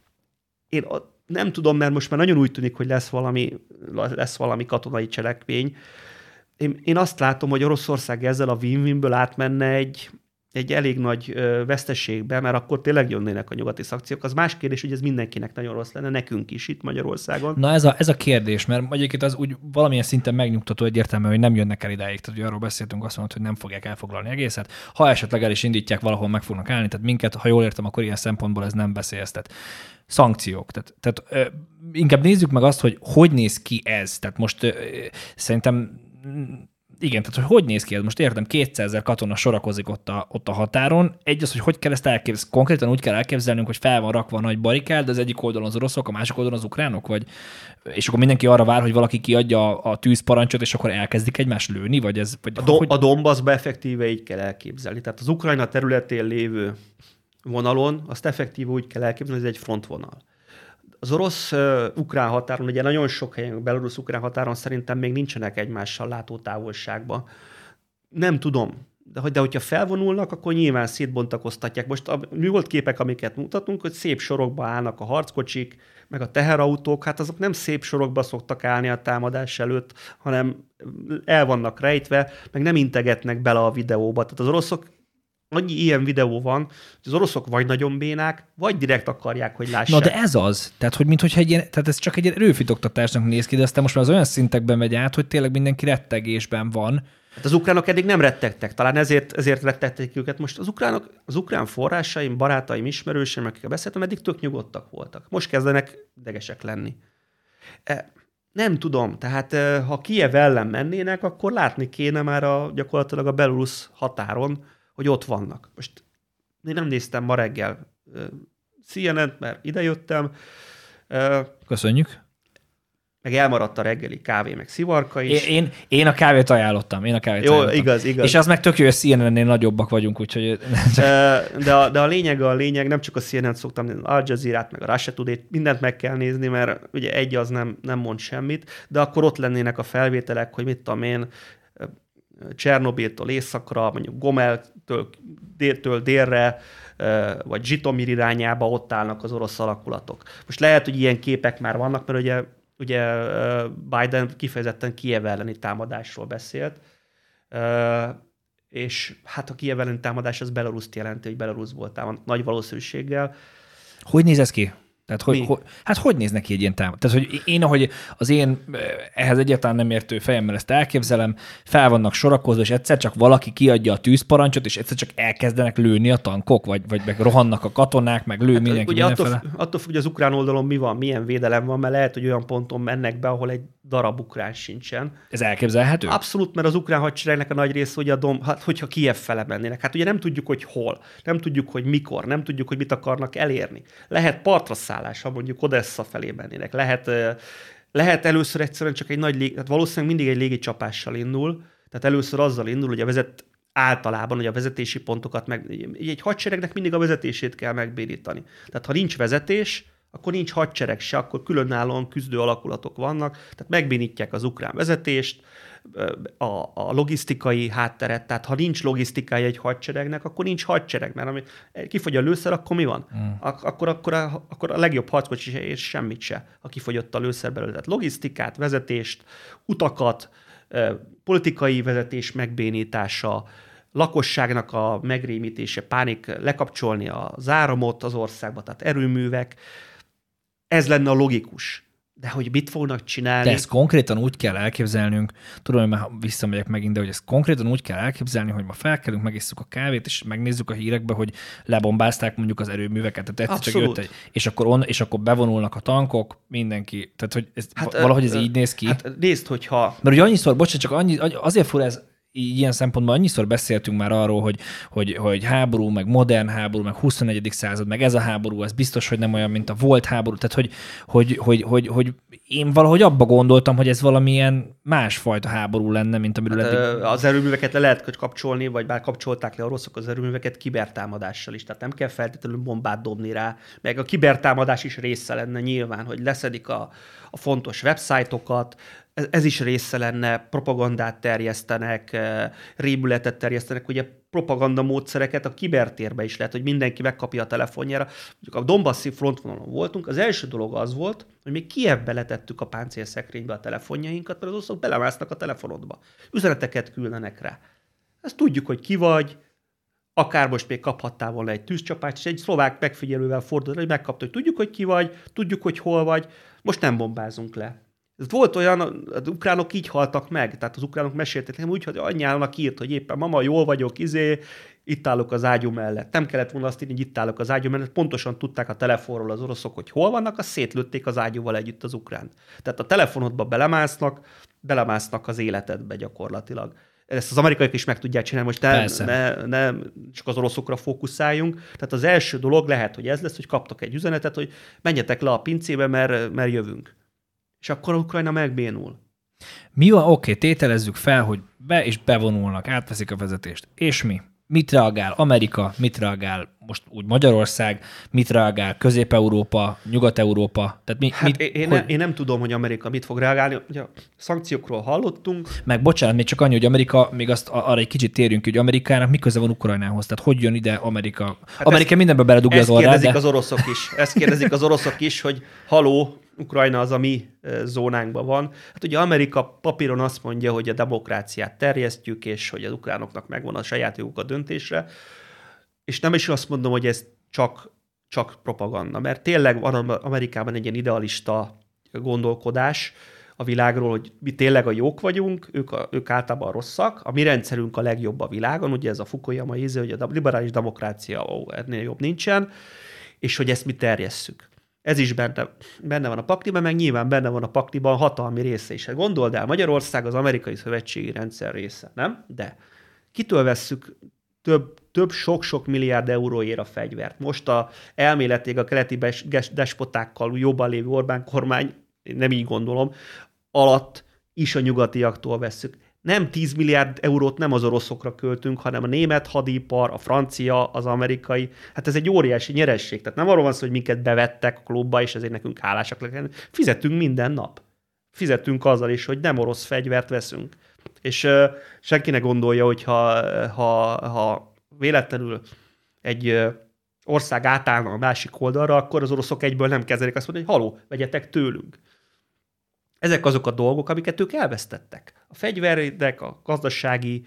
Én nem tudom, mert most már nagyon úgy tűnik, hogy lesz valami, lesz valami katonai cselekvény. Én, én azt látom, hogy Oroszország ezzel a win-winből átmenne egy egy elég nagy ö, veszteségbe, mert akkor tényleg jönnének a nyugati szankciók. Az más kérdés, hogy ez mindenkinek nagyon rossz lenne, nekünk is itt Magyarországon. Na ez a, ez a kérdés, mert egyébként az úgy valamilyen szinten megnyugtató egyértelmű, hogy nem jönnek el idáig. Tehát hogy arról beszéltünk, azt mondod, hogy nem fogják elfoglalni egészet. Ha esetleg el is indítják, valahol meg fognak állni, tehát minket, ha jól értem, akkor ilyen szempontból ez nem veszélyeztet. Szankciók. Tehát, tehát ö, inkább nézzük meg azt, hogy hogy néz ki ez. Tehát most ö, szerintem igen, tehát hogy hogy néz ki ez? Most értem, kétszázezer katona sorakozik ott a, ott a határon. Egy az, hogy hogy kell ezt elképzelni. Konkrétan úgy kell elképzelnünk, hogy fel van rakva a nagy barikád, az egyik oldalon az oroszok, a másik oldalon az ukránok, vagy és akkor mindenki arra vár, hogy valaki kiadja a, a tűzparancsot, és akkor elkezdik egymást lőni, vagy ez... Vagy a, do, hogy... a Donbassba effektíve így kell elképzelni. Tehát az Ukrajna területén lévő vonalon azt effektíve úgy kell elképzelni, hogy ez egy frontvonal. Az orosz-ukrán határon, ugye nagyon sok helyen, a belorusz-ukrán határon szerintem még nincsenek egymással látótávolságban. Nem tudom, de, hogy, de hogyha felvonulnak, akkor nyilván szétbontakoztatják. Most a műholdképek, amiket mutatunk, hogy szép sorokba állnak a harckocsik, meg a teherautók, hát azok nem szép sorokba szoktak állni a támadás előtt, hanem el vannak rejtve, meg nem integetnek bele a videóba. Tehát az oroszok, annyi ilyen videó van, hogy az oroszok vagy nagyon bénák, vagy direkt akarják, hogy lássák. Na de ez az. Tehát, hogy minthogyha egy ilyen, tehát ez csak egy erőfitoktatásnak néz ki, de aztán most már az olyan szintekben megy át, hogy tényleg mindenki rettegésben van. Hát az ukránok eddig nem rettegtek, talán ezért, ezért rettegték őket. Most az ukránok, az ukrán forrásaim, barátaim, ismerőseim, akikkel beszéltem, eddig tök nyugodtak voltak. Most kezdenek idegesek lenni. Nem tudom, tehát ha Kijev ellen mennének, akkor látni kéne már a, gyakorlatilag a belorusz határon, hogy ott vannak. Most én nem néztem ma reggel C N N-t, mert idejöttem. Köszönjük. Meg elmaradt a reggeli kávé, meg szivarka is. Én, én, én a kávét ajánlottam. Én a kávét Jó, ajánlottam. igaz, igaz. És az meg tök jó, hogy a C N N-nél nagyobbak vagyunk, úgyhogy... De a, de a lényeg a lényeg, nem csak a C N N-t szoktam nézni, Al Jazeera-t, meg a Russia Today-t, mindent meg kell nézni, mert ugye egy az nem, nem mond semmit, de akkor ott lennének a felvételek, hogy mit tudom én, Csernobiltól északra, mondjuk Gomeltől déltől délre, vagy Zsitomir irányába ott állnak az orosz alakulatok. Most lehet, hogy ilyen képek már vannak, mert ugye, ugye Biden kifejezetten Kijev elleni támadásról beszélt, és hát a Kijev elleni támadás az Belaruszt jelenti, hogy Belarusból támad nagy valószínűséggel. Hogy néz ez ki? Tehát hogy, hogy, hát hogy néz neki egy ilyen támad? Tehát, hogy én, ahogy az én ehhez egyáltalán nem értő fejemmel ezt elképzelem, fel vannak sorakozva, és egyszer csak valaki kiadja a tűzparancsot, és egyszer csak elkezdenek lőni a tankok, vagy, vagy meg rohannak a katonák, meg lő hát, mindenki ugye mindenfele. Attól, attól függ, hogy az ukrán oldalon mi van, milyen védelem van, mert lehet, hogy olyan ponton mennek be, ahol egy darab ukrán sincsen. Ez elképzelhető? Abszolút, mert az ukrán hadseregnek a nagy része, ugye a dom, hát, hogyha Kijev fele mennének. Hát ugye nem tudjuk, hogy hol, nem tudjuk, hogy mikor, nem tudjuk, hogy mit akarnak elérni. Lehet partra szállás, ha mondjuk Odessa felé mennének. Lehet, lehet először egyszerűen csak egy nagy lég, hát valószínűleg mindig egy légicsapással indul, tehát először azzal indul, hogy a vezet általában, hogy a vezetési pontokat meg... Egy hadseregnek mindig a vezetését kell megbénítani. Tehát ha nincs vezetés, akkor nincs hadsereg se, akkor különállóan küzdő alakulatok vannak, tehát megbénítják az ukrán vezetést, a, a logisztikai hátteret, tehát ha nincs logisztikája egy hadseregnek, akkor nincs hadsereg, mert ami kifogy a lőszer, akkor mi van? Mm. Ak- akkor, akkor, a, akkor a legjobb harckocsi se ér semmit se, ha kifogyott a lőszer belőle. Tehát logisztikát, vezetést, utakat, politikai vezetés megbénítása, lakosságnak a megrémítése, pánik, lekapcsolni az áramot az országba, tehát erőművek, ez lenne a logikus. De hogy mit fognak csinálni? De ezt konkrétan úgy kell elképzelnünk, tudom, hogy már visszamegyek megint, de hogy ezt konkrétan úgy kell elképzelni, hogy ma felkelünk, megisszuk a kávét, és megnézzük a hírekbe, hogy lebombázták mondjuk az erőműveket, tehát egyszer csak jött egy, és akkor, on, és akkor bevonulnak a tankok, mindenki. Tehát, hogy ez, hát, valahogy ez ö, így néz ki. Hát nézd, hogyha... Mert ugye annyiszor, bocsánat, csak annyi, azért fura ez, így ilyen szempontból annyiszor beszéltünk már arról, hogy, hogy, hogy háború, meg modern háború, meg huszonegyedik század, meg ez a háború, ez biztos, hogy nem olyan, mint a volt háború. Tehát, hogy, hogy, hogy, hogy, hogy én valahogy abba gondoltam, hogy ez valamilyen másfajta háború lenne, mint amiről hát, eddig... Az erőműveket le lehet kapcsolni, vagy bár kapcsolták le a rosszok az erőműveket kibertámadással is. Tehát nem kell feltétlenül bombát dobni rá. Meg a kibertámadás is része lenne nyilván, hogy leszedik a, a fontos websájtokat, Ez, ez is része lenne, propagandát terjesztenek, rémületet terjesztenek, ugye propaganda módszereket a kibertérbe is lehet, hogy mindenki megkapja a telefonjára. Mondjuk a Donbassi frontvonalon voltunk, az első dolog az volt, hogy még Kijevbe letettük a páncélszekrénybe a telefonjainkat, mert az oroszok belemásznak a telefonodba. Üzeneteket küldenek rá. Ezt tudjuk, hogy ki vagy, akár most még kaphattál volna egy tűzcsapást, és egy szlovák megfigyelővel fordul, hogy megkapta, hogy tudjuk, hogy ki vagy, tudjuk, hogy hol vagy, most nem bombázunk le. Volt olyan, az ukránok így haltak meg, tehát az ukránok mesélték nekem úgy, hogy anyjának írt, hogy éppen mama, jól vagyok, izé, itt állok az ágyú mellett. Nem kellett volna azt írni, hogy itt állok az ágyú mellett, pontosan tudták a telefonról az oroszok, hogy hol vannak, azt szétlőtték az ágyúval együtt az ukránt. Tehát a telefonodba belemásznak, belemásznak az életedbe gyakorlatilag. Ezt az amerikaiak is meg tudják csinálni, most ne, ne, ne csak az oroszokra fókuszáljunk. Tehát az első dolog lehet, hogy ez lesz, hogy kaptak egy üzenetet, hogy menjetek le a pincébe, mert, mert jövünk. És akkor Ukrajna megbénul. Mi van? Oké, tételezzük fel, hogy be és bevonulnak, átveszik a vezetést. És mi? Mit reagál Amerika, mit reagál most úgy Magyarország, mit reagál Közép-Európa, Nyugat-Európa? Tehát mi, hát mit, én, hogy... ne, én nem tudom, hogy Amerika mit fog reagálni. Ugye a szankciókról hallottunk. Meg bocsánat, még csak annyi, hogy Amerika, még azt arra egy kicsit térjünk, hogy Amerikának mi köze van Ukrajnához? Tehát hogy jön ide Amerika? Hát Amerika ezt, mindenbe beledugja az orrát, kérdezik de... az oroszok is. Ezt kérdezik az oroszok is, hogy haló, Ukrajna az a mi zónánkban van. Hát ugye Amerika papíron azt mondja, hogy a demokráciát terjesztjük, és hogy az ukránoknak megvan a saját joguk a döntésre. És nem is azt mondom, hogy ez csak, csak propaganda, mert tényleg van Amerikában egy ilyen idealista gondolkodás a világról, hogy mi tényleg a jók vagyunk, ők, a, ők általában a rosszak, a mi rendszerünk a legjobb a világon, ugye ez a Fukuyama íze, hogy a liberális demokrácia ó, ennél jobb nincsen, és hogy ezt mi terjesszük. Ez is benne, benne van a pakliban, meg nyilván benne van a pakliban a hatalmi része is. Gondold el, Magyarország az amerikai szövetségi rendszer része, nem? De kitől vesszük több, több sok-sok milliárd euróért a fegyvert? Most a elméletileg a keleti despotákkal jobban lévő Orbán kormány, nem így gondolom, alatt is a nyugatiaktól vesszük. Nem tíz milliárd eurót nem az oroszokra költünk, hanem a német hadipar, a francia, az amerikai. Hát ez egy óriási nyeresség. Tehát nem arról van szó, hogy minket bevettek a klubba, és ezért nekünk hálásak legyen. Fizetünk minden nap. Fizetünk azzal is, hogy nem orosz fegyvert veszünk. És uh, senki ne gondolja, hogy ha, ha, ha véletlenül egy uh, ország átállna a másik oldalra, akkor az oroszok egyből nem kezelik azt mondani, hogy haló, vegyetek tőlünk. Ezek azok a dolgok, amiket ők elvesztettek. A fegyverek, a gazdasági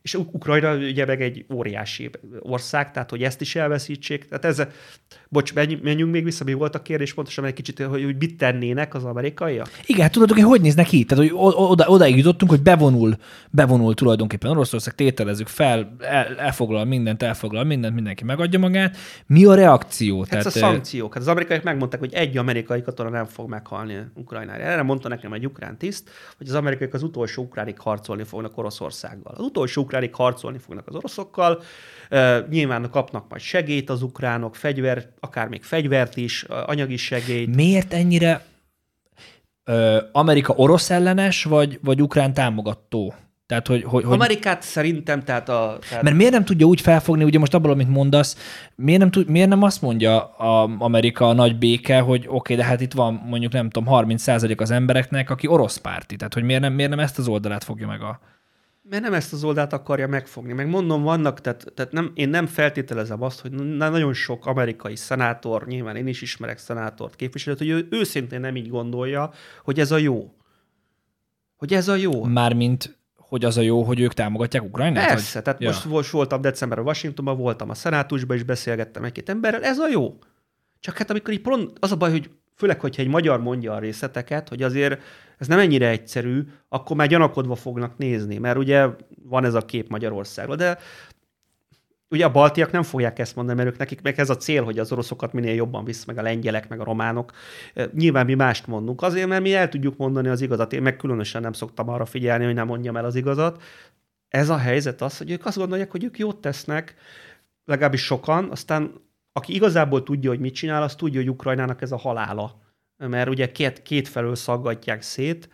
és Ukrajna ugye meg egy óriási ország, tehát hogy ezt is elveszítsék. Tehát ez, bocs, menjünk még vissza, mi volt a kérdés pontosan egy kicsit, hogy, hogy mit tennének az amerikaiak? Igen, hát tudod, hogy hogy néznek ki? Tehát, hogy oda, odaig jutottunk, hogy bevonul, bevonul tulajdonképpen Oroszország, tételezzük fel, el, elfoglal mindent, elfoglal mindent, mindenki megadja magát. Mi a reakció? Hát Tehát, a szankciók. Hát az amerikaiak megmondták, hogy egy amerikai katona nem fog meghalni Ukrajnára. Erre mondta nekem egy ukrán tiszt, hogy az amerikaiak az utolsó ukránig harcolni fognak Oroszországgal. Az utolsó ukránig harcolni fognak az oroszokkal. Uh, nyilván kapnak majd segélyt az ukránok, fegyver, akár még fegyvert is, anyagi segélyt. Miért ennyire uh, Amerika orosz ellenes, vagy, vagy ukrán támogató? Tehát, hogy, hogy, Amerikát szerintem, tehát a... Tehát... Mert miért nem tudja úgy felfogni, ugye most abból, amit mondasz, miért nem, tud, miért nem azt mondja a Amerika a nagy béke, hogy oké, okay, de hát itt van mondjuk nem tudom, harminc százalék az embereknek, aki orosz párti. Tehát, hogy miért nem, miért nem ezt az oldalát fogja meg a... Mert nem ezt az oldalt akarja megfogni. Meg mondom, vannak, tehát, tehát nem, én nem feltételezem azt, hogy nagyon sok amerikai szenátor, nyilván én is ismerek szenátort, képviselőt, hogy ő őszintén nem így gondolja, hogy ez a jó. Hogy ez a jó. Mármint, hogy az a jó, hogy ők támogatják Ukrajnát? Persze, hogy... tehát ja. most voltam decemberben Washingtonban, voltam a szenátusban, és beszélgettem egy-két emberrel, ez a jó. Csak hát amikor így pont, az a baj, hogy főleg, hogyha egy magyar mondja a részleteket, hogy azért ez nem ennyire egyszerű, akkor már gyanakodva fognak nézni, mert ugye van ez a kép Magyarországról, de ugye a baltiak nem fogják ezt mondani, mert ők nekik meg ez a cél, hogy az oroszokat minél jobban visz, meg a lengyelek, meg a románok. Nyilván mi mást mondunk azért, mert mi el tudjuk mondani az igazat. Én meg különösen nem szoktam arra figyelni, hogy nem mondjam el az igazat. Ez a helyzet az, hogy ők azt gondolják, hogy ők jót tesznek, legalábbis sokan, aztán aki igazából tudja, hogy mit csinál, az tudja, hogy Ukrajnának ez a halála. Mert ugye két, két felől szaggatják szét,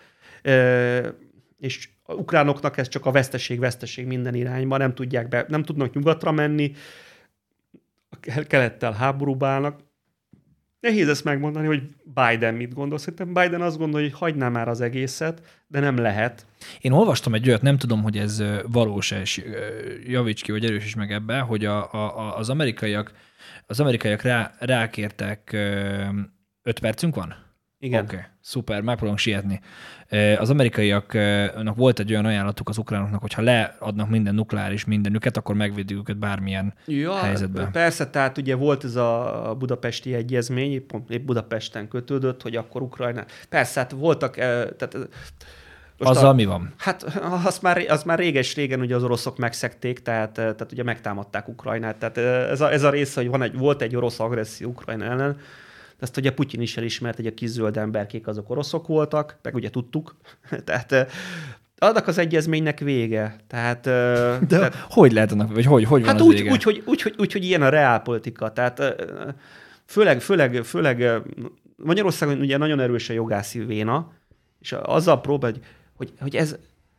és a ukránoknak ez csak a veszteség, veszteség minden irányba, nem tudják be, nem tudnak nyugatra menni, a kelettel háborúba állnak. Nehéz ezt megmondani, hogy Biden mit gondol. Szerintem Biden azt gondolja, hogy hagyná már az egészet, de nem lehet. Én olvastam egy olyat, nem tudom, hogy ez valós, és javíts ki, vagy erősíts meg ebbe, hogy a, a, az amerikaiak, az amerikaiak rá, rákértek, öt percünk van? Igen. Oké, okay, szuper, megpróbálunk sietni. Az amerikaiaknak volt egy olyan ajánlatuk az ukránoknak, hogy ha leadnak minden nukleáris mindenüket, akkor megvédik őket bármilyen ja, helyzetben. Persze, tehát ugye volt ez a budapesti egyezmény, pont épp Budapesten kötődött, hogy akkor Ukrajna... Persze, hát voltak... Tehát most azzal a, mi van? Hát az már, az már réges-régen ugye az oroszok megszekték, tehát, tehát ugye megtámadták Ukrajnát. Tehát ez a, ez a része, hogy van egy, volt egy orosz agresszió Ukrajna ellen, ezt ugye Putyin is elismert, hogy a kis zöld emberkék azok oroszok voltak, meg ugye tudtuk. Tehát annak az egyezménynek vége. Tehát, De tehát, hogy lehet annak, vagy hogy, hogy van hát az úgy, vége? úgy, hogy, úgy, hogy, úgy, hogy ilyen a reálpolitika. Tehát főleg, főleg, főleg Magyarországon ugye nagyon erős a jogászi véna, és azzal próbál, hogy, hogy, hogy ez,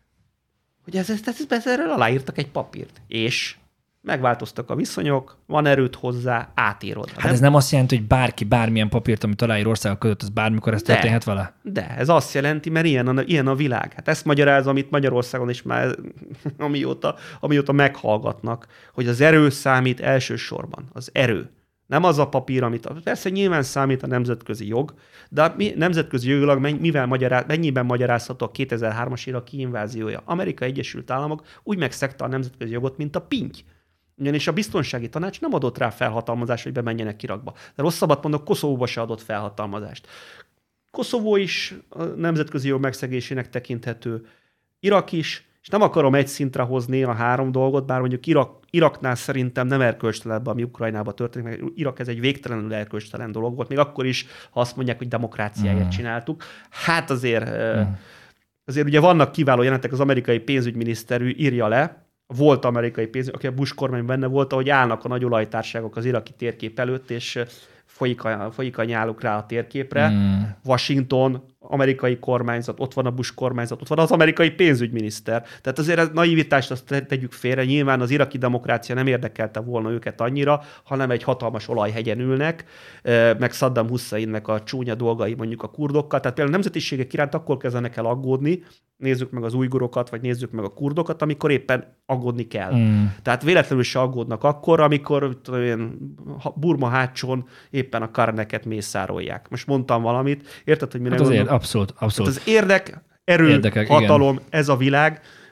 hogy ez, ez, ez, ez erről aláírtak egy papírt. És megváltoztak a viszonyok, van erőt hozzá, átírod. Hát nem? Ez nem azt jelenti, hogy bárki bármilyen papírt, amit aláír országok között, az bármikor ezt történhet vele? De, ez azt jelenti, mert ilyen a, ilyen a világ. Hát ezt magyarázom itt Magyarországon is már, amióta, amióta meghallgatnak, hogy az erő számít elsősorban. Az erő. Nem az a papír, amit... Persze nyilván számít a nemzetközi jog, de a nemzetközi jogilag mivel magyaráz, mennyiben magyarázható a kétezer-hármas iraki inváziója? Amerikai Egyesült Államok úgy megszegte a nemzetközi jogot, mint a pinty. Ugyanis a biztonsági tanács nem adott rá felhatalmazást, hogy bemenjenek Irakba. De rosszabbat mondok, Koszovóba se adott felhatalmazást. Koszovó is a nemzetközi jog megszegésének tekinthető, Irak is, és nem akarom egy szintre hozni a három dolgot, bár mondjuk Irak, Iraknál szerintem nem erkölcstelen, ami Ukrajnában történik, mert Irak ez egy végtelenül erkölcstelen dolog volt, még akkor is, ha azt mondják, hogy demokráciáját mm. csináltuk. Hát azért, mm. azért ugye vannak kiváló jelentek, az amerikai pénzügyminiszter írja le, volt amerikai pénz, aki a Bush kormány benne volt, ahogy állnak a nagy olajtárságok az iraki térkép előtt, és folyik a, folyik a nyáluk rá a térképre. Mm. Washington, amerikai kormányzat, ott van a Bush kormányzat, ott van az amerikai pénzügyminiszter. Tehát azért a naivitást azt tegyük félre. Nyilván az iraki demokrácia nem érdekelte volna őket annyira, hanem egy hatalmas olajhegyen ülnek, meg Saddam Husseinnek a csúnya dolgai mondjuk a kurdokkal. Tehát például a nemzetiségek iránt akkor kezdenek el aggódni, nézzük meg az ujgurokat, vagy nézzük meg a kurdokat, amikor éppen aggódni kell. Mm. Tehát véletlenül se aggódnak akkor, amikor olyan Burma hátsón éppen a karneket mészárolják. Most mondtam valamit, érted, hogy mire hát azért abszolút, abszolút. Tehát az érdek, erő, Érdekek, hatalom, igen. Ez a világ.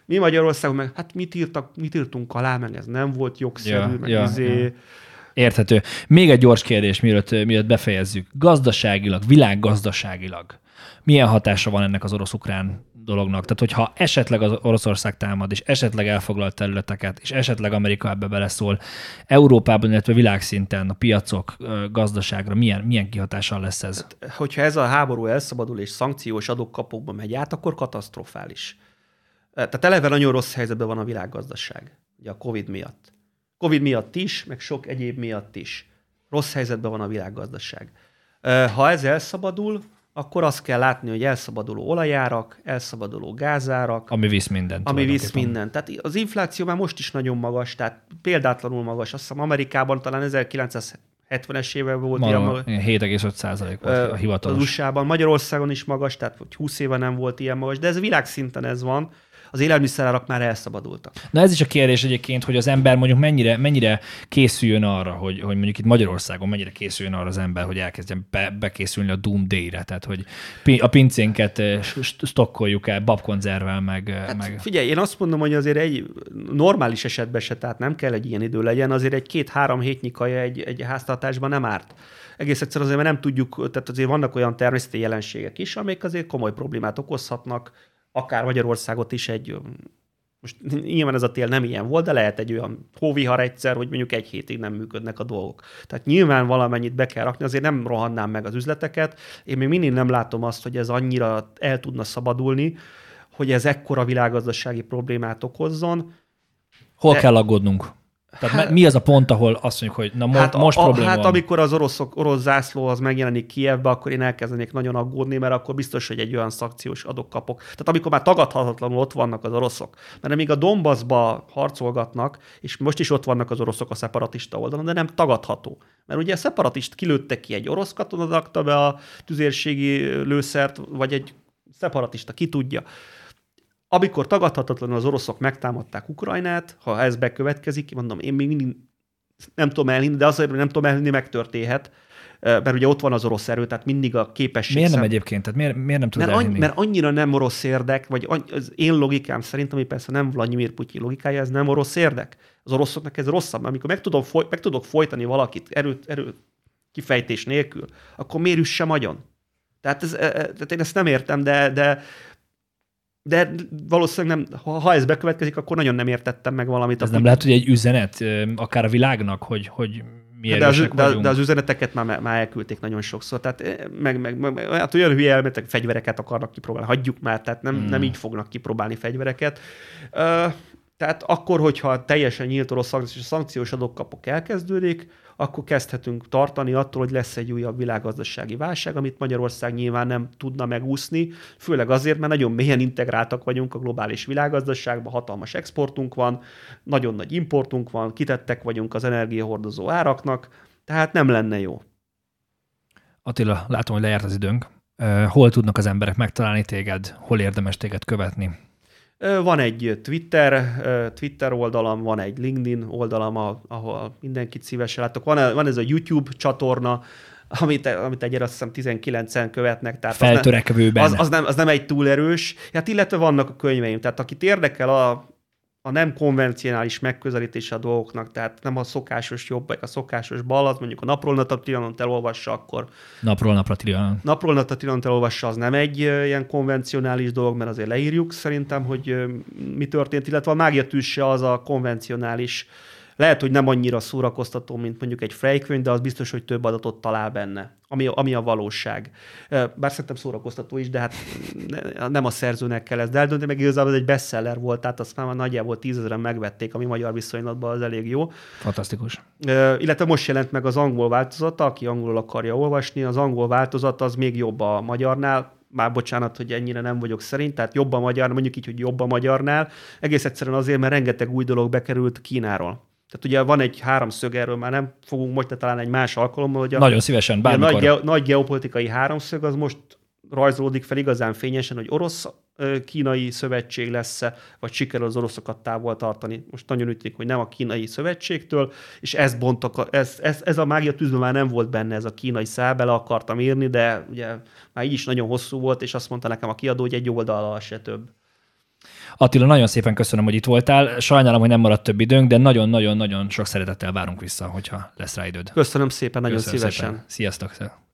Mi Magyarországon meg, hát mit, írtak, mit írtunk alá, meg ez nem volt jogszerű, ja, meg ja, izé... Ja. Érthető. Még egy gyors kérdés, mielőtt, mielőtt befejezzük. Gazdaságilag, világgazdaságilag milyen hatása van ennek az orosz-ukrán dolognak? Tehát, hogyha esetleg az Oroszország támad, és esetleg elfoglalt területeket, és esetleg Amerika ebbe beleszól, Európában, illetve világszinten a piacok, gazdaságra milyen, milyen kihatással lesz ez? Hát, hogyha ez a háború elszabadul, és szankciós adókapokba megy át, akkor katasztrofális. Tehát eleve nagyon rossz helyzetben van a világgazdaság, ugye a Covid miatt. Covid miatt is, meg sok egyéb miatt is. Rossz helyzetben van a világgazdaság. Ha ez elszabadul, akkor azt kell látni, hogy elszabaduló olajárak, elszabaduló gázárak. Ami visz mindent. Ami visz mindent. Tehát az infláció már most is nagyon magas, tehát példátlanul magas. Azt hiszem Amerikában talán ezerkilencszázhetvenes években volt ilyen magas. hét egész öt százalék volt a hivatalos. Az u es á-ban, Magyarországon is magas, tehát húsz éve nem volt ilyen magas, de ez világszinten ez van. Az élelmiszerárak már elszabadultak. Na ez is a kérdés egyébként, hogy az ember mondjuk mennyire, mennyire készüljön arra, hogy, hogy mondjuk itt Magyarországon mennyire készüljön arra az ember, hogy elkezdjen be, bekészülni a Doomday-re, tehát hogy a pincénket stokkoljuk el babkonzervvel, meg, hát meg... Figyelj, én azt mondom, hogy azért egy normális esetben se, tehát nem kell egy ilyen idő legyen, azért egy két-három hétnyi kaja egy, egy háztartásban nem árt. Egész egyszerűen azért, mert nem tudjuk, tehát azért vannak olyan természeti jelenségek is, amik azért komoly problémát okozhatnak, akár Magyarországot is egy, most nyilván ez a tél nem ilyen volt, de lehet egy olyan hóvihar egyszer, hogy mondjuk egy hétig nem működnek a dolgok. Tehát nyilván valamennyit be kell rakni, azért nem rohannám meg az üzleteket. Én még mindig nem látom azt, hogy ez annyira el tudna szabadulni, hogy ez ekkora világgazdasági problémát okozzon. Hol de... kell aggódnunk? Tehát hát, mi az a pont, ahol azt mondjuk, hogy na mo- hát most a, probléma Hát van. amikor az oroszok, orosz zászló az megjelenik Kijevbe, akkor én elkezdenék nagyon aggódni, mert akkor biztos, hogy egy olyan szankciós adók kapok. Tehát amikor már tagadhatatlanul ott vannak az oroszok. Mert amíg a Donbassba harcolgatnak, és most is ott vannak az oroszok a szeparatista oldalon, de nem tagadható. Mert ugye a szeparatist kilőtte ki, egy orosz katona rakta be a tüzérségi lőszert, vagy egy szeparatista, ki tudja. Amikor tagadhatatlanul az oroszok megtámadták Ukrajnát, ha ez bekövetkezik, mondom, én még mindig nem tudom elhinni, de azért nem tudom elhinni, megtörténhet, mert ugye ott van az orosz erő, tehát mindig a képesség... Miért nem szem... egyébként? Tehát miért, miért nem tudod mert, elhinni? Annyi, mert annyira nem orosz érdek, vagy az én logikám szerint, ami persze nem Vladimir Putyin logikája, ez nem orosz érdek. Az oroszoknak ez rosszabb, amikor meg, tudom, foly, meg tudok folytani valakit erő, erő kifejtés nélkül, akkor miért üssem agyon? Tehát, ez, tehát én ezt nem értem, de... de De valószínűleg nem, ha, ha ez bekövetkezik, akkor nagyon nem értettem meg valamit. Ez nem lehet, hogy egy üzenet, akár a világnak, hogy, hogy mi de az, erősek vagyunk. De az üzeneteket már, már elküldték nagyon sokszor. Tehát meg, meg, meg hát olyan hülye elméletek, fegyvereket akarnak kipróbálni. Hagyjuk már, tehát nem, hmm. nem így fognak kipróbálni fegyvereket. Uh, tehát akkor, hogyha teljesen nyílt orosz és a szankciós adókapok elkezdődik, akkor kezdhetünk tartani attól, hogy lesz egy újabb világgazdasági válság, amit Magyarország nyilván nem tudna megúszni, főleg azért, mert nagyon mélyen integráltak vagyunk a globális világgazdaságban, hatalmas exportunk van, nagyon nagy importunk van, kitettek vagyunk az energiahordozó áraknak, tehát nem lenne jó. Attila, látom, hogy lejárt az időnk. Hol tudnak az emberek megtalálni téged? Hol érdemes téged követni? Van egy Twitter, Twitter oldalam, van egy LinkedIn oldalam, ahol mindenkit szívesen látok. Van, van ez a YouTube csatorna, amit, amit egyre azt hiszem tizenkilencen követnek. Tehát Feltörekvőben. Az, az, nem, az nem egy túl erős. Hát illetve vannak a könyveim. Tehát akit érdekel a, a nem konvencionális megközelítése a dolgoknak, tehát nem a szokásos jobb, vagy a szokásos bal, az mondjuk a napról napra Trianont elolvassa, akkor... Napról napra Trianon. Napról napra Trianont elolvassa, az nem egy ilyen konvencionális dolog, mert azért leírjuk szerintem, hogy mi történt, illetve a mágia tűzse az a konvencionális. Lehet, hogy nem annyira szórakoztató, mint mondjuk egy Frey-könyv, de az biztos, hogy több adatot talál benne, ami, ami a valóság. Bár szerintem szórakoztató is, de hát nem a szerzőnek kell ezt eldönteni, meg igazából ez egy bestseller volt, tehát azt már nagyjából tízezeren megvették, ami magyar viszonylatban az elég jó. Fantasztikus. Illetve most jelent meg az angol változata, aki angolul akarja olvasni, az angol változat az még jobb a magyarnál, már bocsánat, hogy ennyire nem vagyok szerint, tehát jobb a magyar, mondjuk így, hogy jobb a magyarnál, egész egyszerűen azért, mert rengeteg új dolog bekerült Kínáról. Tehát ugye van egy háromszög, erről már nem fogunk most, de talán egy más alkalommal, hogy a, nagyon szívesen, bármikor. A nagy, ge- nagy geopolitikai háromszög az most rajzolódik fel igazán fényesen, hogy orosz-kínai szövetség lesz-e, vagy sikerül az oroszokat távol tartani. Most nagyon úgy tűnik, hogy nem a kínai szövetségtől, és ez bontok, ez, ez, ez a mágia tűzben már nem volt benne, ez a kínai szál, bele akartam írni, de ugye már így is nagyon hosszú volt, és azt mondta nekem a kiadó, hogy egy oldallal se több. Attila, nagyon szépen köszönöm, hogy itt voltál. Sajnálom, hogy nem maradt több időnk, de nagyon-nagyon-nagyon sok szeretettel várunk vissza, hogyha lesz rá időd. Köszönöm szépen, nagyon Köszönöm szívesen. Szépen. Sziasztok!